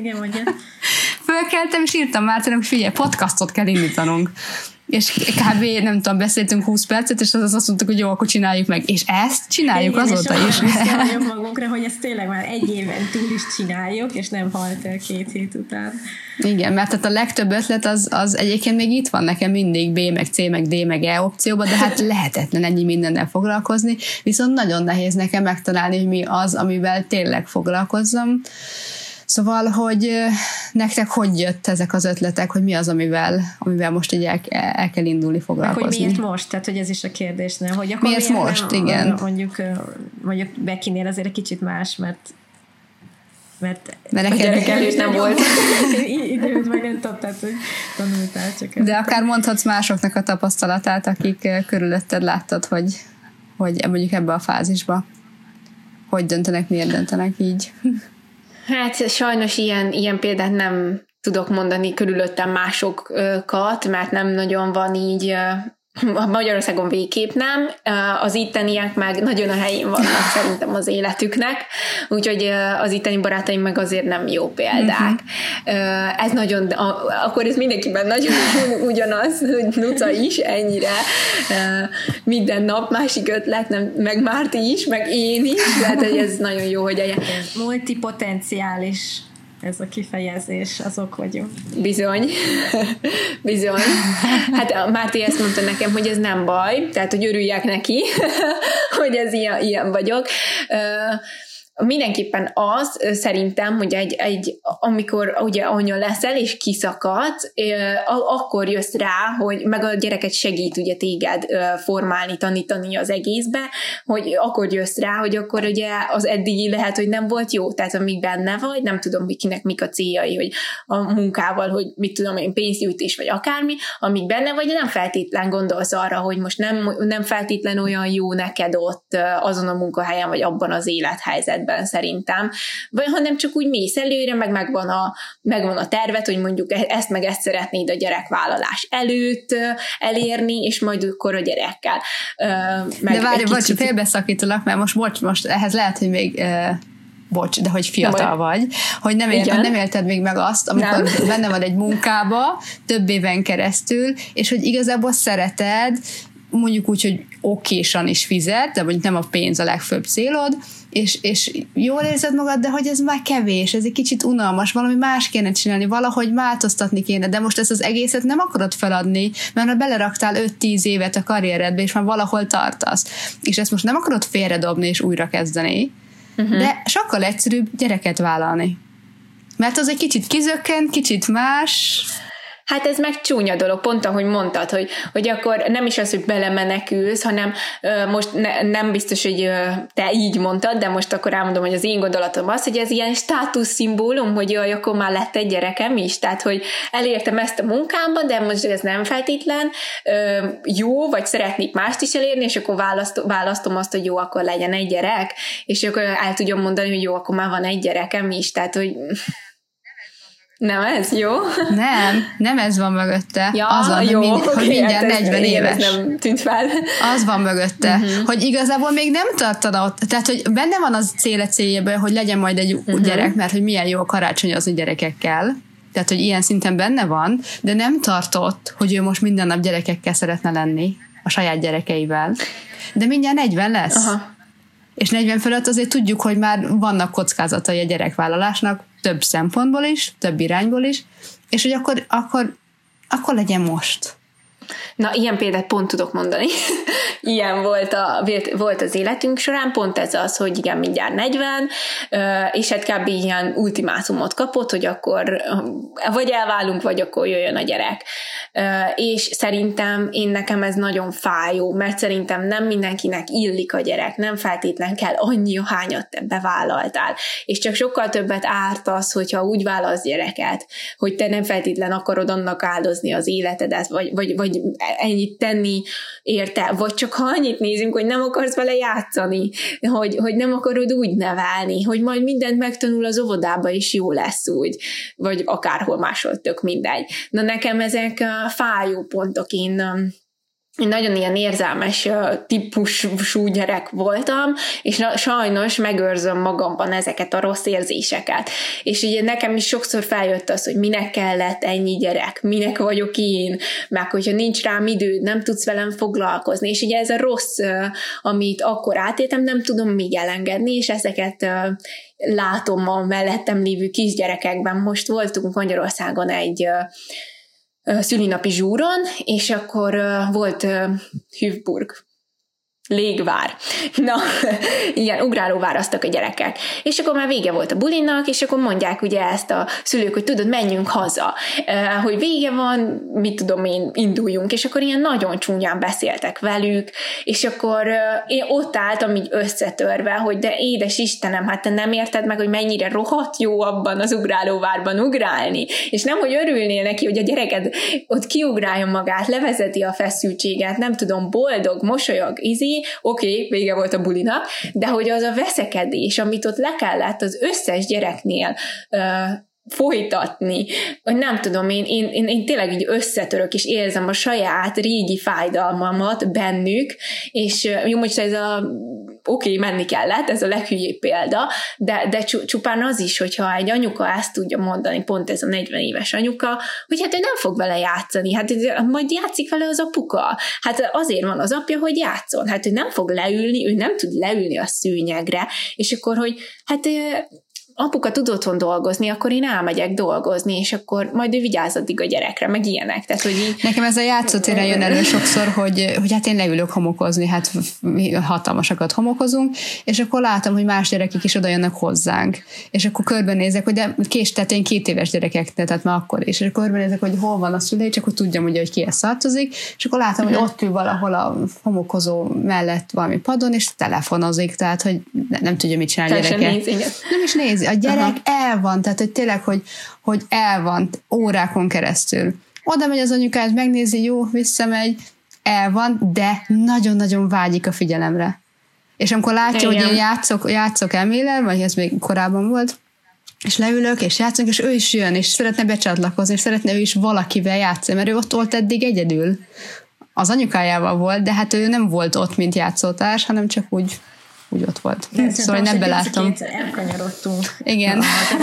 Fölkeltem, és írtam Mártinak, hogy figyelj, podcastot kell indítanunk. És kb. Nem tudom, beszéltünk 20 percet, és azt mondtuk, hogy jó, akkor csináljuk meg. És ezt csináljuk azóta is. Igen, és magunkra, hogy ezt tényleg már 1 éven túl is csináljuk, és nem halt el 2 hét után. Igen, mert tehát a legtöbb ötlet az egyébként még itt van nekem mindig B, meg C, meg D, meg E opcióban, de hát lehetetlen ennyi mindennel foglalkozni, viszont nagyon nehéz nekem megtalálni, hogy mi az, amivel tényleg foglalkozzam. Szóval, hogy nektek hogy jött ezek az ötletek, hogy mi az, amivel most így el kell indulni foglalkozni? Hogy miért most? Tehát, hogy ez is a kérdés, nem? Hogy akkor miért most, nem, igen. Mondjuk Beckynél azért egy kicsit más, mert a gyerek előtt nem volt. Időt meg nem tudtad, hogy tanultál csak. De akár mondhatsz másoknak a tapasztalatát, akik körülötted láttad, hogy mondjuk ebbe a fázisba hogy döntenek, miért döntenek így. Hát sajnos ilyen példát nem tudok mondani körülöttem másokat, mert nem nagyon van így, Magyarországon végképp nem, az itteniek meg nagyon a helyén vannak szerintem az életüknek, úgyhogy az itteni barátaim meg azért nem jó példák. Ez nagyon, akkor ez mindenkiben nagyon ugyanaz, hogy Nuca is ennyire minden nap másik ötlet, nem, meg Márti is, meg én is, tehát hogy ez nagyon jó, hogy multipotenciális ez a kifejezés, azok vagyunk. Bizony. Hát Márti ezt mondta nekem, hogy ez nem baj, tehát hogy örüljek neki, hogy ez ilyen vagyok. Mindenképpen az szerintem, hogy amikor ugye anya leszel és kiszakadsz, akkor jössz rá, hogy meg a gyereket segít ugye téged formálni, tanítani az egészbe, hogy akkor jössz rá, hogy akkor ugye az eddigi lehet, hogy nem volt jó, tehát amíg benne vagy, nem tudom, hogy kinek mik a céljai, hogy a munkával, hogy mit tudom én, pénzgyűjtés vagy akármi, amíg benne vagy, nem feltétlen gondolsz arra, hogy most nem feltétlen olyan jó neked ott azon a munkahelyen, vagy abban az élethelyzetben szerintem, vagy hanem csak úgy mész előre, meg megvan a tervet, hogy mondjuk ezt meg ezt szeretnéd a gyerekvállalás előtt elérni, és majd akkor a gyerekkel. De várj, bocs, félbeszakítalak, mert most ehhez lehet, hogy még de hogy fiatal vagy, hogy nem élted még meg azt, amikor benne van egy munkába, több éven keresztül, és hogy igazából szereted, mondjuk úgy, hogy okésan is fizet, de mondjuk nem a pénz a legfőbb célod, és jól érzed magad, de hogy ez már kevés, ez egy kicsit unalmas, valami más kéne csinálni, valahogy változtatni kéne, de most ezt az egészet nem akarod feladni, mert ha beleraktál 5-10 évet a karrieredbe, és már valahol tartasz, és ezt most nem akarod félredobni és újra kezdeni, de sokkal egyszerűbb gyereket vállalni. Mert az egy kicsit kizökkent, kicsit más. Hát ez meg csúnya dolog, pont ahogy mondtad, hogy akkor nem is az, hogy belemenekülsz, hanem most nem biztos, hogy te így mondtad, de most akkor elmondom, hogy az én gondolatom az, hogy ez ilyen státuszszimbólum, hogy jaj, akkor már lett egy gyerekem is, tehát, hogy elértem ezt a munkámba, de most ez nem feltétlen jó, vagy szeretnék mást is elérni, és akkor választom azt, hogy jó, akkor legyen egy gyerek, és akkor el tudjam mondani, hogy jó, akkor már van egy gyerekem is, tehát, hogy nem ez, jó? Nem ez van mögötte. Ja, az van, jó, hogy mindjárt 40 éves. Ez nem tűnt fel. Az van mögötte, hogy igazából még nem tartod ott, tehát hogy benne van az céljában, hogy legyen majd egy gyerek, mert hogy milyen jó karácsonyozni gyerekekkel, tehát hogy ilyen szinten benne van, de nem tartott, hogy ő most minden nap gyerekekkel szeretne lenni, a saját gyerekeivel. De mindjárt 40 lesz. Aha. És 40 fölött azért tudjuk, hogy már vannak kockázatai a gyerekvállalásnak, több szempontból is, több irányból is, és hogy akkor legyen most. Na, ilyen példát pont tudok mondani. Ilyen volt az életünk során, pont ez az, hogy igen, mindjárt 40, és hát kb. Ilyen ultimátumot kapott, hogy akkor vagy elválunk, vagy akkor jöjjön a gyerek. És szerintem nekem ez nagyon fájó, mert szerintem nem mindenkinek illik a gyerek, nem feltétlen kell annyi, hányat te bevállaltál. És csak sokkal többet ártasz, hogyha úgy válasz gyereket, hogy te nem feltétlen akarod annak áldozni az életedet, vagy ennyit tenni érte, vagy csak ha annyit nézünk, hogy nem akarsz vele játszani, hogy nem akarod úgy nevelni, hogy majd mindent megtanul az óvodába, és jó lesz úgy, vagy akárhol máshol, tök mindegy. Na nekem ezek fájó pontok, én nagyon ilyen érzelmes típusú gyerek voltam, és sajnos megőrzöm magamban ezeket a rossz érzéseket. És ugye nekem is sokszor feljött az, hogy minek kellett ennyi gyerek, minek vagyok én, meg hogyha nincs rám időd, nem tudsz velem foglalkozni. És ugye ez a rossz, amit akkor átéltem, nem tudom még elengedni, és ezeket látom a mellettem lévő kisgyerekekben. Most voltunk Magyarországon egy szülinapi zsúron, és akkor volt Hüfburg, légvár. Na, ilyen ugrálóvároztak a gyerekek. És akkor már vége volt a bulinak, és akkor mondják ugye ezt a szülők, hogy tudod, menjünk haza, hogy vége van, mit tudom én, induljunk, és akkor ilyen nagyon csúnyán beszéltek velük, és akkor én ott álltam így összetörve, hogy de édes Istenem, hát te nem érted meg, hogy mennyire rohadt jó abban az ugrálóvárban ugrálni, és nem, hogy örülnél neki, hogy a gyereked ott kiugráljon magát, levezeti a feszültséget, nem tudom, boldog, mosolyog, oké, vége volt a bulinak, de hogy az a veszekedés, amit ott le kellett az összes gyereknél folytatni, hogy nem tudom, én tényleg így összetörök, és érzem a saját régi fájdalmamat bennük, és jó, most ez menni kellett, ez a leghülyébb példa, de csupán az is, hogyha egy anyuka ezt tudja mondani, pont ez a 40 éves anyuka, hogy hát ő nem fog vele játszani, hát majd játszik vele az apuka. Hát azért van az apja, hogy játszon. Hát ő nem fog leülni, ő nem tud leülni a szőnyegre, és akkor, hogy hát apuka tud otthon dolgozni, akkor én elmegyek dolgozni, és akkor majd ő vigyáz addig a gyerekre, meg ilyenek. Tehát, hogy így... Nekem ez a játszótéren jön elő sokszor, hogy hát én leülök homokozni, hát hatalmasakat homokozunk, és akkor látom, hogy más gyerekek is oda jönnek hozzánk. És akkor körbenézek, hogy de tehát én 2 éves gyerekek, tehát már akkor is, és akkor körbenézek, hogy hol van a szülei, csak hogy tudjam, ugye, hogy kihez tartozik, és akkor látom, hogy ott ül valahol a homokozó mellett valami padon, és telefonozik, tehát, hogy nem tudja, mit csinál a gyereke. Nem is nézi. A gyerek el van, tehát hogy tényleg, hogy el van órákon keresztül. Oda megy az anyukád, megnézi, jó, visszamegy, el van, de nagyon-nagyon vágyik a figyelemre. És amikor látja, igen, hogy én játszok Emillel, vagy ez még korábban volt, és leülök, és játszunk, és ő is jön, és szeretne becsatlakozni, és szeretne ő is valakivel játszani, mert ő ott volt eddig egyedül. Az anyukájával volt, de hát ő nem volt ott, mint játszótárs, hanem csak úgy ott volt. Szóval én ebbe láttam. Elkanyarodtunk. Igen.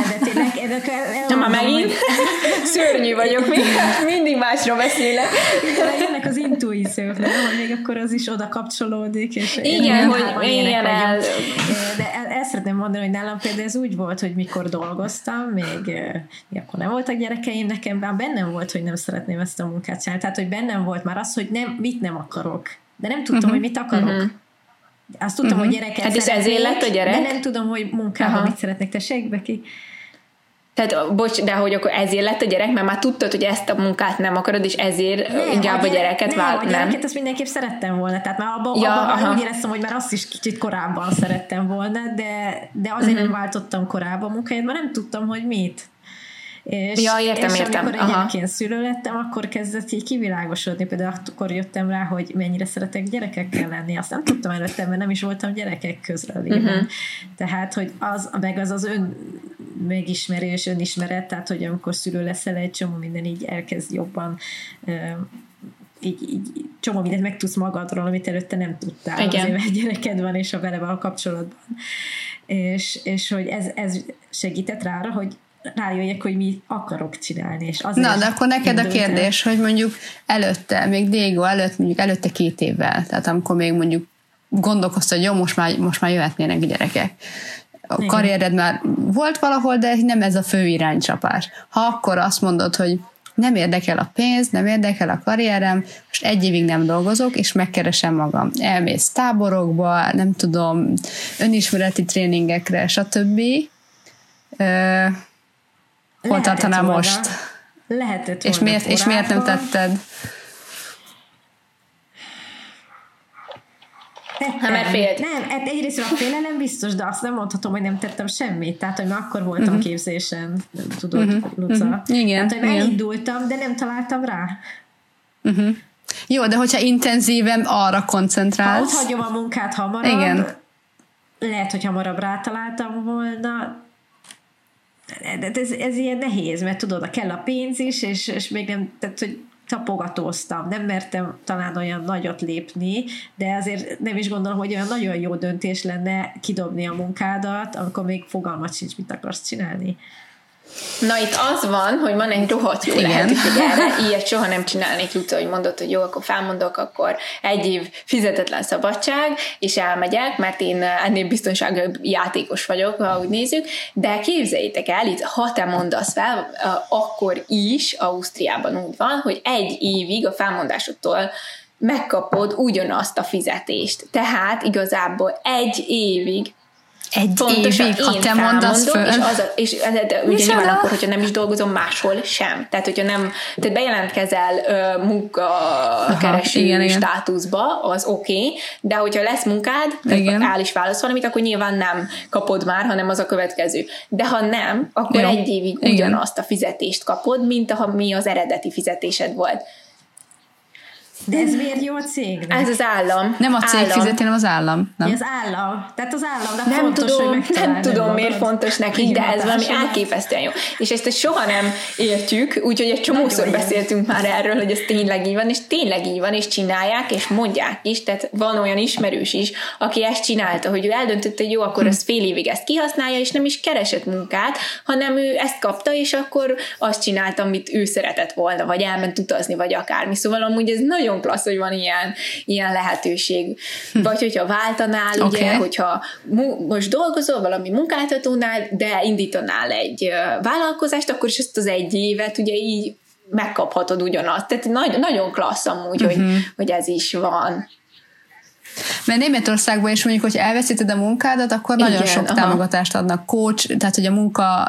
Na már megint szörnyű vagyok, mindig másról beszélek. Jönnek az intuíciók, nem? Hogy még akkor az is oda kapcsolódik. És igen, hogy igen. De ezt szeretném mondani, hogy nálam például ez úgy volt, hogy mikor dolgoztam, még akkor nem voltak gyerekeim, nekem bennem volt, hogy nem szeretném ezt a munkát csinálni. Tehát, hogy bennem volt már az, hogy mit nem akarok. De nem tudtam, hogy mit akarok. Azt tudtam, hogy gyereket hát szeretnék, ezért lett a gyerek? De nem tudom, hogy munkában mit szeretnék. Tessék, Beki? Tehát, bocs, de hogy akkor ezért lett a gyerek, mert már tudtad, hogy ezt a munkát nem akarod, és ezért inkább a gyereket vált, nem? A gyereket azt mindenképp szerettem volna. Tehát már abban úgy éreztem, hogy már azt is kicsit korábban szerettem volna, de azért nem váltottam korábban a munkáját, mert nem tudtam, hogy mit. És amikor egyébként szülő lettem, akkor kezdett így kivilágosodni. Például akkor jöttem rá, hogy mennyire szeretek gyerekekkel lenni. Azt nem tudtam előtte, mert nem is voltam gyerekek közrelében. Tehát, hogy az megismerés, önismeret, tehát, hogy amikor szülő leszel, egy csomó minden így elkezd jobban így csomó mindent megtudsz magadról, amit előtte nem tudtál. Igen. Azért, mert gyereked van, és a vele van a kapcsolatban. És hogy ez segített rá arra, hogy rájöjjek, hogy mi akarok csinálni. És na, de akkor neked a kérdés, hogy mondjuk előtte, még Diego előtte 2 évvel, tehát amikor még mondjuk gondolkoztad, hogy jó, most már jöhetnének gyerekek. A karriered már volt valahol, de nem ez a fő iránycsapás. Ha akkor azt mondod, hogy nem érdekel a pénz, nem érdekel a karrierem, most 1 évig nem dolgozok, és megkeresem magam. Elmész táborokba, nem tudom, önismereti tréningekre, stb. Hol tartanál most? Lehetett volna. És miért nem tetted? Mert félt. Nem, egyrészt a félelem biztos, de azt nem mondhatom, hogy nem tettem semmit. Tehát, hogy már akkor voltam képzésen, tudod, Luca. Igen. Tehát, hogy elindultam, de nem találtam rá. Jó, de hogyha intenzíven arra koncentrálsz. Ha ott hagyom a munkát hamarabb, igen. Lehet, hogy hamarabb rátaláltam volna, de ez ilyen nehéz, mert tudod, kell a pénz is, és még nem, tehát, hogy tapogatóztam, nem mertem talán olyan nagyot lépni, de azért nem is gondolom, hogy olyan nagyon jó döntés lenne kidobni a munkádat, amikor még fogalmat sincs, mit akarsz csinálni. Na itt az van, hogy van egy rohadt jó lehetőség erre, ilyet soha nem csinálnék, Luca, hogy mondod, hogy jó, akkor felmondok, akkor 1 év fizetetlen szabadság, és elmegyek, mert én ennél biztonságosabb játékos vagyok, ha úgy nézzük, de képzeljétek el, itt ha te mondasz fel, akkor is Ausztriában úgy van, hogy 1 évig a felmondásodtól megkapod ugyanazt a fizetést. Tehát igazából 1 évig 1 évig, ha te mondasz föl. És ugye nyilván akkor, hogyha nem is dolgozom máshol sem. Tehát, hogyha nem, tehát bejelentkezel munkakereső státuszba, az oké, de hogyha lesz munkád, áll is válasz valamit, akkor nyilván nem kapod már, hanem az a következő. De ha nem, akkor 1 évig ugyanazt a fizetést kapod, mint ami az eredeti fizetésed volt. De ez miért jó a cégnek? Ez az állam. Nem a cég fizeti, hanem az állam. Nem? Az állam. Tehát az államnak nem fontos, tudom, hogy nem tudom, miért fontos nekik, de ez valami elképesztően jó. És ezt soha nem értjük, úgyhogy egy csomószor beszéltünk már erről, hogy ez tényleg így van, és tényleg így van, és csinálják, és mondják is, tehát van olyan ismerős is, aki ezt csinálta, hogy ő eldöntötte, hogy jó, akkor ezt fél évig ezt kihasználja, és nem is keresett munkát, hanem ő ezt kapta, és akkor azt csinálta, amit ő szeretett volna, vagy elment utazni, vagy akármi. Szóval amúgy ez nagyon klassz, hogy van ilyen lehetőség. Vagy hogyha váltanál, ugye, hogyha most dolgozol valami munkáltatónál, de indítanál egy vállalkozást, akkor is ezt az 1 évet ugye így megkaphatod ugyanazt. Tehát nagyon klassz amúgy, hogy ez is van. Mert Németországban is mondjuk, hogy elveszíted a munkádat, akkor nagyon sok támogatást adnak. Coach, tehát hogy a munka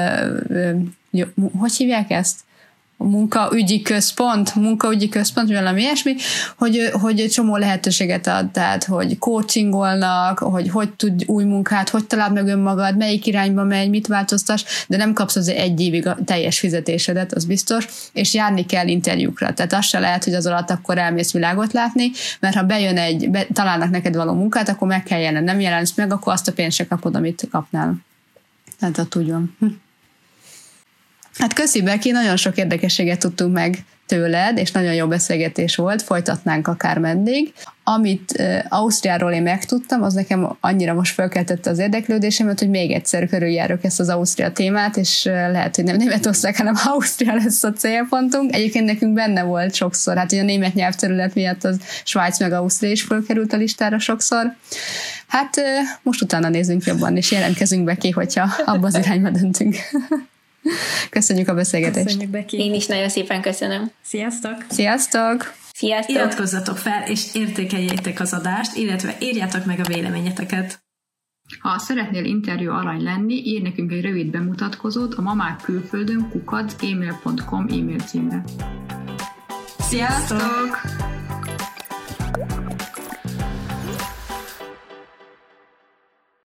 hogy hívják ezt? munkaügyi központ, vagy valami ilyesmi, hogy csomó lehetőséget ad, tehát hogy coachingolnak, hogy tudj új munkát, hogy találd meg önmagad, melyik irányba megy, mit változtass, de nem kapsz azért 1 évig a teljes fizetésedet, az biztos, és járni kell interjúkra. Tehát az se lehet, hogy az alatt akkor elmész világot látni, mert ha találnak neked való munkát, akkor meg kell jelenni, nem jelensz meg, akkor azt a pénzt se kapod, amit kapnál. Tehát ott úgy van. Hát köszi, Becky, nagyon sok érdekességet tudtunk meg tőled, és nagyon jó beszélgetés volt, folytatnánk akár meddig. Amit Ausztriáról én megtudtam, az nekem annyira most felkeltette az érdeklődésemet, hogy még egyszer körüljárok ezt az Ausztria témát, és lehet, hogy nem Németország, hanem Ausztria lesz a célpontunk. Egyébként nekünk benne volt sokszor, hát ugye a német nyelvterület miatt az Svájc meg Ausztria is felkerült a listára sokszor. Hát most utána nézzünk jobban, és jelentkezünk be ki, hogyha abba az irányba döntünk. Köszönjük a beszélgetést. Köszönjük, Becky. Én is nagyon szépen köszönöm. Sziasztok! Sziasztok! Sziasztok! Iratkozzatok fel, és értékeljétek az adást, illetve írjátok meg a véleményeteket. Ha szeretnél interjú alany lenni, írj nekünk egy rövid bemutatkozót a mamákkülföldön @gmail.com e-mail címre. Sziasztok!